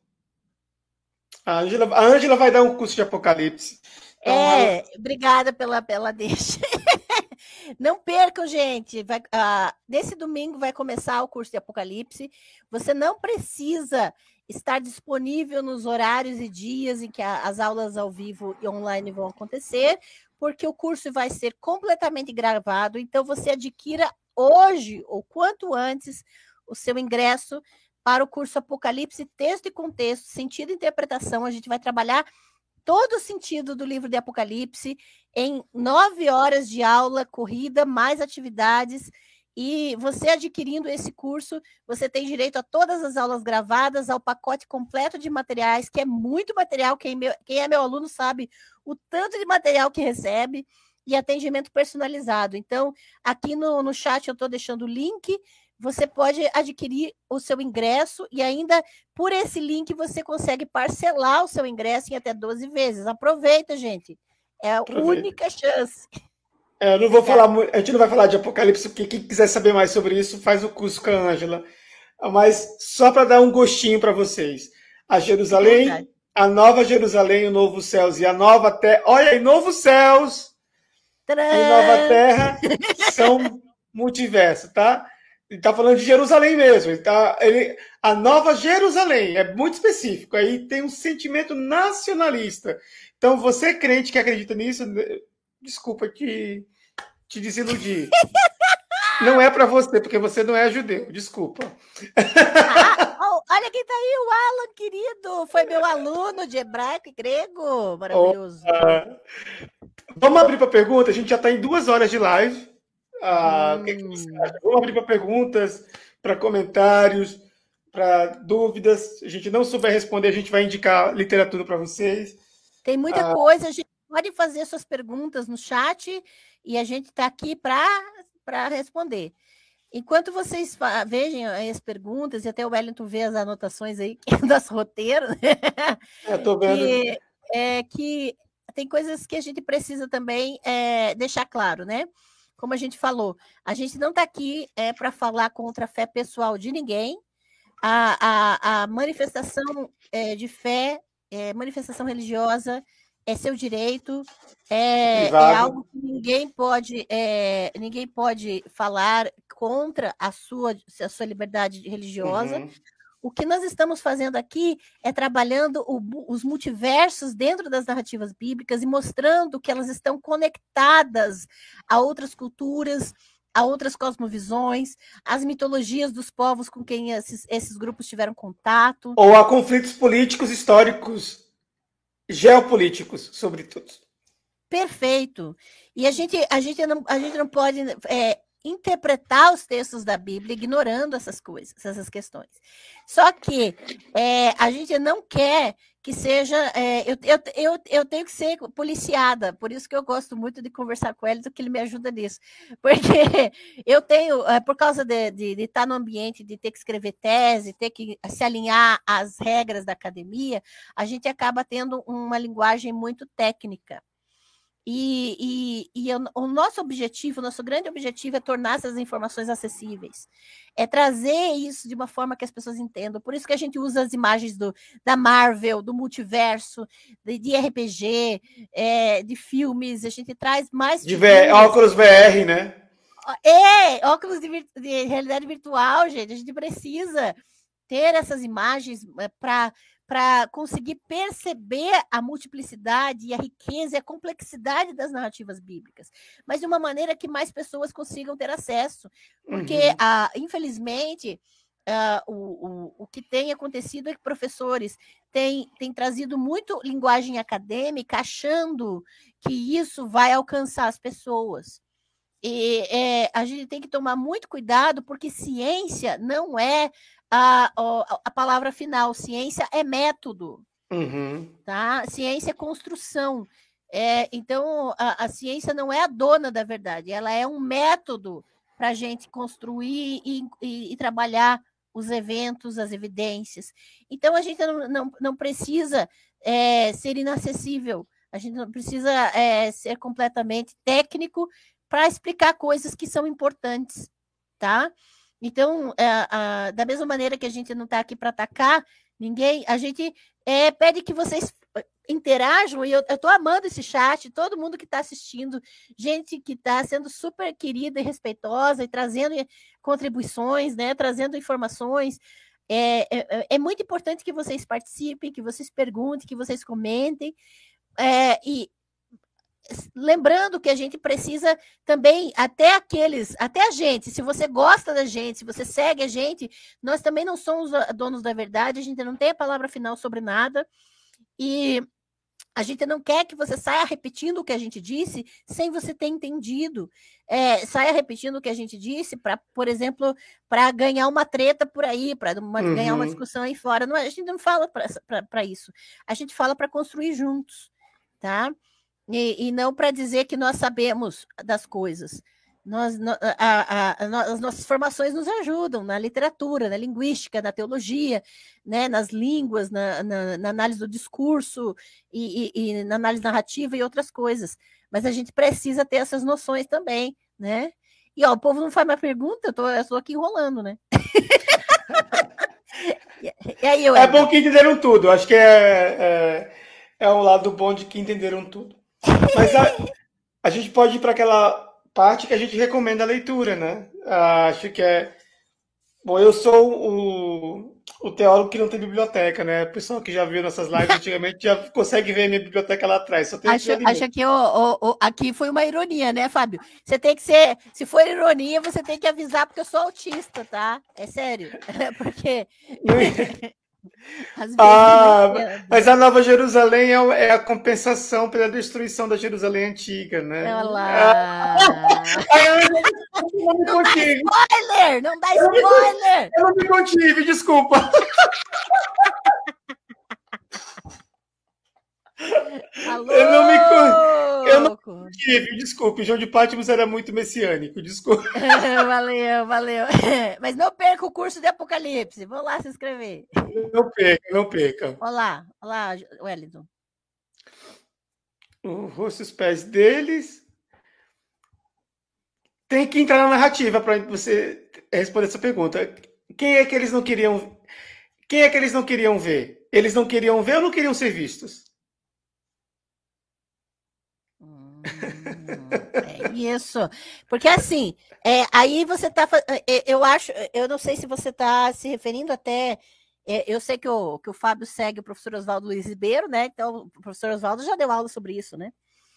A Ângela vai dar um curso de Apocalipse. Então, obrigada pela deixa. Não percam, gente. Nesse domingo vai começar o curso de Apocalipse. Você não precisa estar disponível nos horários e dias em que as aulas ao vivo e online vão acontecer, porque o curso vai ser completamente gravado. Então, você adquira hoje, ou quanto antes, o seu ingresso para o curso Apocalipse, texto e contexto, sentido e interpretação. A gente vai trabalhar todo o sentido do livro de Apocalipse em 9 horas de aula corrida, mais atividades. E você adquirindo esse curso, você tem direito a todas as aulas gravadas, ao pacote completo de materiais, que é muito material. Quem é meu aluno sabe o tanto de material que recebe, e atendimento personalizado. Então, aqui no chat eu estou deixando o link. Você pode adquirir o seu ingresso e ainda, por esse link, você consegue parcelar o seu ingresso em até 12 vezes. Aproveita, gente. É a única chance. Eu não vou falar, a gente não vai falar de Apocalipse, porque quem quiser saber mais sobre isso, faz o curso com a Ângela. Mas só para dar um gostinho para vocês. A Jerusalém, a nova Jerusalém, o novo céus e a nova terra. Olha aí, novos céus e nova terra são multiverso, tá? Ele está falando de Jerusalém mesmo. A nova Jerusalém é muito específico. Aí tem um sentimento nacionalista. Então, você crente que acredita nisso, desculpa te desiludir. Não é para você, porque você não é judeu. Desculpa. Olha quem está aí, o Alan, querido. Foi meu aluno de hebraico e grego. Maravilhoso. Vamos abrir para pergunta? A gente já está em 2 horas de live. O que você acha? Vamos abrir para perguntas, para comentários, para dúvidas. A gente não souber responder, a gente vai indicar literatura para vocês. Tem muita coisa. A gente pode fazer suas perguntas no chat e a gente está aqui para responder. Enquanto vocês vejam as perguntas, e até o Wellington vê as anotações aí das roteiros, estou vendo. Que tem coisas que a gente precisa também deixar claro, né? Como a gente falou, a gente não está aqui para falar contra a fé pessoal de ninguém. A manifestação de fé, manifestação religiosa, é seu direito, é algo que ninguém pode falar contra a sua liberdade religiosa. Uhum. O que nós estamos fazendo aqui é trabalhando os multiversos dentro das narrativas bíblicas e mostrando que elas estão conectadas a outras culturas, a outras cosmovisões, às mitologias dos povos com quem esses grupos tiveram contato. Ou a conflitos políticos, históricos, geopolíticos, sobretudo. Perfeito. E a gente não pode interpretar os textos da Bíblia ignorando essas coisas, essas questões. Só que a gente não quer que seja... eu tenho que ser policiada, por isso que eu gosto muito de conversar com ele, que ele me ajuda nisso. Porque eu tenho, por causa de estar no ambiente, de ter que escrever tese, ter que se alinhar às regras da academia, a gente acaba tendo uma linguagem muito técnica. O nosso objetivo, o nosso grande objetivo é tornar essas informações acessíveis. É trazer isso de uma forma que as pessoas entendam. Por isso que a gente usa as imagens da Marvel, do multiverso, de RPG, de filmes. A gente traz mais... óculos VR, né? Óculos de realidade virtual, gente. A gente precisa ter essas imagens para conseguir perceber a multiplicidade e a riqueza e a complexidade das narrativas bíblicas, mas de uma maneira que mais pessoas consigam ter acesso. Porque, infelizmente, o que tem acontecido é que professores têm trazido muito linguagem acadêmica, achando que isso vai alcançar as pessoas. E a gente tem que tomar muito cuidado, porque ciência não é a palavra final. Ciência é método. Tá? Ciência é construção. Então, a ciência não é a dona da verdade, ela é um método para a gente construir e trabalhar os eventos, as evidências. Então, a gente não precisa ser inacessível, a gente não precisa ser completamente técnico para explicar coisas que são importantes, tá? Então, da mesma maneira que a gente não está aqui para atacar ninguém, a gente pede que vocês interajam, e eu estou amando esse chat, todo mundo que está assistindo, gente que está sendo super querida e respeitosa, e trazendo contribuições, né, trazendo informações. É muito importante que vocês participem, que vocês perguntem, que vocês comentem, e lembrando que a gente precisa também, até a gente, se você gosta da gente, se você segue a gente, nós também não somos donos da verdade, a gente não tem a palavra final sobre nada, e a gente não quer que você saia repetindo o que a gente disse sem você ter entendido. Saia repetindo o que a gente disse, por exemplo, para ganhar uma treta por aí, para ganhar uma discussão aí fora. Não, a gente não fala para isso. A gente fala para construir juntos, tá? E não para dizer que nós sabemos das coisas. As nossas formações nos ajudam na literatura, na linguística, na teologia, né, nas línguas, na análise do discurso e na análise narrativa e outras coisas. Mas a gente precisa ter essas noções também, né? E o povo não faz mais pergunta, eu estou aqui enrolando, né? E aí, é bom que entenderam tudo. Acho que é um lado bom de que entenderam tudo. Mas a gente pode ir para aquela parte que a gente recomenda a leitura, né? Acho que bom, eu sou o teólogo que não tem biblioteca, né? O pessoal que já viu nossas lives antigamente já consegue ver minha biblioteca lá atrás. Só tem acha que aqui foi uma ironia, né, Fábio? Você tem que ser... Se for ironia, você tem que avisar, porque eu sou autista, tá? É sério. Porque... mas a Nova Jerusalém é a compensação pela destruição da Jerusalém antiga, né? Olha lá. Não dá spoiler! Não dá spoiler! Eu não me contive, desculpa. Alô? Eu não me contive, desculpe. João de Patmos era muito messiânico, desculpa. Valeu. Mas não perca o curso de Apocalipse. Vou lá se inscrever. Não perca. Olá, Wellington. O rosto e os pés deles. Tem que entrar na narrativa para você responder essa pergunta. Quem é que eles não queriam? Quem é que eles não queriam ver? Eles não queriam ver ou não queriam ser vistos? Isso, porque assim, aí você está, eu não sei se você está se referindo até, eu sei que o Fábio segue o professor Oswaldo Luiz Ribeiro, né? Então o professor Oswaldo já deu aula sobre isso, né?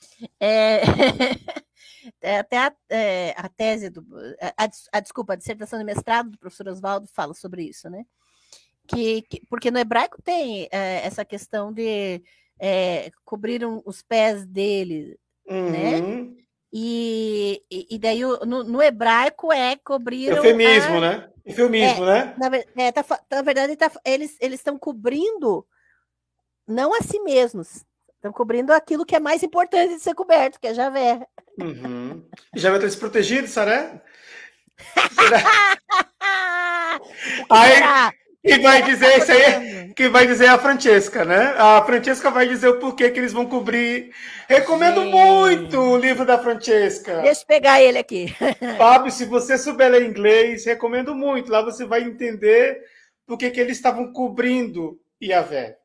Até a tese desculpa, a dissertação de mestrado do professor Oswaldo fala sobre isso, né? Porque no hebraico tem essa questão de cobrir os pés dele, né? E daí no hebraico cobriram eufemismo, né? Eufemismo, né? Na verdade, eles estão cobrindo não a si mesmos, estão cobrindo aquilo que é mais importante de ser coberto, que é Javé. Uhum. Já vai ter se protegido, Saré? Será? Aí, quem vai dizer isso aí? Quem vai dizer é a Francesca, né? A Francesca vai dizer o porquê que eles vão cobrir. Recomendo muito o livro da Francesca. Deixa eu pegar ele aqui. Fábio, se você souber ler inglês, recomendo muito. Lá você vai entender por que eles estavam cobrindo Yahvé.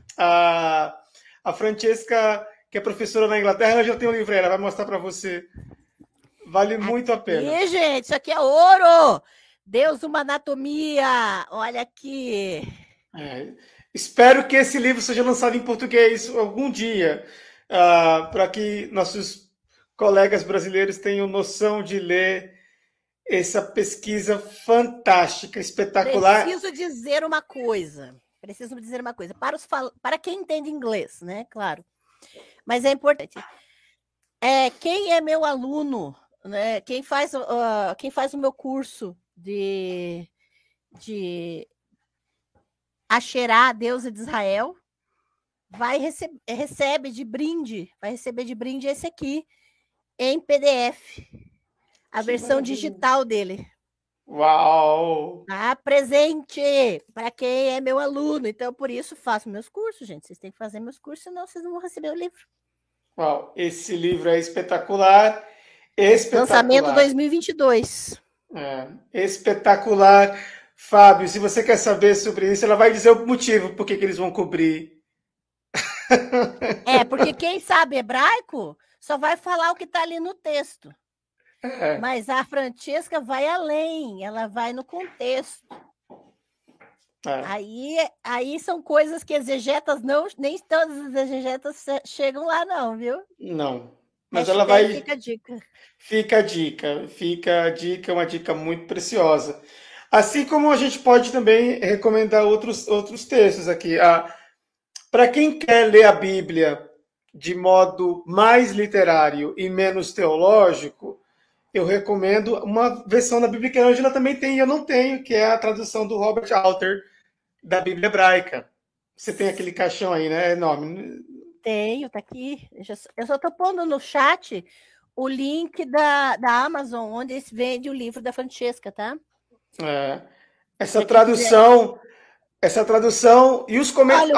A Francesca, que é professora na Inglaterra, ela já tem um livro aí, ela vai mostrar para você. Vale muito a pena. E, gente, isso aqui é ouro! Deus, uma anatomia! Olha aqui. Espero que esse livro seja lançado em português algum dia, para que nossos colegas brasileiros tenham noção de ler essa pesquisa fantástica, espetacular. Preciso dizer uma coisa. Para quem entende inglês, né? Claro. Mas é importante. Quem é meu aluno, né? Quem faz o meu curso de Asherá, deusa de Israel, vai receber de brinde esse aqui em PDF, a versão digital dele. Uau! Presente para quem é meu aluno. Então, por isso, faço meus cursos, gente. Vocês têm que fazer meus cursos, senão vocês não vão receber o livro. Uau, esse livro é espetacular. Lançamento 2022. Espetacular. Fábio, se você quer saber sobre isso, ela vai dizer o motivo por que eles vão cobrir. Porque quem sabe hebraico só vai falar o que está ali no texto. Mas a Francesca vai além, ela vai no contexto. Aí são coisas que exegetas não, nem todas as exegetas chegam lá, não, viu? Não. Mas ela vai. Fica a dica. Fica a dica, uma dica muito preciosa. Assim como a gente pode também recomendar outros textos aqui. Para quem quer ler a Bíblia de modo mais literário e menos teológico, eu recomendo uma versão da Bíblia que a Angela também tem e eu não tenho, que é a tradução do Robert Alter da Bíblia Hebraica. Você tem aquele caixão aí, né? Enorme. Tenho, tá aqui. Eu só estou pondo no chat o link da Amazon, onde eles vendem o livro da Francesca, tá? Essa tradução e os comentários.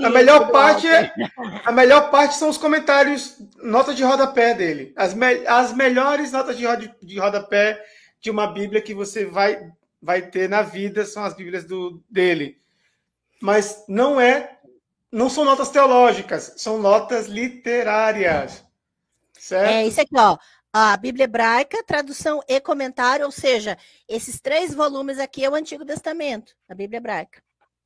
A melhor parte são os comentários, nota de rodapé dele. As melhores notas de rodapé de uma Bíblia que você vai ter na vida são as Bíblias dele. Mas não são notas teológicas, são notas literárias. Certo? Isso aqui, ó. A Bíblia Hebraica, tradução e comentário, ou seja, esses 3 volumes aqui é o Antigo Testamento, a Bíblia Hebraica.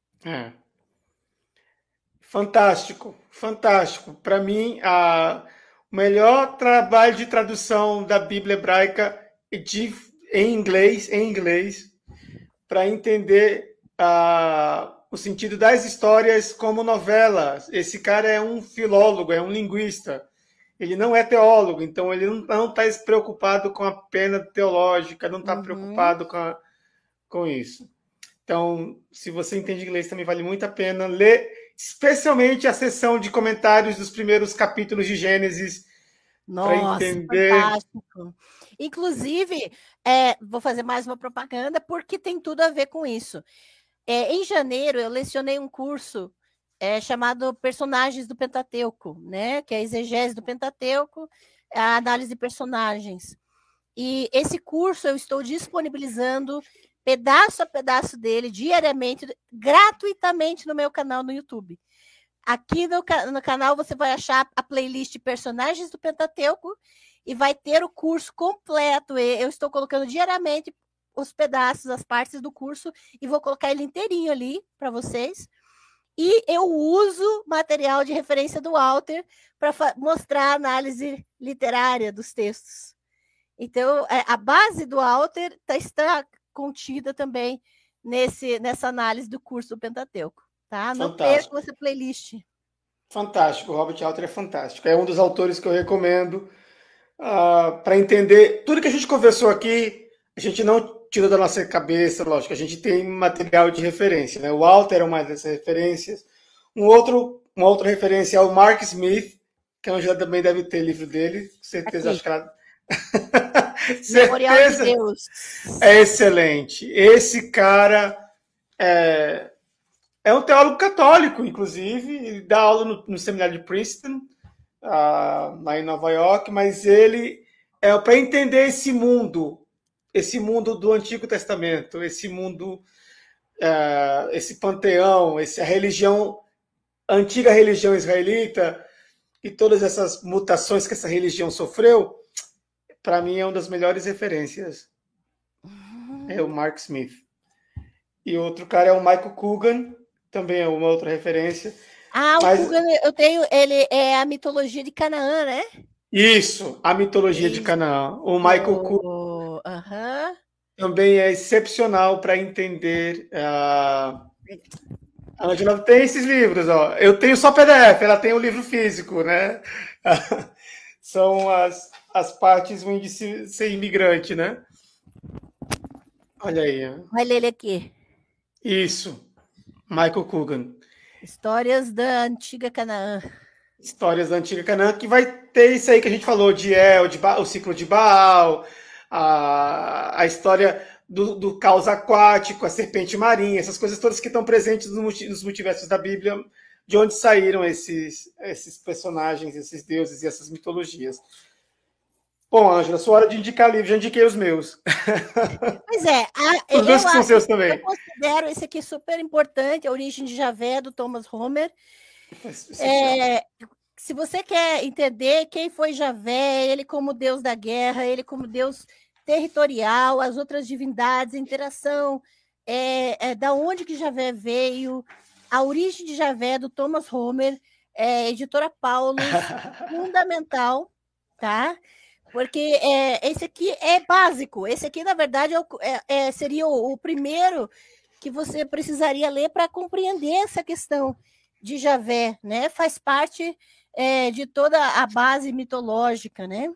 Fantástico, fantástico. Para mim, o melhor trabalho de tradução da Bíblia Hebraica em inglês, para entender o sentido das histórias como novela. Esse cara é um filólogo, é um linguista. Ele não é teólogo, então ele não está preocupado com a pena teológica, não está preocupado com isso. Então, se você entende inglês, também vale muito a pena ler, especialmente a seção de comentários dos primeiros capítulos de Gênesis, para entender. Fantástico. Inclusive, vou fazer mais uma propaganda, porque tem tudo a ver com isso. Em janeiro, eu lecionei um curso chamado Personagens do Pentateuco, né? Que é a exegese do Pentateuco, a análise de personagens. E esse curso eu estou disponibilizando pedaço a pedaço dele, diariamente, gratuitamente no meu canal no YouTube. Aqui no canal você vai achar a playlist Personagens do Pentateuco e vai ter o curso completo. Eu estou colocando diariamente os pedaços, as partes do curso, e vou colocar ele inteirinho ali para vocês. E eu uso material de referência do Walter para mostrar a análise literária dos textos. Então, a base do Walter está contida também nessa análise do curso do Pentateuco. Tá? Não perca essa playlist. Fantástico, o Robert Alter é fantástico. É um dos autores que eu recomendo para entender tudo que a gente conversou aqui. A gente não tirou da nossa cabeça, lógico, a gente tem material de referência, né? O Walter é uma dessas referências. Uma outra referência é o Mark Smith, que a Angela também deve ter livro dele, com certeza, Aqui. acho que ela... Memorial de certeza, Deus. é excelente. Esse cara é um teólogo católico, inclusive, ele dá aula no seminário de Princeton, lá em Nova York, mas ele é para entender esse mundo do Antigo Testamento, esse mundo, esse panteão, a religião, a antiga religião israelita e todas essas mutações que essa religião sofreu, para mim é uma das melhores referências. É o Mark Smith. E outro cara é o Michael Coogan, também é uma outra referência. O Coogan, eu tenho, ele é a mitologia de Canaã, né? Isso, a mitologia de Canaã. O Michael Coogan também é excepcional para entender. A Angela tem esses livros, ó. Eu tenho só PDF, ela tem o livro físico, né? São as partes ruins de ser imigrante, né? Olha aí. Vai ler ele aqui. Isso, Michael Coogan. Histórias da Antiga Canaã. Histórias da Antiga Canaã, que vai ter isso aí que a gente falou, de El, o ciclo de Baal, a história do caos aquático, a serpente marinha, essas coisas todas que estão presentes nos multiversos da Bíblia, de onde saíram esses personagens, esses deuses e essas mitologias. Bom, Ângela, sua hora de indicar livro, já indiquei os meus. Pois é, os meus que são seus também. Eu considero esse aqui super importante, A Origem de Javé, do Thomas Homer. Se você quer entender quem foi Javé, ele como Deus da guerra, ele como Deus territorial, as outras divindades, a interação, da onde que Javé veio, A Origem de Javé, do Thomas Homer, editora Paulus, fundamental, tá? Porque esse aqui é básico. Esse aqui, na verdade, seria o primeiro que você precisaria ler para compreender essa questão de Javé, né? Faz parte de toda a base mitológica, né?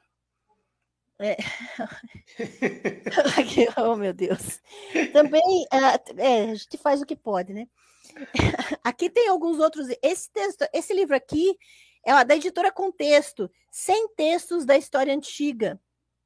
Oh, meu Deus. Também a gente faz o que pode, né? Aqui tem alguns outros. Esse livro aqui é da editora Contexto, 100 textos da história antiga.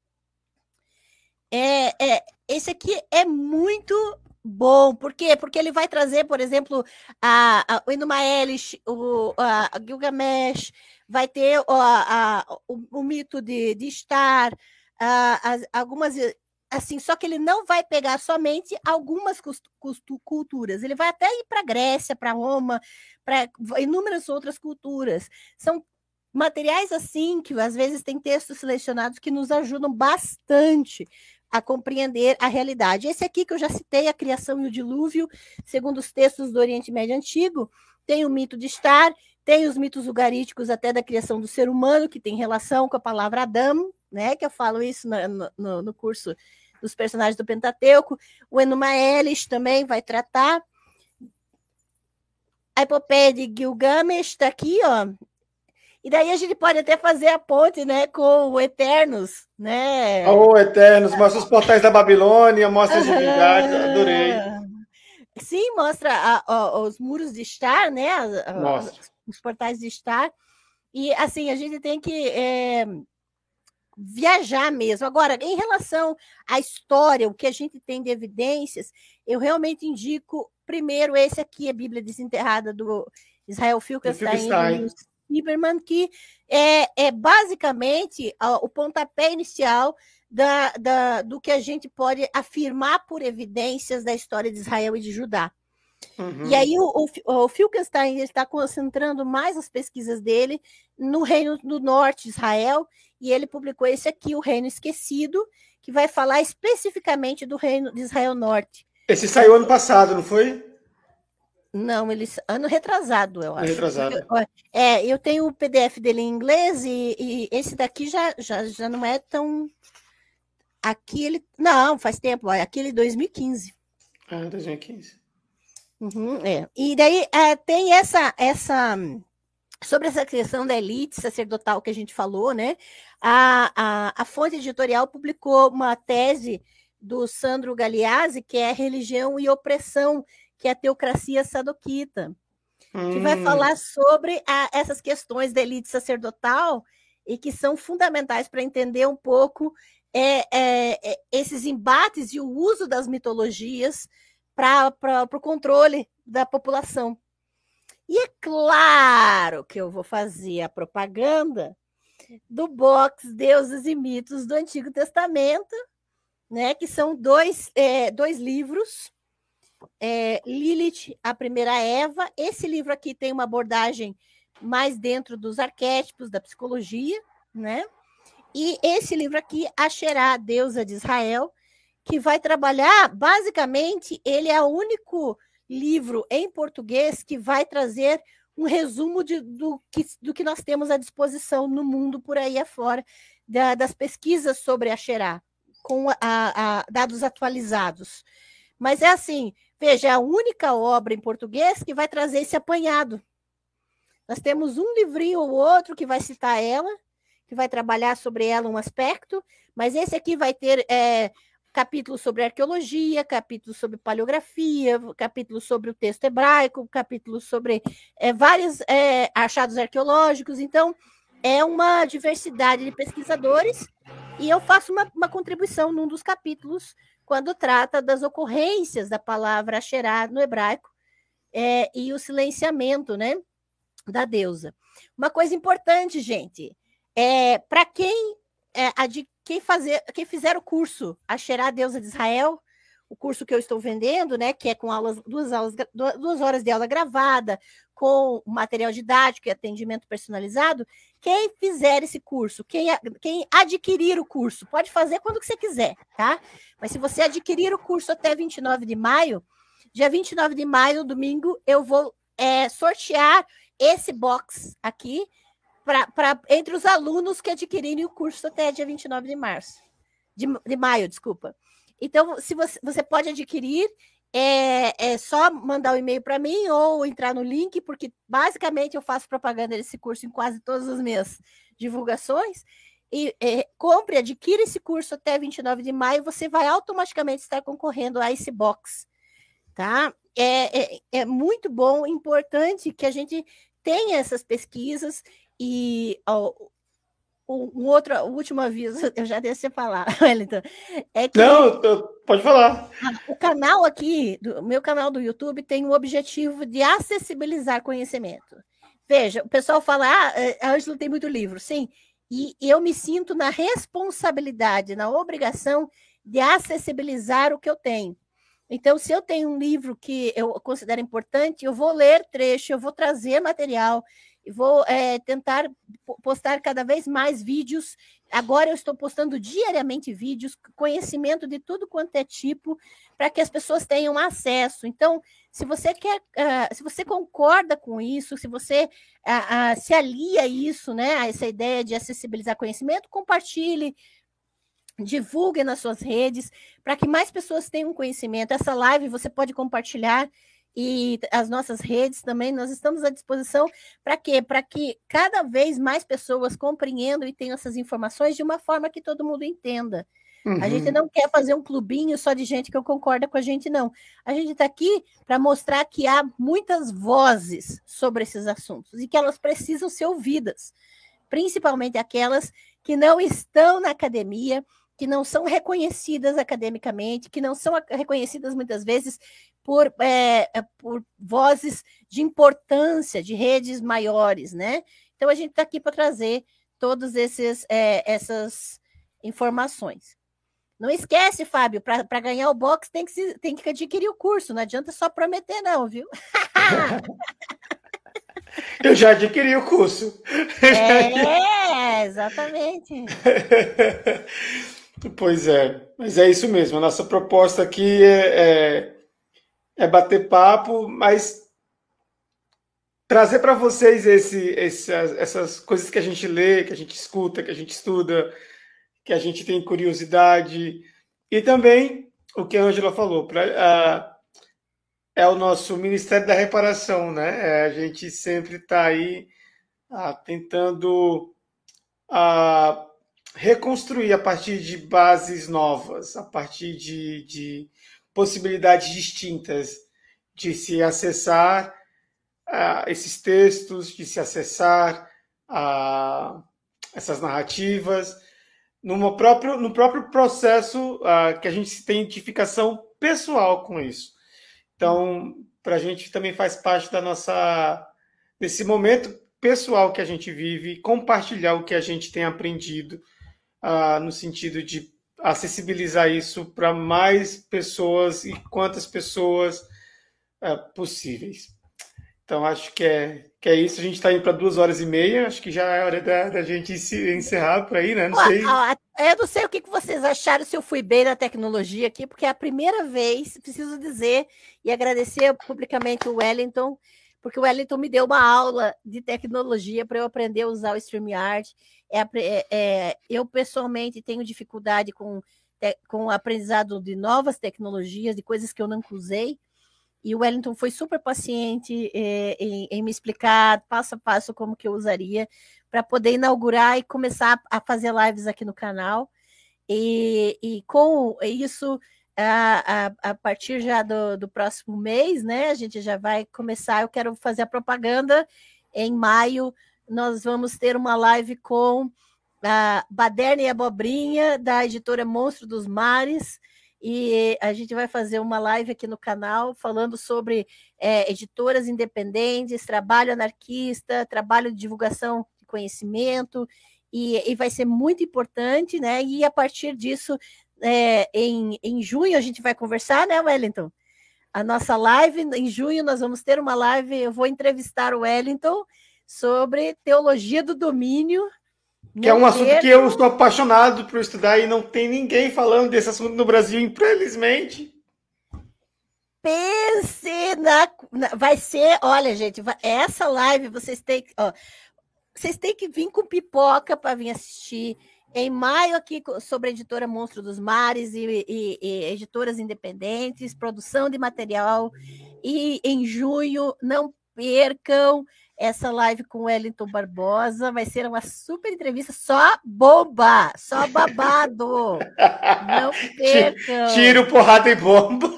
Esse aqui é muito bom. Por quê? Porque ele vai trazer, por exemplo, o Enuma Elish, a Gilgamesh, vai ter o mito de Ishtar, algumas... Assim, só que ele não vai pegar somente algumas culturas, ele vai até ir para a Grécia, para Roma, para inúmeras outras culturas. São materiais assim, que às vezes tem textos selecionados que nos ajudam bastante a compreender a realidade. Esse aqui que eu já citei, A Criação e o Dilúvio, segundo os textos do Oriente Médio Antigo, tem o mito de Ishtar, tem os mitos ugaríticos até da criação do ser humano, que tem relação com a palavra Adão, né, que eu falo isso no curso dos personagens do Pentateuco. O Enuma Elish também vai tratar. A epopeia de Gilgamesh está aqui, ó. E daí a gente pode até fazer a ponte, né, com o Eternos, né? Eternos, mostra os portais da Babilônia, mostra as divindades, adorei. Sim, mostra os muros de Ishtar, né? Os portais de Ishtar. E, assim, a gente tem que viajar mesmo. Agora, em relação à história, o que a gente tem de evidências, eu realmente indico, primeiro, esse aqui, a Bíblia Desenterrada, do Israel Finkelstein e Lieberman, que é basicamente o pontapé inicial do que a gente pode afirmar por evidências da história de Israel e de Judá. Uhum. E aí o Finkelstein está concentrando mais as pesquisas dele no Reino do Norte de Israel, e ele publicou esse aqui, O Reino Esquecido, que vai falar especificamente do Reino de Israel Norte. Esse saiu ano passado, não foi? Não, ano retrasado, eu acho. Retrasado. Eu tenho o PDF dele em inglês, e esse daqui já não é tão... Aqui ele... Não, faz tempo. Aqui ele é 2015. 2015. Uhum, E daí tem essa sobre essa questão da elite sacerdotal que a gente falou, né? A fonte editorial publicou uma tese do Sandro Galeazzi, que é Religião e Opressão, que é a teocracia sadoquita, que vai falar sobre essas questões da elite sacerdotal e que são fundamentais para entender um pouco esses embates e o uso das mitologias para o controle da população. E é claro que eu vou fazer a propaganda do box Deuses e Mitos do Antigo Testamento, né, que são dois livros. Lilith, a Primeira Eva. Esse livro aqui tem uma abordagem mais dentro dos arquétipos da psicologia, né? E esse livro aqui, Asherá, Deusa de Israel, que vai trabalhar, basicamente, ele é o único livro em português que vai trazer um resumo do que nós temos à disposição no mundo por aí afora, das pesquisas sobre Asherá, com dados atualizados. Mas é assim, veja, é a única obra em português que vai trazer esse apanhado. Nós temos um livrinho ou outro que vai citar ela, que vai trabalhar sobre ela um aspecto, mas esse aqui vai ter capítulos sobre arqueologia, capítulos sobre paleografia, capítulos sobre o texto hebraico, capítulos sobre vários achados arqueológicos. Então, é uma diversidade de pesquisadores, e eu faço uma contribuição num dos capítulos, quando trata das ocorrências da palavra Asherá no hebraico e o silenciamento, né, da deusa. Uma coisa importante, gente, para quem fizer o curso Asherá, Deusa de Israel, o curso que eu estou vendendo, né, que é com duas horas de aula gravada, com material didático e atendimento personalizado, quem fizer esse curso, quem adquirir o curso, pode fazer quando que você quiser, tá? Mas se você adquirir o curso até 29 de maio, dia 29 de maio, domingo, eu vou sortear esse box aqui entre os alunos que adquirirem o curso até dia 29 de março. De maio, desculpa. Então, se você pode adquirir, é só mandar um e-mail para mim ou entrar no link, porque basicamente eu faço propaganda desse curso em quase todas as minhas divulgações. E compre, adquira esse curso até 29 de maio, você vai automaticamente estar concorrendo a esse box. Tá? É muito bom, importante que a gente tenha essas pesquisas. E o último aviso, eu já deixei você falar, Wellington, é que não, pode falar. O canal aqui, o meu canal do YouTube, tem o objetivo de acessibilizar conhecimento. Veja, o pessoal fala, a Ângela tem muito livro, sim, e eu me sinto na responsabilidade, na obrigação de acessibilizar o que eu tenho. Então, se eu tenho um livro que eu considero importante, eu vou ler trecho, eu vou trazer material, vou tentar postar cada vez mais vídeos. Agora eu estou postando diariamente vídeos, conhecimento de tudo quanto é tipo, para que as pessoas tenham acesso. Então, se você se você concorda com isso, se você se alia a isso, né, a essa ideia de acessibilizar conhecimento, compartilhe, divulgue nas suas redes, para que mais pessoas tenham conhecimento. Essa live você pode compartilhar, e as nossas redes também, nós estamos à disposição. Para quê? Para que cada vez mais pessoas compreendam e tenham essas informações de uma forma que todo mundo entenda. Uhum. A gente não quer fazer um clubinho só de gente que concorda com a gente, não. A gente está aqui para mostrar que há muitas vozes sobre esses assuntos e que elas precisam ser ouvidas, principalmente aquelas que não estão na academia, que não são reconhecidas academicamente, que não são reconhecidas muitas vezes por vozes de importância, de redes maiores, né? Então, a gente está aqui para trazer todas essas informações. Não esquece, Fábio, para ganhar o box tem que adquirir o curso, não adianta só prometer não, viu? Eu já adquiri o curso. Exatamente. Pois é, mas é isso mesmo. A nossa proposta aqui é bater papo, mas trazer para vocês essas coisas que a gente lê, que a gente escuta, que a gente estuda, que a gente tem curiosidade. E também o que a Ângela falou, é o nosso Ministério da Reparação, né? A gente sempre está aí tentando reconstruir a partir de bases novas, a partir de possibilidades distintas de se acessar esses textos, de se acessar essas narrativas, no próprio processo que a gente tem identificação pessoal com isso. Então, para a gente também faz parte desse momento pessoal que a gente vive, compartilhar o que a gente tem aprendido, no sentido de acessibilizar isso para mais pessoas e quantas pessoas possíveis. Então, acho que é isso. A gente está indo para 2h30. Acho que já é hora da gente encerrar por aí, né? Não sei. Eu não sei o que vocês acharam, se eu fui bem na tecnologia aqui, porque é a primeira vez, preciso dizer e agradecer publicamente o Wellington, porque o Wellington me deu uma aula de tecnologia para eu aprender a usar o StreamYard. Eu, pessoalmente, tenho dificuldade com o aprendizado de novas tecnologias, de coisas que eu nunca usei, e o Wellington foi super paciente em me explicar passo a passo como que eu usaria para poder inaugurar e começar a fazer lives aqui no canal. E com isso, a partir já do próximo mês, né, a gente já vai começar. Eu quero fazer a propaganda. Em maio, nós vamos ter uma live com a Baderna e Abobrinha, da editora Monstro dos Mares, e a gente vai fazer uma live aqui no canal falando sobre editoras independentes, trabalho anarquista, trabalho de divulgação de conhecimento, e vai ser muito importante, né? E a partir disso, em junho, a gente vai conversar, né, Wellington? A nossa live, em junho, nós vamos ter uma live, eu vou entrevistar o Wellington sobre teologia do domínio. Que é um assunto que eu sou apaixonado por estudar e não tem ninguém falando desse assunto no Brasil, infelizmente. Pense vai ser, olha, gente, essa live vocês têm que vir com pipoca para vir assistir. Em maio, aqui sobre a editora Monstro dos Mares e editoras independentes, produção de material. E em junho, não percam essa live com o Wellington Barbosa. Vai ser uma super entrevista, só bomba, só babado. Não percam. Tiro, porrada e bomba.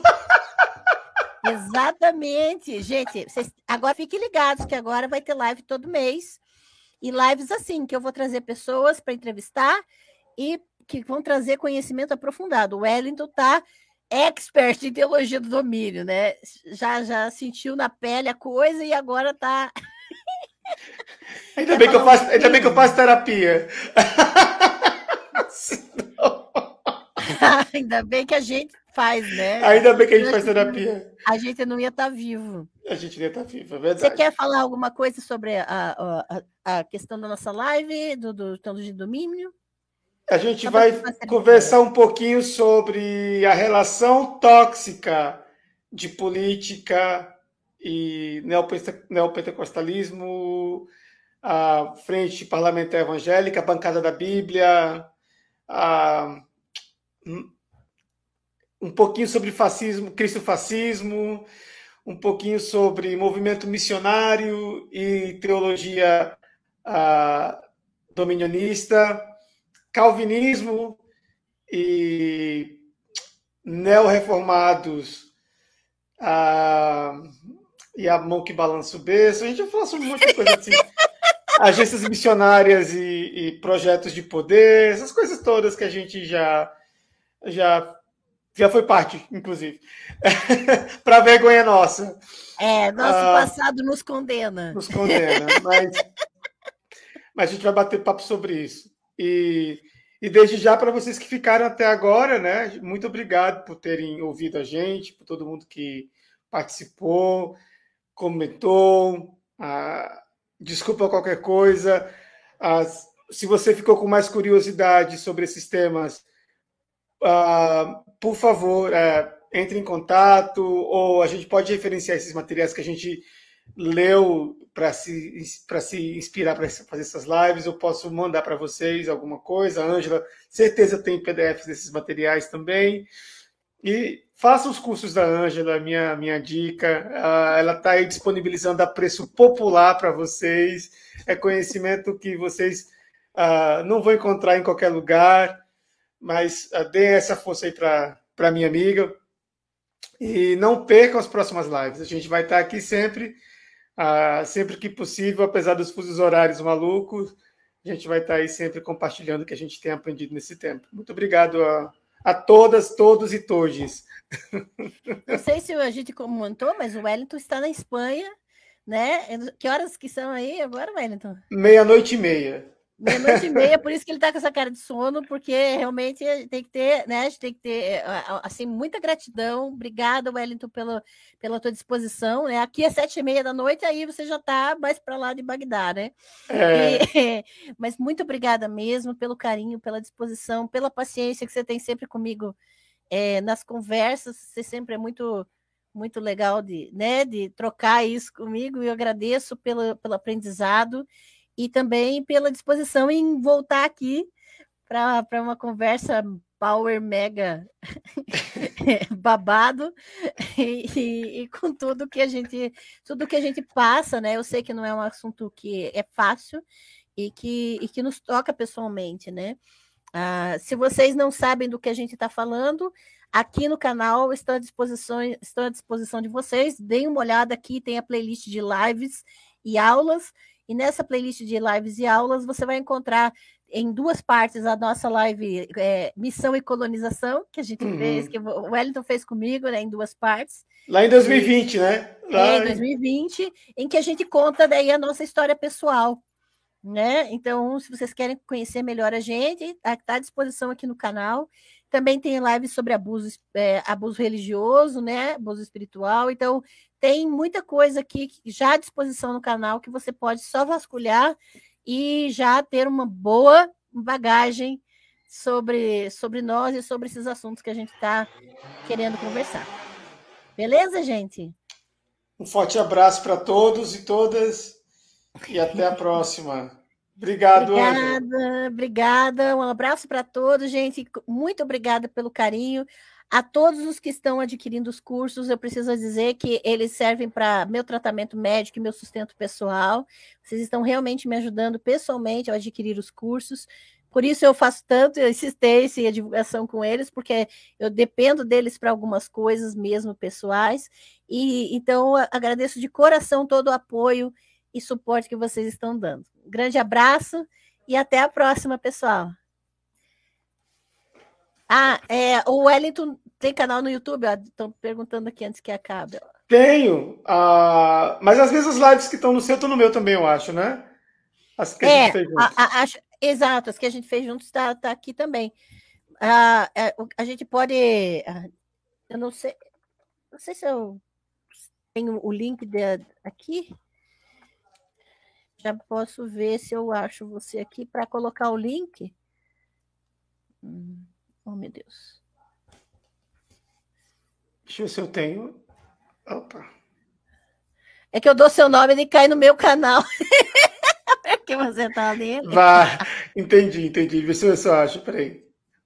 Exatamente. Gente, agora fiquem ligados que agora vai ter live todo mês. E lives assim, que eu vou trazer pessoas para entrevistar e que vão trazer conhecimento aprofundado. O Wellington está expert em teologia do domínio, né? Já sentiu na pele a coisa e agora está... Ainda bem que eu faço terapia. Ainda bem que a gente faz, né? Ainda bem que a gente faz terapia. A gente não ia estar vivo. A gente não ia estar vivo, é verdade. Você quer falar alguma coisa sobre a questão da nossa live, do teologia do domínio? A gente vai conversar um pouquinho sobre a relação tóxica de política e neopentecostalismo, a Frente Parlamentar Evangélica, a Bancada da Bíblia, um pouquinho sobre fascismo, cristofascismo, um pouquinho sobre movimento missionário e teologia dominionista, calvinismo e neo-reformados, e a mão que balança o berço. A gente vai falar sobre um monte de coisa assim. Agências missionárias e projetos de poder, essas coisas todas que a gente já foi parte, inclusive. Para vergonha nossa. Nosso passado nos condena. Nos condena, mas a gente vai bater papo sobre isso. E desde já, para vocês que ficaram até agora, né? Muito obrigado por terem ouvido a gente, por todo mundo que participou, comentou. Desculpa qualquer coisa. Se você ficou com mais curiosidade sobre esses temas, por favor, entre em contato, ou a gente pode referenciar esses materiais que a gente leu para se inspirar para fazer essas lives. Eu posso mandar para vocês alguma coisa. A Ângela, certeza, tem PDFs desses materiais também. E faça os cursos da Ângela, minha dica. Ela está aí disponibilizando a preço popular para vocês. É conhecimento que vocês não vão encontrar em qualquer lugar, mas dê essa força aí para minha amiga. E não percam as próximas lives. A gente vai estar aqui sempre, sempre que possível, apesar dos fusos horários malucos. A gente vai estar aí sempre compartilhando o que a gente tem aprendido nesse tempo. Muito obrigado a todas, todos e todes. Não sei se a gente comentou, mas o Wellington está na Espanha, né? Que horas que são aí agora, Wellington? 00:30. 00:30, por isso que ele está com essa cara de sono, porque realmente tem que ter, né? A gente tem que ter assim, muita gratidão. Obrigada, Wellington, pela tua disposição, né? Aqui é 7:30 da noite, aí você já está mais para lá de Bagdá, né? Mas muito obrigada mesmo pelo carinho, pela disposição, pela paciência que você tem sempre comigo nas conversas. Você sempre é muito legal de trocar isso comigo, e eu agradeço pelo aprendizado e também pela disposição em voltar aqui para uma conversa power mega babado e com tudo que a gente passa, né? Eu sei que não é um assunto que é fácil e que nos toca pessoalmente, né? Se vocês não sabem do que a gente está falando, aqui no canal estou à disposição de vocês. Deem uma olhada aqui, tem a playlist de lives e aulas. E nessa playlist de lives e aulas, você vai encontrar em 2 partes a nossa live Missão e Colonização, que a gente fez, que o Wellington fez comigo, né, em 2 partes. Lá em 2020, né? Em 2020, em que a gente conta daí a nossa história pessoal, né? Então, se vocês querem conhecer melhor a gente, está à disposição aqui no canal. Também tem lives sobre abuso religioso, né? Abuso espiritual. Então, tem muita coisa aqui já à disposição no canal que você pode só vasculhar e já ter uma boa bagagem sobre nós e sobre esses assuntos que a gente está querendo conversar. Beleza, gente? Um forte abraço para todos e todas e até a próxima. Obrigado, Ângela. Obrigada. Um abraço para todos, gente. Muito obrigada pelo carinho. A todos os que estão adquirindo os cursos, eu preciso dizer que eles servem para meu tratamento médico e meu sustento pessoal. Vocês estão realmente me ajudando pessoalmente a adquirir os cursos. Por isso eu faço tanto insistência e a divulgação com eles, porque eu dependo deles para algumas coisas mesmo pessoais. E então agradeço de coração todo o apoio e suporte que vocês estão dando. Um grande abraço e até a próxima, pessoal. O Wellington tem canal no YouTube? Estão perguntando aqui antes que acabe. Tenho, mas as mesmas lives que estão no seu estão no meu também, eu acho, né? As que a gente fez juntos. Exato, as que a gente fez juntos está aqui também. A gente pode... eu não sei se eu tenho o link aqui. Já posso ver se eu acho você aqui para colocar o link. Oh, meu Deus. Deixa eu ver se eu tenho. Opa. É que eu dou seu nome e ele cai no meu canal. Porque você está nele. Entendi. Vê se eu só acho. Peraí.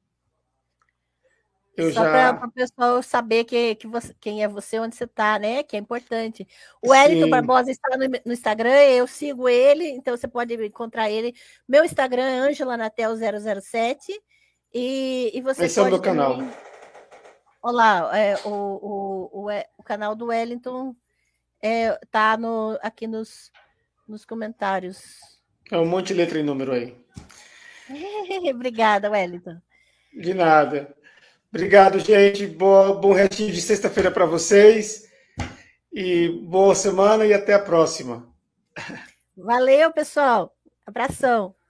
Para o pessoal saber quem é você, onde você está, né? Que é importante. O Wellington Barbosa está no Instagram, eu sigo ele, então você pode encontrar ele. Meu Instagram é AngelaNatel007. E você esse pode... é o meu canal. Olha lá, o canal do Wellington está aqui nos comentários. É um monte de letra e número aí. Obrigada, Wellington. De nada. Obrigado, gente. Bom restinho de sexta-feira para vocês. E boa semana e até a próxima. Valeu, pessoal. Abração.